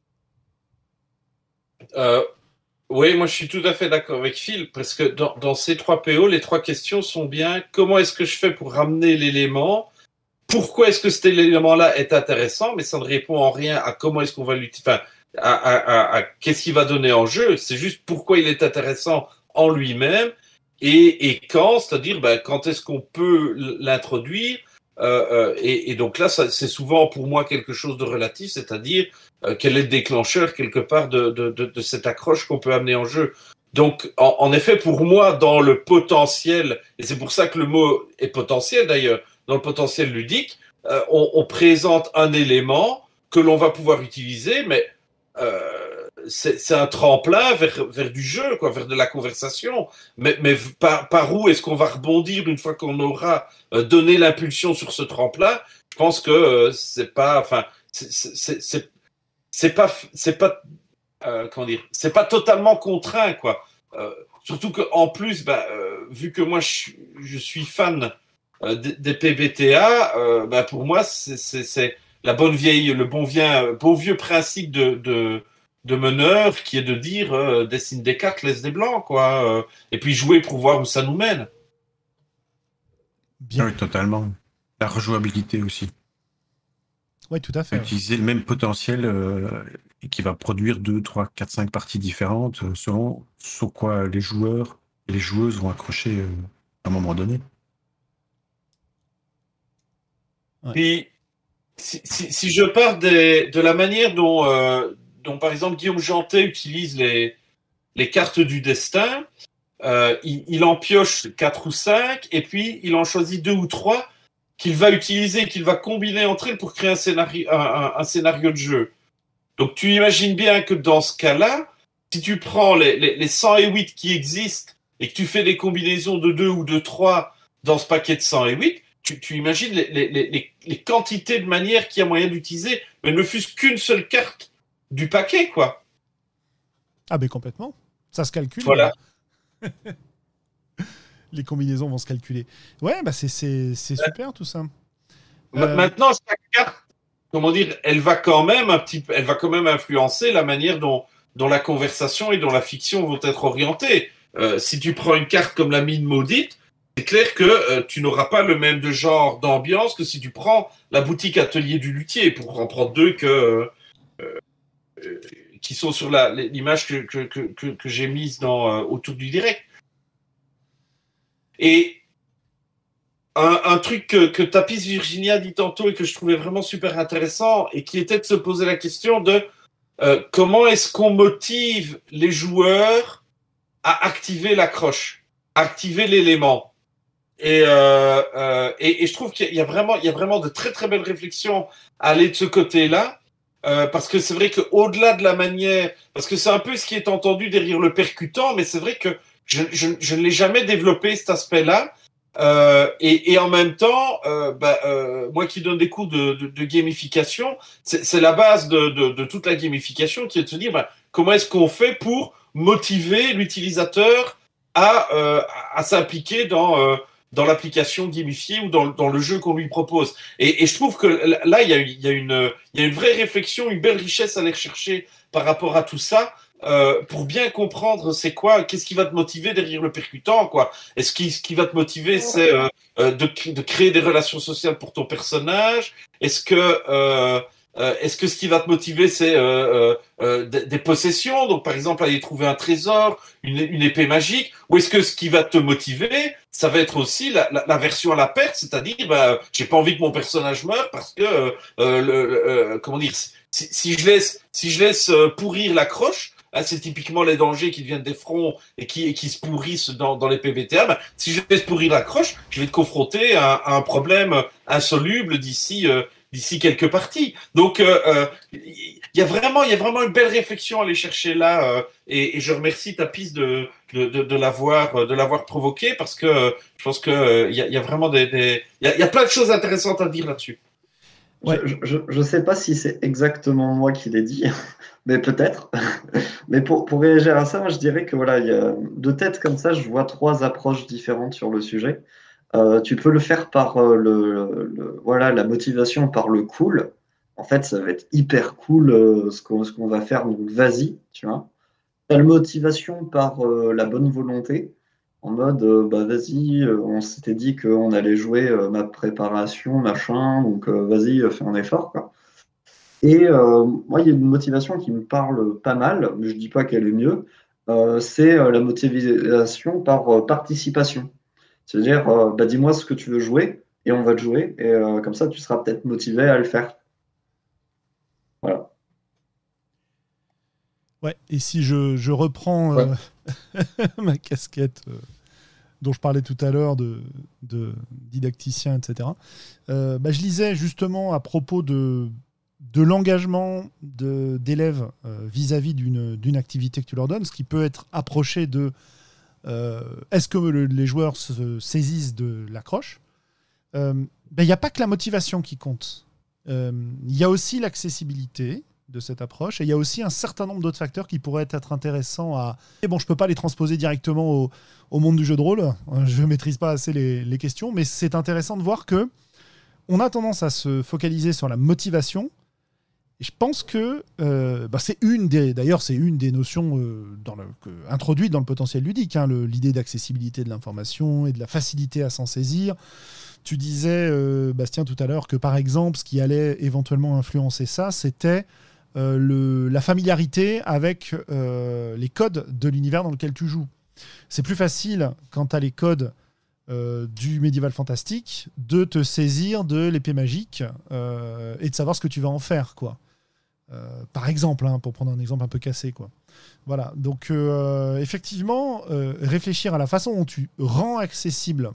[SPEAKER 3] Euh, oui, moi je suis tout à fait d'accord avec Phil, parce que dans, dans ces trois P O, les trois questions sont bien comment est-ce que je fais pour ramener l'élément, pourquoi est-ce que cet élément-là est intéressant, mais ça ne répond en rien à comment est-ce qu'on va l'utiliser, enfin, à, à, à, à qu'est-ce qu'il va donner en jeu, c'est juste pourquoi il est intéressant en lui-même, et, et quand, c'est-à-dire ben, quand est-ce qu'on peut l'introduire, euh, euh, et, et donc là, ça, c'est souvent pour moi quelque chose de relatif, c'est-à-dire euh, quel est le déclencheur quelque part de, de, de, de cette accroche qu'on peut amener en jeu. Donc, en, en effet, pour moi, dans le potentiel, et c'est pour ça que le mot est potentiel d'ailleurs, dans le potentiel ludique, euh, on, on présente un élément que l'on va pouvoir utiliser, mais euh, c'est, c'est un tremplin vers, vers du jeu, quoi, vers de la conversation. Mais, mais par, par où est-ce qu'on va rebondir une fois qu'on aura euh, donné l'impulsion sur ce tremplin? Je pense que euh, c'est pas, enfin, c'est, c'est, c'est, c'est pas, c'est pas, euh, comment dire, c'est pas totalement contraint, quoi. Euh, surtout que en plus, bah, euh, vu que moi je, je suis fan euh, des, des P B T A, euh, bah, pour moi c'est, c'est, c'est la bonne vieille, le bon vieux, beau vieux principe de, de, de meneur qui est de dire euh, dessine des cartes, laisse des blancs, quoi, euh, et puis jouer pour voir où ça nous mène.
[SPEAKER 1] Bien.
[SPEAKER 4] Oui, totalement. La rejouabilité aussi.
[SPEAKER 1] Oui, tout à fait. Ouais.
[SPEAKER 4] Utiliser le même potentiel euh, et qui va produire deux, trois, quatre, cinq parties différentes euh, selon sur quoi les joueurs et les joueuses vont accrocher euh, à un moment donné.
[SPEAKER 1] Ouais.
[SPEAKER 3] Puis, si, si, si je pars des, de la manière dont, euh, dont, par exemple, Guillaume Jantet utilise les, les cartes du destin, euh, il, il en pioche quatre ou cinq, et puis il en choisit deux ou trois qu'il va utiliser, qu'il va combiner entre elles pour créer un scénario, un, un, un scénario de jeu. Donc tu imagines bien que dans ce cas-là, si tu prends les, les, les cent huit qui existent et que tu fais des combinaisons de deux ou de trois dans ce paquet de cent huit, tu, tu imagines les, les, les, les quantités de manières qu'il y a moyen d'utiliser, mais ne fût-ce qu'une seule carte du paquet, quoi.
[SPEAKER 1] Ah, ben complètement. Ça se calcule.
[SPEAKER 3] Voilà.
[SPEAKER 1] Les combinaisons vont se calculer. Ouais, bah c'est, c'est, c'est super tout ça.
[SPEAKER 3] Euh... Maintenant, chaque carte, comment dire, elle va quand même un petit, elle va quand même influencer la manière dont, dont la conversation et dont la fiction vont être orientées. Euh, si tu prends une carte comme la mine maudite, c'est clair que euh, tu n'auras pas le même de genre d'ambiance que si tu prends la boutique atelier du luthier, pour en prendre deux que euh, euh, qui sont sur la, l'image que, que, que, que, que j'ai mise dans, euh, autour du direct. Et un, un truc que, que Tapis Virginia dit tantôt et que je trouvais vraiment super intéressant, et qui était de se poser la question de euh, comment est-ce qu'on motive les joueurs à activer l'accroche, activer l'élément. Et, euh, euh, et, et je trouve qu'il y a vraiment, il y a vraiment de très très belles réflexions à aller de ce côté-là, euh, parce que c'est vrai qu'au-delà de la manière, parce que c'est un peu ce qui est entendu derrière le percutant, mais c'est vrai que je, je, je ne l'ai jamais développé cet aspect-là. Euh, et, et en même temps, euh, bah, euh, moi qui donne des cours de, de, de gamification, c'est, c'est la base de, de, de toute la gamification, qui est de se dire bah, comment est-ce qu'on fait pour motiver l'utilisateur à, euh, à s'impliquer dans euh, dans l'application gamifiée ou dans, dans le jeu qu'on lui propose. Et, et je trouve que là, il y a, il y a une il y a une vraie réflexion, une belle richesse à aller rechercher par rapport à tout ça. Euh, pour bien comprendre c'est quoi, qu'est-ce qui va te motiver derrière le percutant, quoi. Est-ce qui, ce qui va te motiver, c'est euh, euh, de, de créer des relations sociales pour ton personnage? Est-ce que euh, euh, est-ce que ce qui va te motiver, c'est euh, euh, des, des possessions, donc par exemple aller trouver un trésor, une, une épée magique, ou est-ce que ce qui va te motiver, ça va être aussi la, la, la version à la perte, c'est-à-dire, bah, j'ai pas envie que mon personnage meure parce que euh, le, le, euh, comment dire, si, si je laisse si je laisse pourrir la croche. Ah, c'est typiquement les dangers qui deviennent des fronts et qui, et qui se pourrissent dans, dans les P B T A. Ben, si je laisse pourrir la croche, je vais te confronter à, à un problème insoluble d'ici euh, d'ici quelques parties. Donc, il euh, euh, y a vraiment, il y a vraiment une belle réflexion à aller chercher là. Euh, et, et je remercie Tapis de de, de, de l'avoir de l'avoir provoqué parce que euh, je pense que il euh, y, a, y a vraiment des, des il y a, y a plein de choses intéressantes à dire là-dessus.
[SPEAKER 2] Ouais. Je ne sais pas si c'est exactement moi qui l'ai dit, mais peut-être. Mais pour, pour réagir à ça, moi, je dirais que voilà, il y a, de tête comme ça, je vois trois approches différentes sur le sujet. Euh, tu peux le faire par euh, le, le- voilà, la motivation par le cool. En fait, ça va être hyper cool euh, ce qu'on ce qu'on va faire, donc vas-y, tu vois. T'as la motivation par euh, la bonne volonté, en mode euh, bah vas-y, euh, on s'était dit qu'on allait jouer euh, ma préparation, machin, donc euh, vas-y, euh, fais un effort, quoi. Et euh, moi, il y a une motivation qui me parle pas mal, mais je dis pas qu'elle est mieux, euh, c'est euh, la motivation par euh, participation. C'est-à-dire, euh, bah, dis-moi ce que tu veux jouer, et on va te jouer, et euh, comme ça, tu seras peut-être motivé à le faire. Voilà.
[SPEAKER 1] Ouais, et si je, je reprends euh, ma casquette euh, dont je parlais tout à l'heure de, de didacticien, et cetera, euh, bah, je lisais justement à propos de, de l'engagement de, d'élèves euh, vis-à-vis d'une, d'une activité que tu leur donnes, ce qui peut être approché de euh, est-ce que le- les joueurs se saisissent de l'accroche. Euh, ben, il n'y a pas que la motivation qui compte. Euh, Il y a aussi l'accessibilité de cette approche et il y a aussi un certain nombre d'autres facteurs qui pourraient être intéressants à... Et bon, je ne peux pas les transposer directement au, au monde du jeu de rôle. Je ne maîtrise pas assez les, les questions, mais c'est intéressant de voir que on a tendance à se focaliser sur la motivation. Et je pense que euh, bah, c'est une des, d'ailleurs, c'est une des notions euh, dans le, que, introduites dans le potentiel ludique, hein, le- l'idée d'accessibilité de l'information et de la facilité à s'en saisir. Tu disais, euh, Bastien, tout à l'heure, que par exemple, ce qui allait éventuellement influencer ça, c'était euh, le, la familiarité avec euh, les codes de l'univers dans lequel tu joues. C'est plus facile quand tu as les codes euh, du médiéval fantastique de te saisir de l'épée magique euh, et de savoir ce que tu vas en faire, quoi. Euh, par exemple, hein, pour prendre un exemple un peu cassé, quoi. Voilà. Donc, euh, effectivement, euh, réfléchir à la façon dont tu rends accessible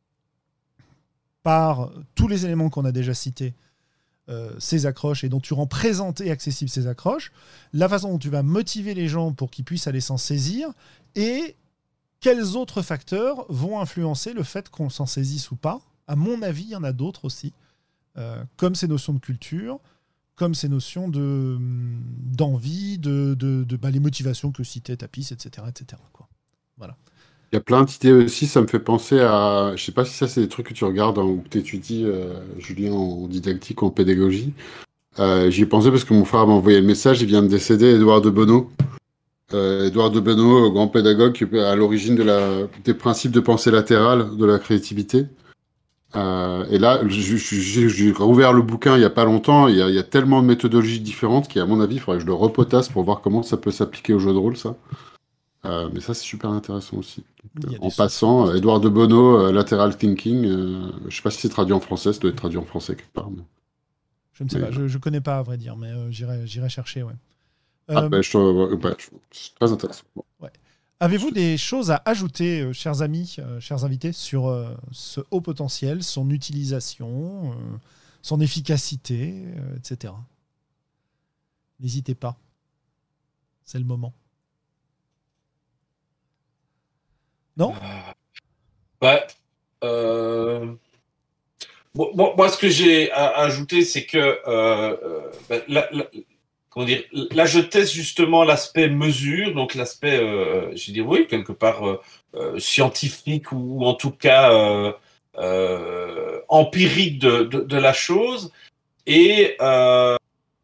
[SPEAKER 1] par tous les éléments qu'on a déjà cités euh, ces accroches et dont tu rends présentes et accessibles ces accroches, la façon dont tu vas motiver les gens pour qu'ils puissent aller s'en saisir et quels autres facteurs vont influencer le fait qu'on s'en saisisse ou pas. À mon avis, il y en a d'autres aussi, euh, comme ces notions de culture, comme ces notions de, d'envie, de, de, de bah, les motivations que citait Tapis, et cetera, et cetera, quoi. Voilà.
[SPEAKER 6] Il y a plein d'idées aussi, ça me fait penser à. Je sais pas si ça, c'est des trucs que tu regardes hein, ou que tu étudies, euh, Julien, en didactique ou en pédagogie. Euh, j'y ai pensé parce que mon frère m'a envoyé le message, il vient de décéder, Édouard de Bonneau. Euh, Édouard de Bonneau, grand pédagogue, qui est à l'origine de la... des principes de pensée latérale de la créativité. Euh, et là, je- je- j'ai j'ai rouvert le bouquin il y a pas longtemps, il y a, il y a tellement de méthodologies différentes qu'à mon avis, il faudrait que je le repotasse pour voir comment ça peut s'appliquer au jeu de rôle, ça. Euh, mais ça, c'est super intéressant aussi.
[SPEAKER 1] Il y a
[SPEAKER 6] En
[SPEAKER 1] des
[SPEAKER 6] passant,
[SPEAKER 1] sources.
[SPEAKER 6] euh, Édouard de Bonneau, euh, Lateral Thinking, euh, je sais pas si c'est traduit en français, ça doit être traduit en français quelque part. mais-
[SPEAKER 1] Je ne sais
[SPEAKER 6] Mais,
[SPEAKER 1] pas, je ne connais pas à vrai dire, mais euh, j'irai, j'irai chercher. Ouais.
[SPEAKER 6] Ah,
[SPEAKER 1] Euh,
[SPEAKER 6] bah, je, trouve- ouais, je- c'est très intéressant. Bon.
[SPEAKER 1] Avez-vous des choses à ajouter, euh, chers amis, euh, chers invités, sur euh, ce haut potentiel, son utilisation, euh, son efficacité, euh, et cetera. N'hésitez pas. C'est le moment. Non ?
[SPEAKER 3] Ouais. Euh... Bon, bon, moi, ce que j'ai à, à ajouter, c'est que euh, euh, ben, la, la, comment dire, là, je teste justement l'aspect mesure, donc l'aspect, euh, je dirais, oui, quelque part euh, euh, scientifique ou, ou en tout cas euh, euh, empirique de, de, de la chose. Et euh,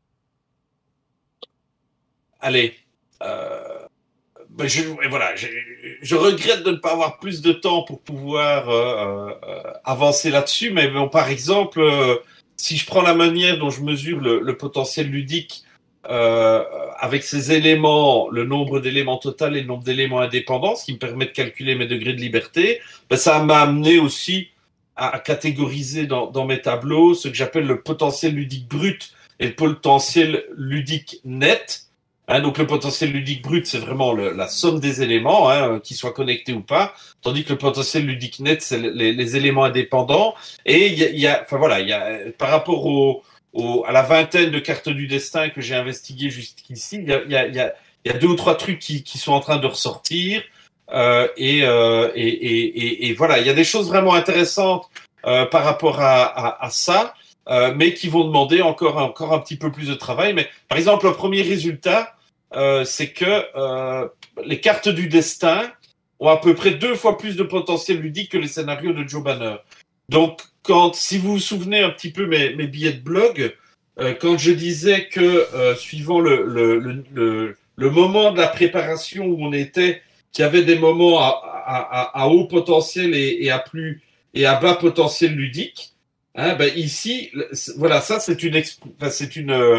[SPEAKER 3] allez. Euh, Ben je, et voilà, je, je regrette de ne pas avoir plus de temps pour pouvoir euh, euh, avancer là-dessus, mais bon, par exemple, euh, si je prends la manière dont je mesure le, le potentiel ludique euh, avec ces éléments, le nombre d'éléments total et le nombre d'éléments indépendants, ce qui me permet de calculer mes degrés de liberté, ben ça m'a amené aussi à, à catégoriser dans, dans mes tableaux ce que j'appelle le potentiel ludique brut et le potentiel ludique net. Hein, donc le potentiel ludique brut, c'est vraiment le, la somme des éléments, hein, qu'ils soient connectés ou pas, tandis que le potentiel ludique net, c'est les, les éléments indépendants. Et il y a, il y a, enfin voilà, il y a par rapport au, au, à la vingtaine de cartes du destin que j'ai investiguées jusqu'ici, il y a, il y a, il y a, il y a deux ou trois trucs qui, qui sont en train de ressortir. Euh, et, euh, et, et, et, et voilà, il y a des choses vraiment intéressantes euh, par rapport à, à, à ça. Euh, mais qui vont demander encore, encore un petit peu plus de travail. Mais par exemple, le premier résultat, euh, c'est que euh, les cartes du destin ont à peu près deux fois plus de potentiel ludique que les scénarios de Joe Banner. Donc, quand, si vous vous souvenez un petit peu mes, mes billets de blog, euh, quand je disais que euh, suivant le, le, le, le, le moment de la préparation où on était, qu'il y avait des moments à, à, à, à haut potentiel et, et à plus et à bas potentiel ludique. Hein, ben ici, voilà, ça c'est une, exp... enfin, c'est une, euh,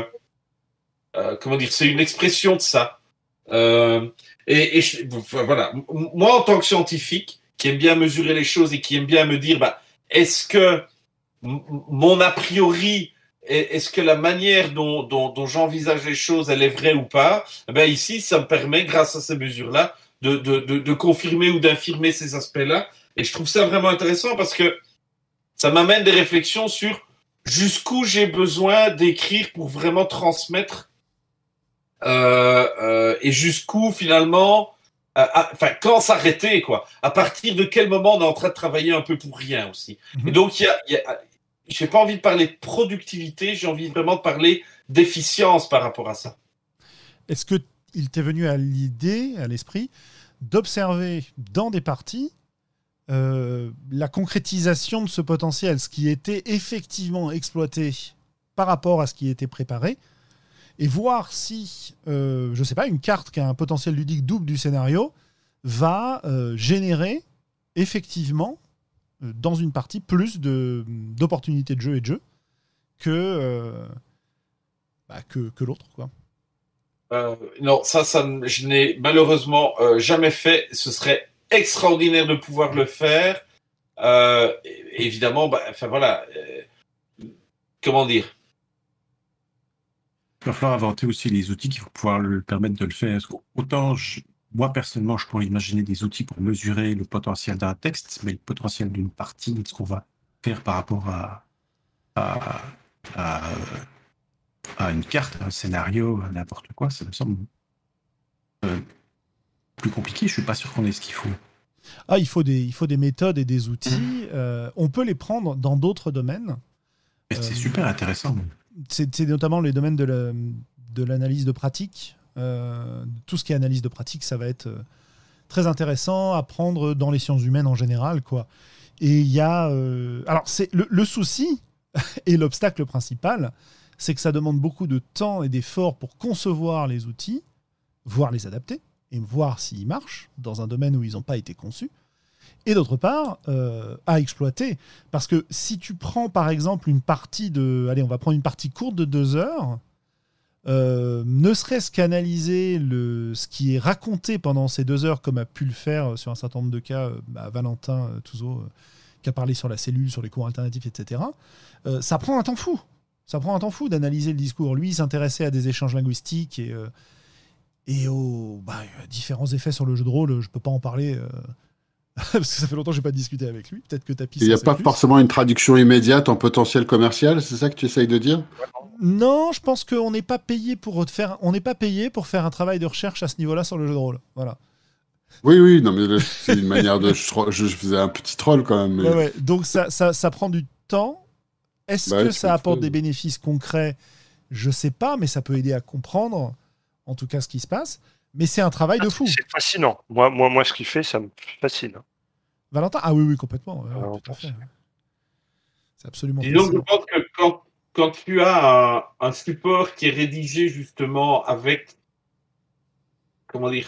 [SPEAKER 3] euh, comment dire, c'est une expression de ça. Euh, et, et je, enfin, voilà, moi en tant que scientifique qui aime bien mesurer les choses et qui aime bien me dire, bah, est-ce que m- mon a priori, est-ce que la manière dont, dont, dont j'envisage les choses, elle est vraie ou pas? Ben ici, ça me permet, grâce à ces mesures-là, de, de, de, de confirmer ou d'infirmer ces aspects-là. Et je trouve ça vraiment intéressant parce que ça m'amène des réflexions sur jusqu'où j'ai besoin d'écrire pour vraiment transmettre euh, euh, et jusqu'où finalement, euh, enfin euh, quand s'arrêter quoi. À partir de quel moment on est en train de travailler un peu pour rien aussi. Mm-hmm. Et donc il y a, y a, j'ai pas envie de parler de productivité, j'ai envie vraiment de parler d'efficience par rapport à ça.
[SPEAKER 1] Est-ce que il t'est venu à l'idée, à l'esprit, d'observer dans des parties Euh, la concrétisation de ce potentiel, ce qui était effectivement exploité par rapport à ce qui était préparé, et voir si, euh, je ne sais pas, une carte qui a un potentiel ludique double du scénario va euh, générer effectivement, euh, dans une partie, plus de, d'opportunités de jeu et de jeu que, euh, bah, que, que l'autre, quoi.
[SPEAKER 3] Euh, non, ça, ça, je n'ai malheureusement euh, jamais fait. Ce serait extraordinaire de pouvoir le faire. Euh, évidemment, bah, enfin voilà, euh, comment dire.
[SPEAKER 4] Il va falloir inventer aussi les outils qui vont pouvoir le permettre de le faire. Autant, je, moi personnellement, je pourrais imaginer des outils pour mesurer le potentiel d'un texte, mais le potentiel d'une partie, de ce qu'on va faire par rapport à, à, à, à une carte, un scénario, n'importe quoi, ça me semble euh, plus compliqué. Je suis pas sûr qu'on ait ce qu'il faut.
[SPEAKER 1] Ah, il faut des, il faut des méthodes et des outils. Euh, on peut les prendre dans d'autres domaines.
[SPEAKER 4] Mais c'est euh, super intéressant.
[SPEAKER 1] C'est, c'est notamment les domaines de, la, de l'analyse de pratique. Euh, tout ce qui est analyse de pratique, ça va être très intéressant à prendre dans les sciences humaines en général, quoi. Et il y a... Euh, alors, c'est le, le souci et l'obstacle principal, c'est que ça demande beaucoup de temps et d'efforts pour concevoir les outils, voire les adapter, et voir s'ils marchent dans un domaine où ils n'ont pas été conçus. Et d'autre part, euh, à exploiter. Parce que si tu prends, par exemple, une partie de... Allez, on va prendre une partie courte de deux heures, euh, ne serait-ce qu'analyser le, ce qui est raconté pendant ces deux heures, comme a pu le faire sur un certain nombre de cas euh, bah, Valentin euh, Touzeau, euh, qui a parlé sur la cellule, sur les cours alternatifs, et cetera, euh, ça prend un temps fou. Ça prend un temps fou d'analyser le discours. Lui, il s'intéressait à des échanges linguistiques et... Euh, et au, aux bah, différents effets sur le jeu de rôle, je peux pas en parler euh, parce que ça fait longtemps que j'ai pas discuté avec lui. Peut-être que Tapis.
[SPEAKER 6] Il n'y a pas
[SPEAKER 1] plus.
[SPEAKER 6] forcément une traduction immédiate en potentiel commercial, c'est ça que tu essayes de dire?
[SPEAKER 1] Non, je pense qu'on n'est pas payé pour faire, on n'est pas payé pour faire un travail de recherche à ce niveau-là sur le jeu de rôle. Voilà.
[SPEAKER 6] Oui, oui, non, mais là, c'est une manière de. Je, je faisais un petit troll quand même. Mais...
[SPEAKER 1] Ouais, ouais. Donc ça, ça, ça prend du temps. Est-ce
[SPEAKER 6] Bah ouais,
[SPEAKER 1] que
[SPEAKER 6] tu
[SPEAKER 1] ça
[SPEAKER 6] peux
[SPEAKER 1] apporte
[SPEAKER 6] trouver.
[SPEAKER 1] des bénéfices concrets? Je sais pas, mais ça peut aider à comprendre, en tout cas, ce qui se passe. Mais c'est un travail de fou.
[SPEAKER 5] C'est fascinant. Moi, moi, moi, ce qu'il fait, ça me fascine.
[SPEAKER 1] Valentin? Ah oui, oui, complètement. Ouais,
[SPEAKER 5] Euh,
[SPEAKER 1] tout à fait. C'est absolument
[SPEAKER 3] Disons que je
[SPEAKER 1] fascinant.
[SPEAKER 3] pense que quand, quand tu as un, un support qui est rédigé justement avec, comment dire,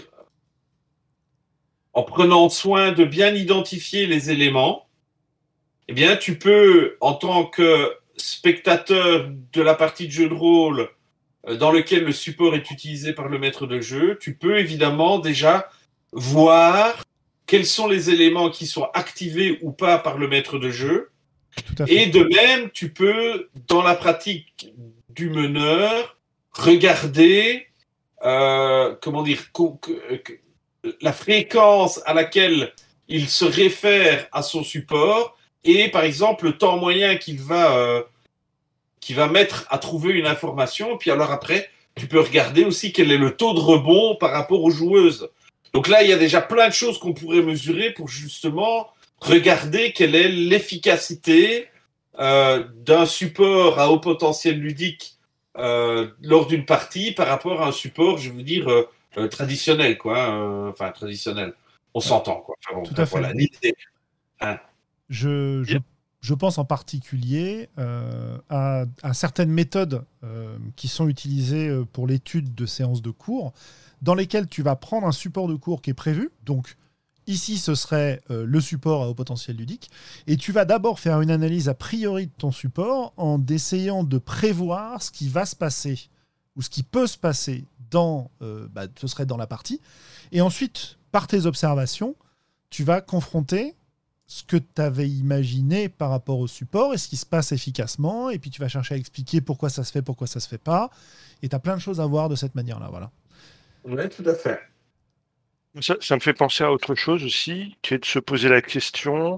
[SPEAKER 3] en prenant soin de bien identifier les éléments, eh bien, tu peux, en tant que spectateur de la partie de jeu de rôle euh, dans lequel le support est utilisé par le maître de jeu, tu peux évidemment déjà voir quels sont les éléments qui sont activés ou pas par le maître de jeu.
[SPEAKER 1] Tout à fait.
[SPEAKER 3] Et de même, tu peux, dans la pratique du meneur, regarder, euh, comment dire, co- que- que- la fréquence à laquelle il se réfère à son support et, par exemple, le temps moyen qu'il va, euh, qu'il va mettre à trouver une information. Puis alors après, tu peux regarder aussi quel est le taux de rebond par rapport aux joueuses. Donc là, il y a déjà plein de choses qu'on pourrait mesurer pour justement regarder quelle est l'efficacité euh, d'un support à haut potentiel ludique euh, lors d'une partie par rapport à un support, je veux dire, euh, euh, traditionnel, quoi. Euh, enfin, traditionnel. On s'entend, quoi. Enfin, bon,
[SPEAKER 1] Tout
[SPEAKER 3] enfin,
[SPEAKER 1] à fait.
[SPEAKER 3] voilà, l'idée. Hein.
[SPEAKER 1] Je, je, je pense en particulier euh, à, à certaines méthodes euh, qui sont utilisées euh, pour l'étude de séances de cours, dans lesquelles tu vas prendre un support de cours qui est prévu. Donc, ici, ce serait euh, le support à haut potentiel ludique. Et tu vas d'abord faire une analyse a priori de ton support en essayant de prévoir ce qui va se passer ou ce qui peut se passer dans, euh, bah, ce serait dans la partie. Et ensuite, par tes observations, tu vas confronter ce que tu avais imaginé par rapport au support et ce qui se passe efficacement. Et puis, tu vas chercher à expliquer pourquoi ça se fait, pourquoi ça se fait pas. Et tu as plein de choses à voir de cette manière-là. Voilà.
[SPEAKER 3] Oui, tout à fait.
[SPEAKER 5] Ça, ça me fait penser à autre chose aussi, qui est de se poser la question,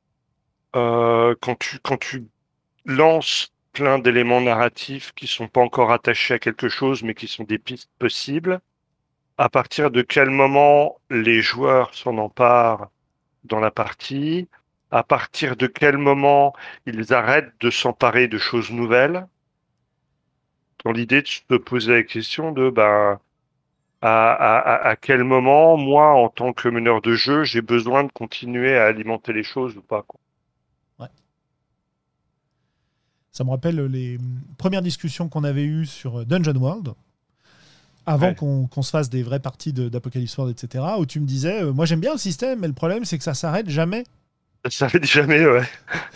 [SPEAKER 5] euh, quand tu, quand tu lances plein d'éléments narratifs qui sont pas encore attachés à quelque chose, mais qui sont des pistes possibles, à partir de quel moment les joueurs s'en emparent dans la partie, à partir de quel moment ils arrêtent de s'emparer de choses nouvelles, dans l'idée de se poser la question de, ben, À, à, à quel moment, moi, en tant que meneur de jeu, j'ai besoin de continuer à alimenter les choses ou pas, quoi.
[SPEAKER 1] Ouais. Ça me rappelle les premières discussions qu'on avait eues sur Dungeon World, avant
[SPEAKER 5] Ouais.
[SPEAKER 1] qu'on qu'on se fasse des vraies parties de- d'Apocalypse World, et cetera, où tu me disais, euh, moi j'aime bien le système, mais le problème c'est que ça s'arrête jamais.
[SPEAKER 5] Ça s'arrête jamais, ouais.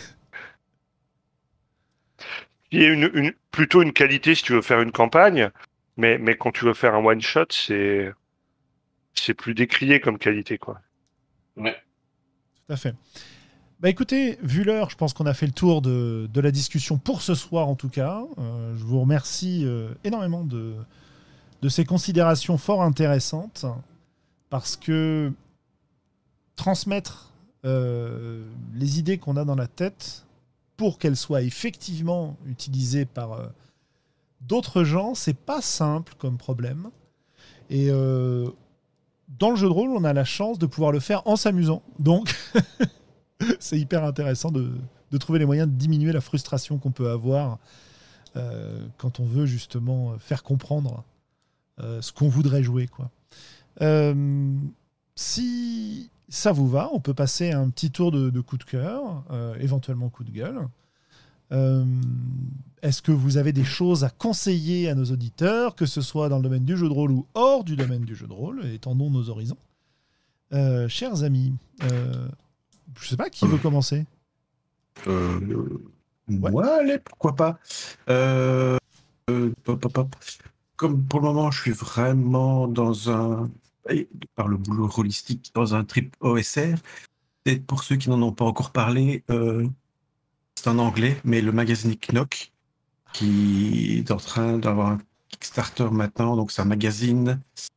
[SPEAKER 5] Il y a une, une, plutôt une qualité si tu veux faire une campagne, mais, mais quand tu veux faire un one-shot, c'est, c'est plus décrié comme qualité, quoi.
[SPEAKER 3] Ouais.
[SPEAKER 1] Tout à fait. Bah écoutez, vu l'heure, je pense qu'on a fait le tour de, de la discussion pour ce soir en tout cas. Euh, je vous remercie euh, énormément de, de ces considérations fort intéressantes parce que transmettre euh, les idées qu'on a dans la tête pour qu'elles soient effectivement utilisées par euh, d'autres gens, c'est pas simple comme problème. Et euh, dans le jeu de rôle, on a la chance de pouvoir le faire en s'amusant. Donc, c'est hyper intéressant de, de trouver les moyens de diminuer la frustration qu'on peut avoir euh, quand on veut justement faire comprendre euh, ce qu'on voudrait jouer, quoi. Euh, si ça vous va, on peut passer à un petit tour de, de coup de cœur, euh, éventuellement coup de gueule. Euh, Est-ce que vous avez des choses à conseiller à nos auditeurs, que ce soit dans le domaine du jeu de rôle ou hors du domaine du jeu de rôle? Étendons nos horizons. Euh, chers amis, euh, je sais pas qui veut commencer.
[SPEAKER 4] Euh,
[SPEAKER 1] Ouais.
[SPEAKER 4] Moi, allez, pourquoi pas. Euh, euh, pop, pop, pop. Comme pour le moment, je suis vraiment dans un, et par le boulot holistique, dans un trip O S R. Et pour ceux qui n'en ont pas encore parlé, euh, c'est en anglais, mais le magazine Knock, qui est en train d'avoir un Kickstarter maintenant. Donc, c'est un magazine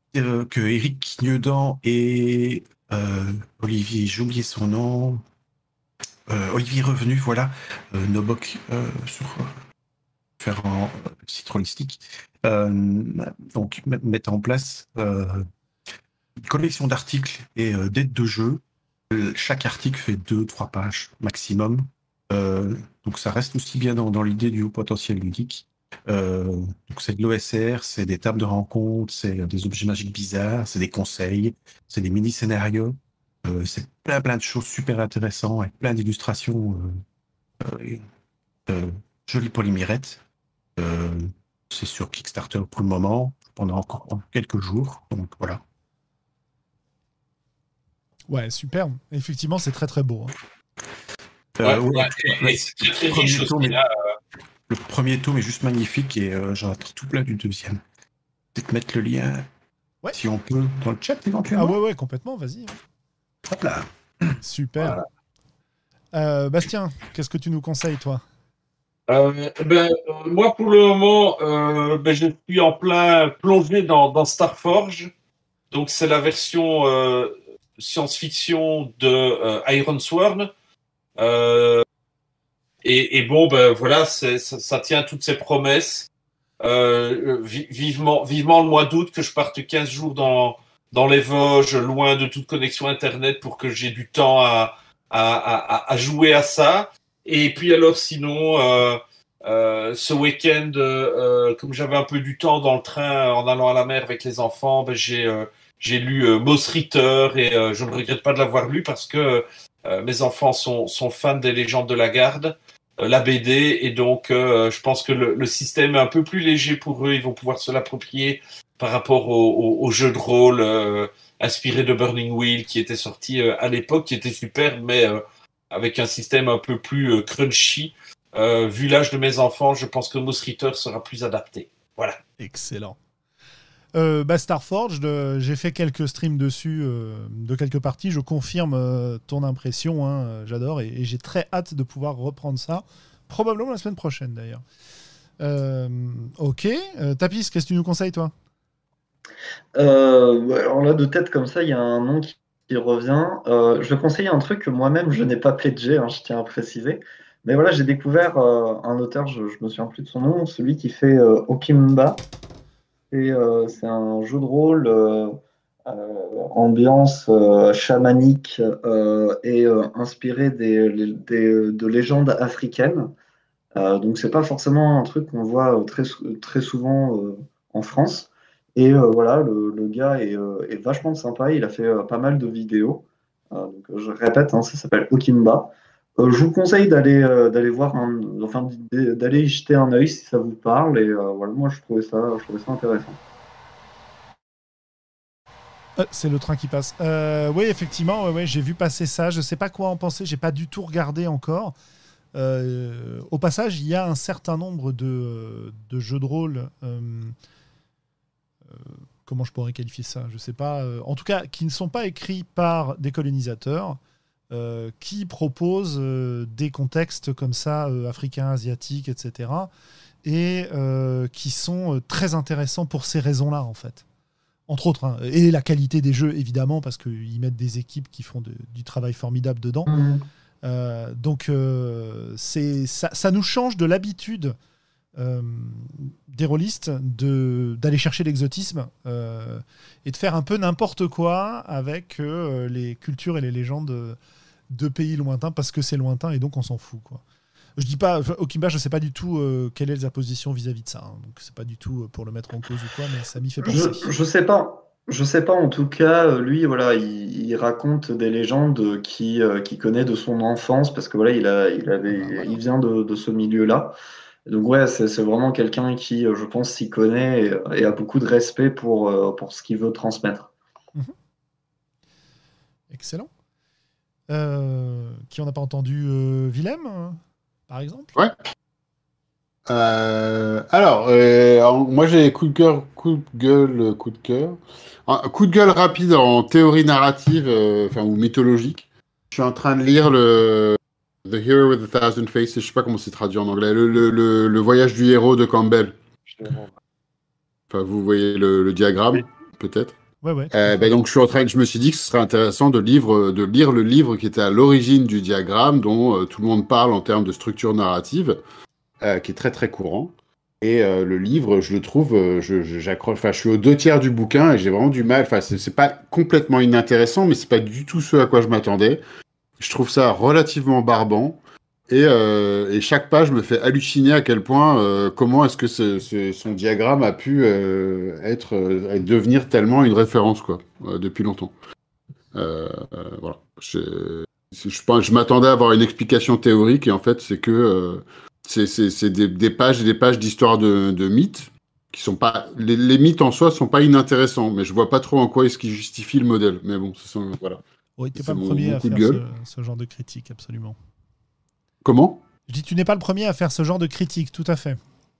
[SPEAKER 4] euh, que Éric Quignedan et euh, Olivier, j'ai oublié son nom, euh, Olivier Revenu, voilà, euh, Nobok euh, sur euh, différents euh, sites holistiques, euh, donc m- mettent en place euh, une collection d'articles et euh, d'aides de jeu. Euh, Chaque article fait deux, trois pages maximum. Euh, donc ça reste aussi bien dans, dans l'idée du haut potentiel ludique. Euh, donc c'est de l'O S R, c'est des tables de rencontre, c'est euh, des objets magiques bizarres, c'est des conseils, c'est des mini-scénarios. Euh, c'est plein plein de choses super intéressantes avec plein d'illustrations euh, euh, et, euh, jolies polymirettes. Euh, c'est sur Kickstarter pour le moment, pendant encore quelques jours. Donc voilà.
[SPEAKER 1] Ouais, super. Effectivement, c'est très très beau. hein.
[SPEAKER 3] Ouais,
[SPEAKER 4] Euh, ouais,
[SPEAKER 3] ouais, et,
[SPEAKER 4] ouais,
[SPEAKER 3] et c'est très, très
[SPEAKER 4] le premier
[SPEAKER 3] riche
[SPEAKER 4] tome
[SPEAKER 3] aussi.
[SPEAKER 4] est-
[SPEAKER 3] Hein.
[SPEAKER 4] Le premier tome est juste magnifique et euh, j'en attends tout plein du deuxième. Peut-être mettre le lien,
[SPEAKER 1] Ouais.
[SPEAKER 4] si on peut, dans le chat
[SPEAKER 1] Ah
[SPEAKER 4] éventuellement.
[SPEAKER 1] ouais, ouais, complètement, vas-y. hein.
[SPEAKER 4] Hop là.
[SPEAKER 1] Super.
[SPEAKER 3] Voilà.
[SPEAKER 1] Euh, Bastien, qu'est-ce que tu nous conseilles, toi
[SPEAKER 3] Euh, ben, euh, moi, pour le moment, euh, ben, je suis en plein plongé dans, dans Starforge. Donc, c'est la version euh, science-fiction de euh, Iron Sworn. Euh, et, et bon, ben voilà, c'est, ça, ça tient toutes ses promesses. Euh, vi- vivement, vivement le mois d'août que je parte quinze jours dans, dans les Vosges, loin de toute connexion Internet pour que j'ai du temps à, à, à, à jouer à ça. Et puis alors sinon, euh, euh, ce week-end, euh, comme j'avais un peu du temps dans le train en allant à la mer avec les enfants, ben j'ai euh, j'ai lu euh, Moss Ritter et euh, je ne regrette pas de l'avoir lu parce que euh, mes enfants sont, sont fans des légendes de la garde, euh, la B D, et donc euh, je pense que le, le système est un peu plus léger pour eux, ils vont pouvoir se l'approprier par rapport au, au, au jeu de rôle euh, inspiré de Burning Wheel qui était sorti euh, à l'époque, qui était super, mais euh, avec un système un peu plus euh, crunchy. Euh, vu l'âge de mes enfants, je pense que Moss Ritter sera plus adapté. Voilà.
[SPEAKER 1] Excellent. Euh, bah, Starforge, de- j'ai fait quelques streams dessus, euh, de quelques parties. Je confirme euh, ton impression, hein, euh, j'adore, et, et j'ai très hâte de pouvoir reprendre ça, probablement la semaine prochaine d'ailleurs. Euh, ok, euh, Tapis, qu'est-ce que tu nous conseilles, toi
[SPEAKER 2] Euh, ouais, alors là, de tête comme ça, il y a un nom qui, qui revient. Euh, je vais conseiller un truc que moi-même, je n'ai pas pledgé, hein, je tiens à préciser. Mais voilà, j'ai découvert euh, un auteur, je ne me souviens plus de son nom, celui qui fait euh, Okimba. Et euh, c'est un jeu de rôle euh, euh, ambiance euh, chamanique euh, et euh, inspiré des, des- de légendes africaines. Euh, donc c'est pas forcément un truc qu'on voit euh, très, sou- très souvent euh, en France. Et euh, voilà, le, le gars est, euh, est vachement sympa. Il a fait euh, pas mal de vidéos. Euh, donc, je répète, hein, ça s'appelle Okimba. Euh, je vous conseille d'aller euh, d'aller voir, un- enfin d- d'aller y jeter un œil si ça vous parle. Et euh, voilà, moi je trouvais ça, je trouvais ça intéressant.
[SPEAKER 1] Euh, C'est le train qui passe. Euh, oui, effectivement, ouais, ouais, j'ai vu passer ça. Je sais pas quoi en penser. J'ai pas du tout regardé encore. Euh, au passage, il y a un certain nombre de, de jeux de rôle. euh, euh, comment je pourrais qualifier ça? Je sais pas. euh, en tout cas, qui ne sont pas écrits par des colonisateurs, euh, qui proposent euh, des contextes comme ça, euh, africains, asiatiques, et cetera. Et euh, qui sont euh, très intéressants pour ces raisons-là, en fait. Entre autres, hein. Et la qualité des jeux, évidemment, parce qu'ils mettent des équipes qui font de- du travail formidable dedans.
[SPEAKER 2] Mhm.
[SPEAKER 1] Euh, donc, euh, c'est, ça, ça nous change de l'habitude euh, des rôlistes de, d'aller chercher l'exotisme euh, et de faire un peu n'importe quoi avec euh, les cultures et les légendes de pays lointains, parce que c'est lointain et donc on s'en fout, quoi. Je dis pas, Okimba, je sais pas du tout euh, quelle est sa position vis-à-vis de ça, hein. Donc c'est pas du tout euh, pour le mettre en cause ou quoi, mais ça m'y fait
[SPEAKER 2] Je,
[SPEAKER 1] penser.
[SPEAKER 2] je sais pas. Je sais pas, en tout cas, euh, lui, voilà, il, il raconte des légendes qui, euh, qu'il connaît de son enfance, parce que voilà, il a, il
[SPEAKER 1] Ah bah,
[SPEAKER 2] avait,
[SPEAKER 1] voilà.
[SPEAKER 2] il vient de, de ce milieu-là. Donc ouais, c'est c'est vraiment quelqu'un qui, euh, je pense, s'y connaît et, et a beaucoup de respect pour, euh, pour ce qu'il veut transmettre.
[SPEAKER 1] Mhm. Excellent. Euh, qui on n'a pas entendu euh, Willem, euh, par exemple.
[SPEAKER 6] Ouais. Euh, alors, euh, alors, moi j'ai coup de cœur, coup de gueule, euh, coup de cœur. Un coup de gueule rapide en théorie narrative, euh, enfin ou mythologique. Je suis en train de lire le The Hero with a Thousand Faces, je sais pas comment c'est traduit en anglais, le, le, le, le voyage du héros de Campbell. Enfin, vous voyez le, le diagramme,
[SPEAKER 5] Oui.
[SPEAKER 6] peut-être.
[SPEAKER 1] Ouais, ouais.
[SPEAKER 6] Euh, ben donc je suis en train, je me suis dit que ce serait intéressant de, livre, de lire le livre qui était à l'origine du diagramme, dont euh, tout le monde parle en termes de structure narrative, euh, qui est très très courant. Et euh, le livre, je le trouve, euh, je, je- j'accroche, enfin, je suis aux deux tiers du bouquin et j'ai vraiment du mal. Enfin, c'est c'est pas complètement inintéressant, mais c'est pas du tout ce à quoi je m'attendais. Je trouve ça relativement barbant. Et, euh, et chaque page me fait halluciner à quel point, euh, comment est-ce que ce, ce- son diagramme a pu euh, être, euh, devenir tellement une référence, quoi, euh, depuis longtemps. Euh, euh, voilà. Je, je, pense- je m'attendais à avoir une explication théorique et en fait, c'est que euh, c'est c'est- c'est des, des pages et des pages d'histoire de, de mythes qui sont pas. Les, les mythes en soi sont pas inintéressants, mais je vois pas trop en quoi est-ce qu'ils justifient le modèle. Mais bon, ce sont- voilà.
[SPEAKER 1] Oui, t'es pas
[SPEAKER 6] C'est
[SPEAKER 1] le
[SPEAKER 6] mon,
[SPEAKER 1] premier
[SPEAKER 6] mon
[SPEAKER 1] à
[SPEAKER 6] coup de
[SPEAKER 1] faire ce,
[SPEAKER 6] gueule.
[SPEAKER 1] ce genre de critique, absolument.
[SPEAKER 6] Comment?
[SPEAKER 1] Je dis, tu n'es pas le premier à faire ce genre de critique, tout à fait.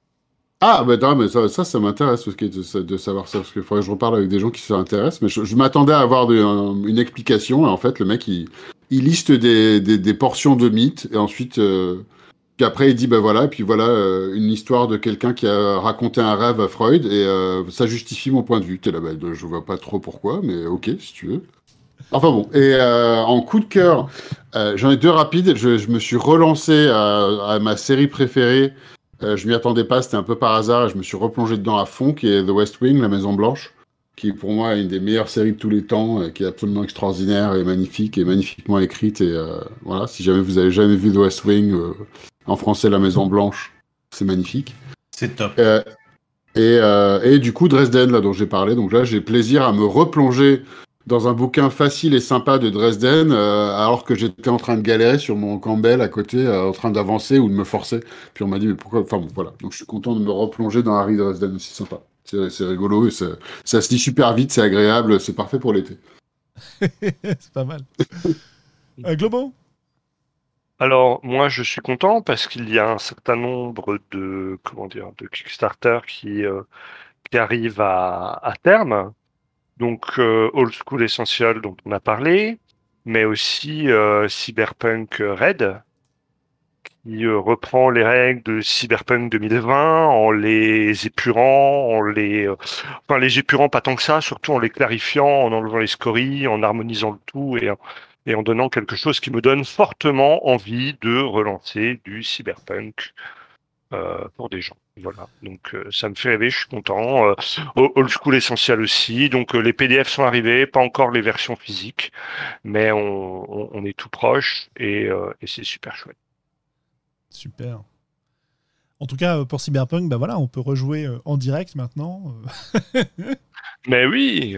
[SPEAKER 6] Ah, bah non, mais ça, ça, ça m'intéresse parce que de, de savoir ça, parce qu'il faudrait que je reparle avec des gens qui s'intéressent. Mais je, je m'attendais à avoir de- un- une explication. Et en fait, le mec, il, il liste des, des, des portions de mythes et ensuite, euh, puis après, il dit, ben voilà, et puis voilà, euh, une histoire de quelqu'un qui a raconté un rêve à Freud et euh, ça justifie mon point de vue. T'es là, bah, je vois pas trop pourquoi, mais ok, si tu veux. Enfin bon, et euh, en coup de cœur, euh, j'en ai deux rapides. Je, je me suis relancé à, à ma série préférée. Euh, je m'y attendais pas, c'était un peu par hasard. Et je me suis replongé dedans à fond, qui est The West Wing, La Maison Blanche, qui pour moi est une des meilleures séries de tous les temps, euh, qui est absolument extraordinaire et magnifique et magnifiquement écrite. Et euh, voilà, si jamais vous avez jamais vu The West Wing, euh, en français La Maison Blanche, c'est magnifique.
[SPEAKER 4] C'est top.
[SPEAKER 6] Euh, et, euh, et du coup, Dresden, là, dont j'ai parlé. Donc là, j'ai plaisir à me replonger dans un bouquin facile et sympa de Dresden, euh, alors que j'étais en train de galérer sur mon Campbell à côté, euh, en train d'avancer ou de me forcer. Puis on m'a dit, mais pourquoi? Enfin bon, voilà. Donc je suis content de me replonger dans Harry Dresden aussi, sympa. C'est c'est rigolo et ça, ça se lit super vite, c'est agréable, c'est parfait pour l'été.
[SPEAKER 1] C'est pas mal. Euh, Globo?
[SPEAKER 5] Alors, moi, je suis content parce qu'il y a un certain nombre de, comment dire, de Kickstarter qui, euh, qui arrivent à, à terme. Donc, euh, Old School Essential dont on a parlé, mais aussi euh, Cyberpunk Red, qui euh, reprend les règles de Cyberpunk deux mille vingt en les épurant, en les, euh, enfin les épurant pas tant que ça, surtout en les clarifiant, en enlevant les scories, en harmonisant le tout et, et en donnant quelque chose qui me donne fortement envie de relancer du Cyberpunk euh, pour des gens. Voilà, donc euh, ça me fait rêver, je suis content. Euh, Old School Essential aussi, donc euh, les P D F sont arrivés, pas encore les versions physiques, mais on, on, on est tout proche et, euh, et c'est super chouette.
[SPEAKER 1] Super. En tout cas, euh, pour Cyberpunk, bah voilà, on peut rejouer euh, en direct maintenant, euh,
[SPEAKER 5] Mais oui,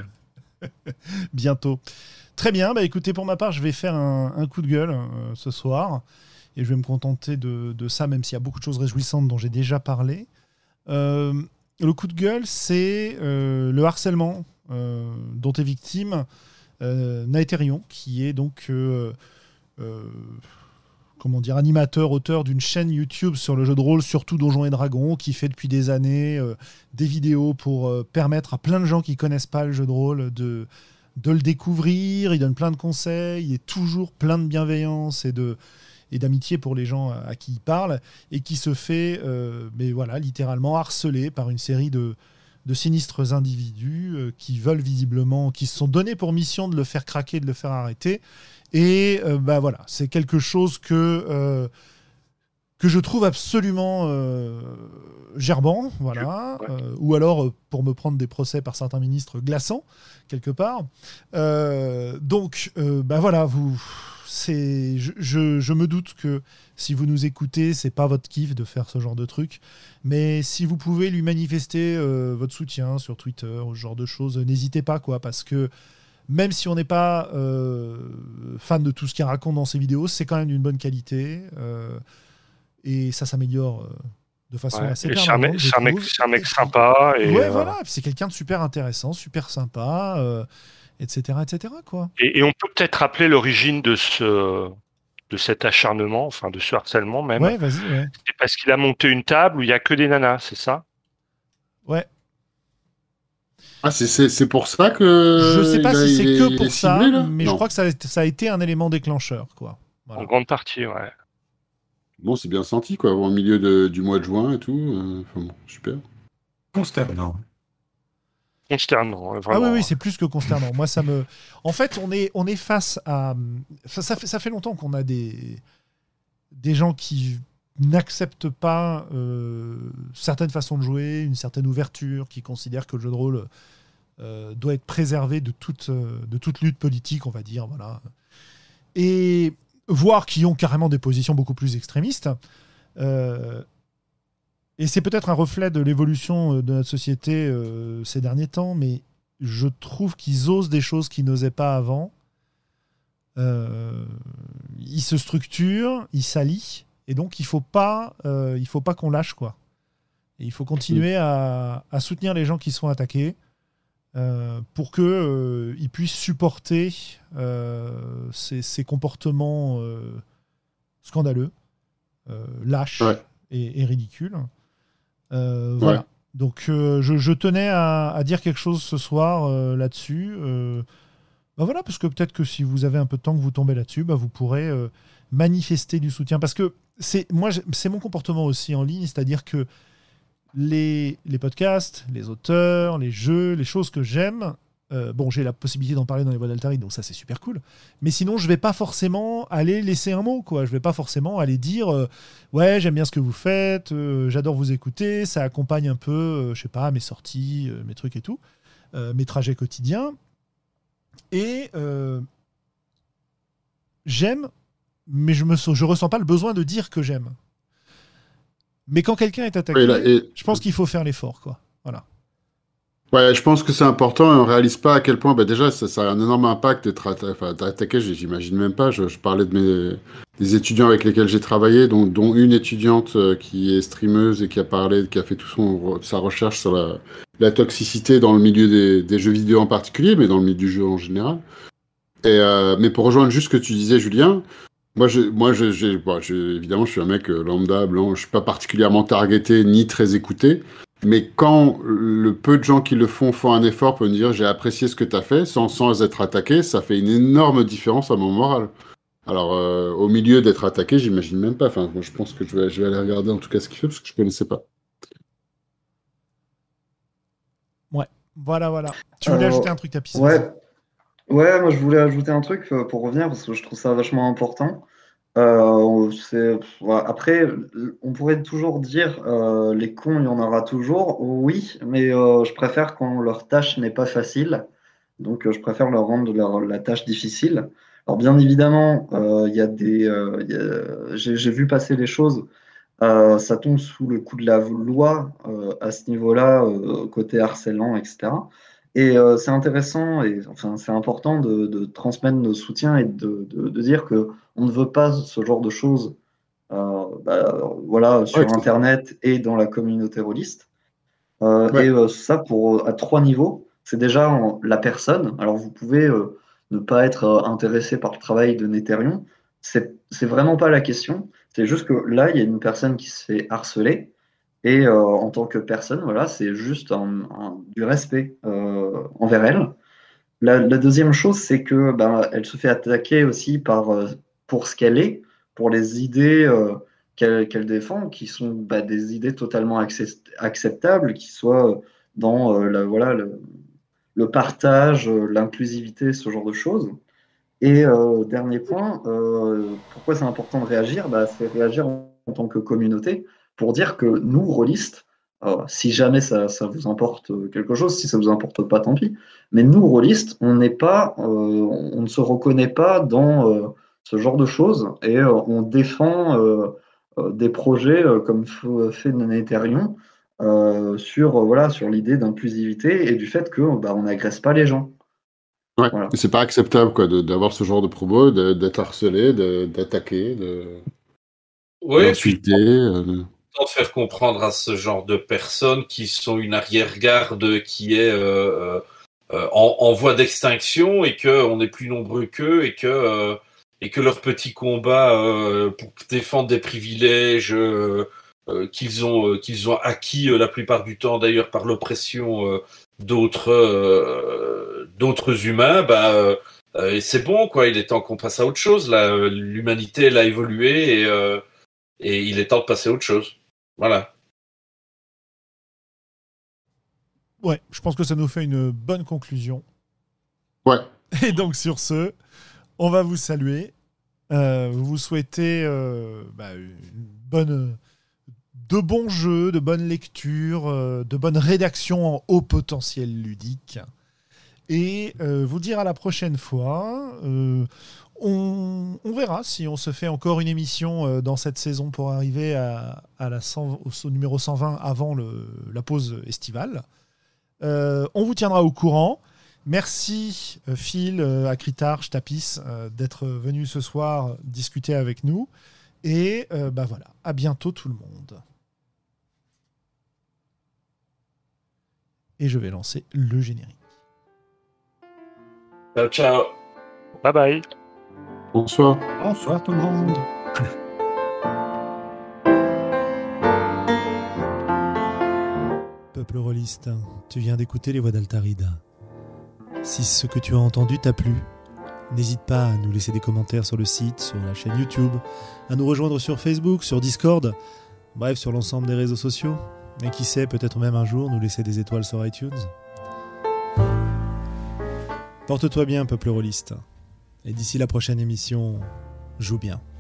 [SPEAKER 1] bientôt. Très bien, bah écoutez, pour ma part, je vais faire un, un coup de gueule euh, ce soir. Et je vais me contenter de, de ça, même s'il y a beaucoup de choses réjouissantes dont j'ai déjà parlé. Euh, le coup de gueule, c'est euh, le harcèlement euh, dont est victime euh, Naetherion, qui est donc euh, euh, comment dire, animateur, auteur d'une chaîne YouTube sur le jeu de rôle, surtout Donjons et Dragons, qui fait depuis des années euh, des vidéos pour euh, permettre à plein de gens qui connaissent pas le jeu de rôle de, de le découvrir. Il donne plein de conseils, il est toujours plein de bienveillance et de et d'amitié pour les gens à qui il parle, et qui se fait, euh, mais voilà, littéralement harceler par une série de, de sinistres individus euh, qui veulent visiblement, qui se sont donnés pour mission de le faire craquer, de le faire arrêter. Et euh, bah voilà, c'est quelque chose que euh, que je trouve absolument euh, gerbant, voilà,
[SPEAKER 5] Ouais.
[SPEAKER 1] euh, ou alors euh, pour me prendre des procès par certains ministres glaçants quelque part. Euh, donc, euh, bah voilà, vous. C'est, je, je, je me doute que si vous nous écoutez, c'est pas votre kiff de faire ce genre de truc, mais si vous pouvez lui manifester euh, votre soutien sur Twitter ou ce genre de choses, n'hésitez pas, quoi, parce que même si on n'est pas euh, fan de tout ce qu'il raconte dans ses vidéos, c'est quand même d'une bonne qualité euh, et ça s'améliore euh, de façon
[SPEAKER 5] Ouais.
[SPEAKER 1] assez
[SPEAKER 5] Et c'est un
[SPEAKER 1] permanente,
[SPEAKER 5] mec,
[SPEAKER 1] je
[SPEAKER 5] c'est un mec,
[SPEAKER 1] trouve.
[SPEAKER 5] c'est un mec
[SPEAKER 1] Et puis-
[SPEAKER 5] sympa et,
[SPEAKER 1] ouais,
[SPEAKER 5] euh,
[SPEAKER 1] voilà, puis c'est quelqu'un de super intéressant, super sympa, euh, et cetera, et cetera, quoi.
[SPEAKER 5] et, et on peut peut-être rappeler l'origine de ce de cet acharnement, enfin de ce harcèlement même.
[SPEAKER 1] Ouais, vas-y, ouais.
[SPEAKER 5] C'est parce qu'il a monté une table où il y a que des nanas, c'est ça?
[SPEAKER 1] Ouais.
[SPEAKER 6] Ah, c'est c'est- c'est pour ça que
[SPEAKER 1] Je sais pas
[SPEAKER 6] il a-
[SPEAKER 1] si c'est
[SPEAKER 6] il est-
[SPEAKER 1] que
[SPEAKER 6] il est
[SPEAKER 1] pour
[SPEAKER 6] ciblé,
[SPEAKER 1] ça,
[SPEAKER 6] là?
[SPEAKER 1] mais je
[SPEAKER 6] Non.
[SPEAKER 1] crois que ça, a- ça a été un élément déclencheur, quoi.
[SPEAKER 5] En
[SPEAKER 1] Voilà.
[SPEAKER 5] grande partie, ouais.
[SPEAKER 6] Bon, c'est bien senti, quoi, au milieu de- du mois de juin et tout. euh, Enfin bon, super.
[SPEAKER 4] Consternant.
[SPEAKER 5] consternant.
[SPEAKER 1] Ah
[SPEAKER 5] Vraiment.
[SPEAKER 1] oui, oui, c'est plus que consternant. Moi, ça me. En fait, on est, on est face à. Ça, ça fait, ça fait longtemps qu'on a des, des gens qui n'acceptent pas euh, certaines façons de jouer, une certaine ouverture, qui considèrent que le jeu de rôle euh, doit être préservé de toute, euh, de toute lutte politique, on va dire. Voilà. Et voire qui ont carrément des positions beaucoup plus extrémistes. Euh, et c'est peut-être un reflet de l'évolution de notre société euh, ces derniers temps, mais je trouve qu'ils osent des choses qu'ils n'osaient pas avant. Euh, ils se structurent, ils s'allient, et donc il faut pas, euh, il faut pas qu'on lâche quoi. Et il faut continuer à, à soutenir les gens qui sont attaqués euh, pour que euh, ils puissent supporter euh, ces, ces comportements euh, scandaleux, euh, lâches
[SPEAKER 6] Ouais.
[SPEAKER 1] et, et ridicules. Euh, voilà.
[SPEAKER 6] Ouais.
[SPEAKER 1] Donc euh, je, je tenais à, à dire quelque chose ce soir euh, là-dessus. Euh, bah voilà, parce que peut-être que si vous avez un peu de temps que vous tombez là-dessus, bah vous pourrez euh, manifester du soutien. Parce que c'est moi, j'ai- c'est mon comportement aussi en ligne, c'est-à-dire que les, les podcasts, les auteurs, les jeux, les choses que j'aime, euh, bon, j'ai la possibilité d'en parler dans les voix d'Altari, donc ça c'est super cool. Mais sinon, je vais pas forcément aller laisser un mot, quoi. Je vais pas forcément aller dire, euh, ouais, j'aime bien ce que vous faites, euh, j'adore vous écouter, ça accompagne un peu, euh, je sais pas, mes sorties, euh, mes trucs et tout, euh, mes trajets quotidiens. Et euh, j'aime, mais je me je ressens pas le besoin de dire que j'aime. Mais quand quelqu'un est
[SPEAKER 6] Oui,
[SPEAKER 1] attaqué,
[SPEAKER 6] là, et-
[SPEAKER 1] je pense qu'il faut faire l'effort, quoi. Voilà.
[SPEAKER 6] Ouais, je pense que c'est important et on réalise pas à quel point, bah déjà, ça, ça a un énorme impact d'être atta- enfin, d'être attaqué, j- j'imagine même pas. Je, je parlais de mes, des étudiants avec lesquels j'ai travaillé, dont, dont une étudiante euh, qui est streameuse et qui a parlé, qui a fait tout son, sa recherche sur la, la toxicité dans le milieu des, des jeux vidéo en particulier, mais dans le milieu du jeu en général. Et, euh, mais pour rejoindre juste ce que tu disais, Julien, moi, je, moi, je, j'ai- bon, je- évidemment, je suis un mec euh, lambda, blanc, je suis pas particulièrement targeté ni très écouté. Mais quand le peu de gens qui le font font un effort pour me dire j'ai apprécié ce que tu as fait sans, sans être attaqué, ça fait une énorme différence à mon moral. Alors, euh, au milieu d'être attaqué, j'imagine même pas. Enfin, moi, je pense que je vais, je vais aller regarder en tout cas ce qu'il fait parce que je connaissais pas.
[SPEAKER 1] Ouais. Voilà, voilà. Tu voulais
[SPEAKER 2] Euh,
[SPEAKER 1] ajouter un truc, Tapis, vas-y.
[SPEAKER 2] ouais, ouais, moi je voulais ajouter un truc euh, pour revenir parce que je trouve ça vachement important. Euh, c'est, voilà. Après, on pourrait toujours dire euh, les cons, il y en aura toujours. Oui, mais euh, je préfère quand leur tâche n'est pas facile. Donc, euh, je préfère leur rendre leur- la tâche difficile. Alors, bien évidemment, euh, il y a des, euh, il y a- j'ai j'ai vu passer les choses. Euh, ça tombe sous le coup de la loi euh, à ce niveau-là, euh, côté harcèlement, et cetera. Et euh, c'est intéressant et enfin c'est important de, de transmettre nos soutiens et de, de- de dire que on ne veut pas ce genre de choses, euh, bah, voilà,
[SPEAKER 6] Ouais,
[SPEAKER 2] sur
[SPEAKER 6] c'est-
[SPEAKER 2] Internet et dans la communauté rôliste. Euh, et
[SPEAKER 6] ouais,
[SPEAKER 2] euh, ça pour à trois niveaux. C'est déjà en- la personne. Alors vous pouvez euh, ne pas être euh, intéressé par le travail de Nétherion. C'est c'est vraiment pas la question. C'est juste que là il y a une personne qui se fait harceler. Et euh, en tant que personne, voilà, c'est juste un- un- du respect euh, envers elle. La, la deuxième chose, c'est que ben, elle se fait attaquer aussi par, euh, pour ce qu'elle est, pour les idées euh, qu'elle qu'elle défend, qui sont bah, des idées totalement access- acceptables, qui soient dans euh, la, voilà, le, le partage, euh, l'inclusivité, ce genre de choses. Et euh, dernier point, euh, pourquoi c'est important de réagir? Bah, c'est réagir en, en tant que communauté pour dire que nous, rôlistes, euh, si jamais ça, ça vous importe quelque chose, si ça vous importe pas, tant pis. Mais nous, rôlistes, on n'est pas, euh, on ne se reconnaît pas dans euh, ce genre de choses et euh, on défend euh, euh, des projets euh, comme f- fait Nétherion euh, sur, euh, voilà, sur l'idée d'inclusivité et du fait que bah, on n'agresse pas les gens.
[SPEAKER 6] ouais.
[SPEAKER 2] Voilà.
[SPEAKER 6] C'est pas acceptable quoi, de- d'avoir ce genre de propos, de- d'être harcelé, de- d'attaquer, de-
[SPEAKER 3] Oui, puis
[SPEAKER 6] d'insulter. euh.
[SPEAKER 3] de faire comprendre à ce genre de personnes qui sont une arrière-garde qui est euh, euh, en, en voie d'extinction et qu'on est plus nombreux qu'eux et que euh, et que leur petit combat euh, pour défendre des privilèges euh, euh, qu'ils ont euh, qu'ils ont acquis euh, la plupart du temps d'ailleurs par l'oppression euh, d'autres euh, d'autres humains, bah euh, euh, c'est bon quoi. Il est temps qu'on passe à autre chose. Là, l'humanité elle a évolué et euh, et il est temps de passer à autre chose. Voilà.
[SPEAKER 1] Ouais, je pense que ça nous fait une bonne conclusion.
[SPEAKER 6] Ouais.
[SPEAKER 1] Et donc sur ce, on va vous saluer. Euh, vous souhaiter euh, bah, une bonne, de bons jeux, de bonnes lectures, euh, de bonnes rédactions en haut potentiel ludique. Et euh, vous dire à la prochaine fois. Euh, on, on verra si on se fait encore une émission euh, dans cette saison pour arriver à, à la cent, au numéro cent vingt avant le, la pause estivale. Euh, on vous tiendra au courant. Merci euh, Phil, euh, Acritarch, Tapis euh, d'être venu ce soir discuter avec nous. Et euh, bah voilà, à bientôt tout le monde. Et je vais lancer le générique.
[SPEAKER 3] Ciao, ciao.
[SPEAKER 5] Bye bye.
[SPEAKER 6] Bonsoir.
[SPEAKER 4] Bonsoir tout le monde.
[SPEAKER 1] Peuple rôliste, tu viens d'écouter les voix d'Altaride. Si ce que tu as entendu t'a plu, n'hésite pas à nous laisser des commentaires sur le site, sur la chaîne YouTube, à nous rejoindre sur Facebook, sur Discord, bref, sur l'ensemble des réseaux sociaux. Et qui sait, peut-être même un jour nous laisser des étoiles sur iTunes. Porte-toi bien, peuple rôliste. Et d'ici la prochaine émission, joue bien.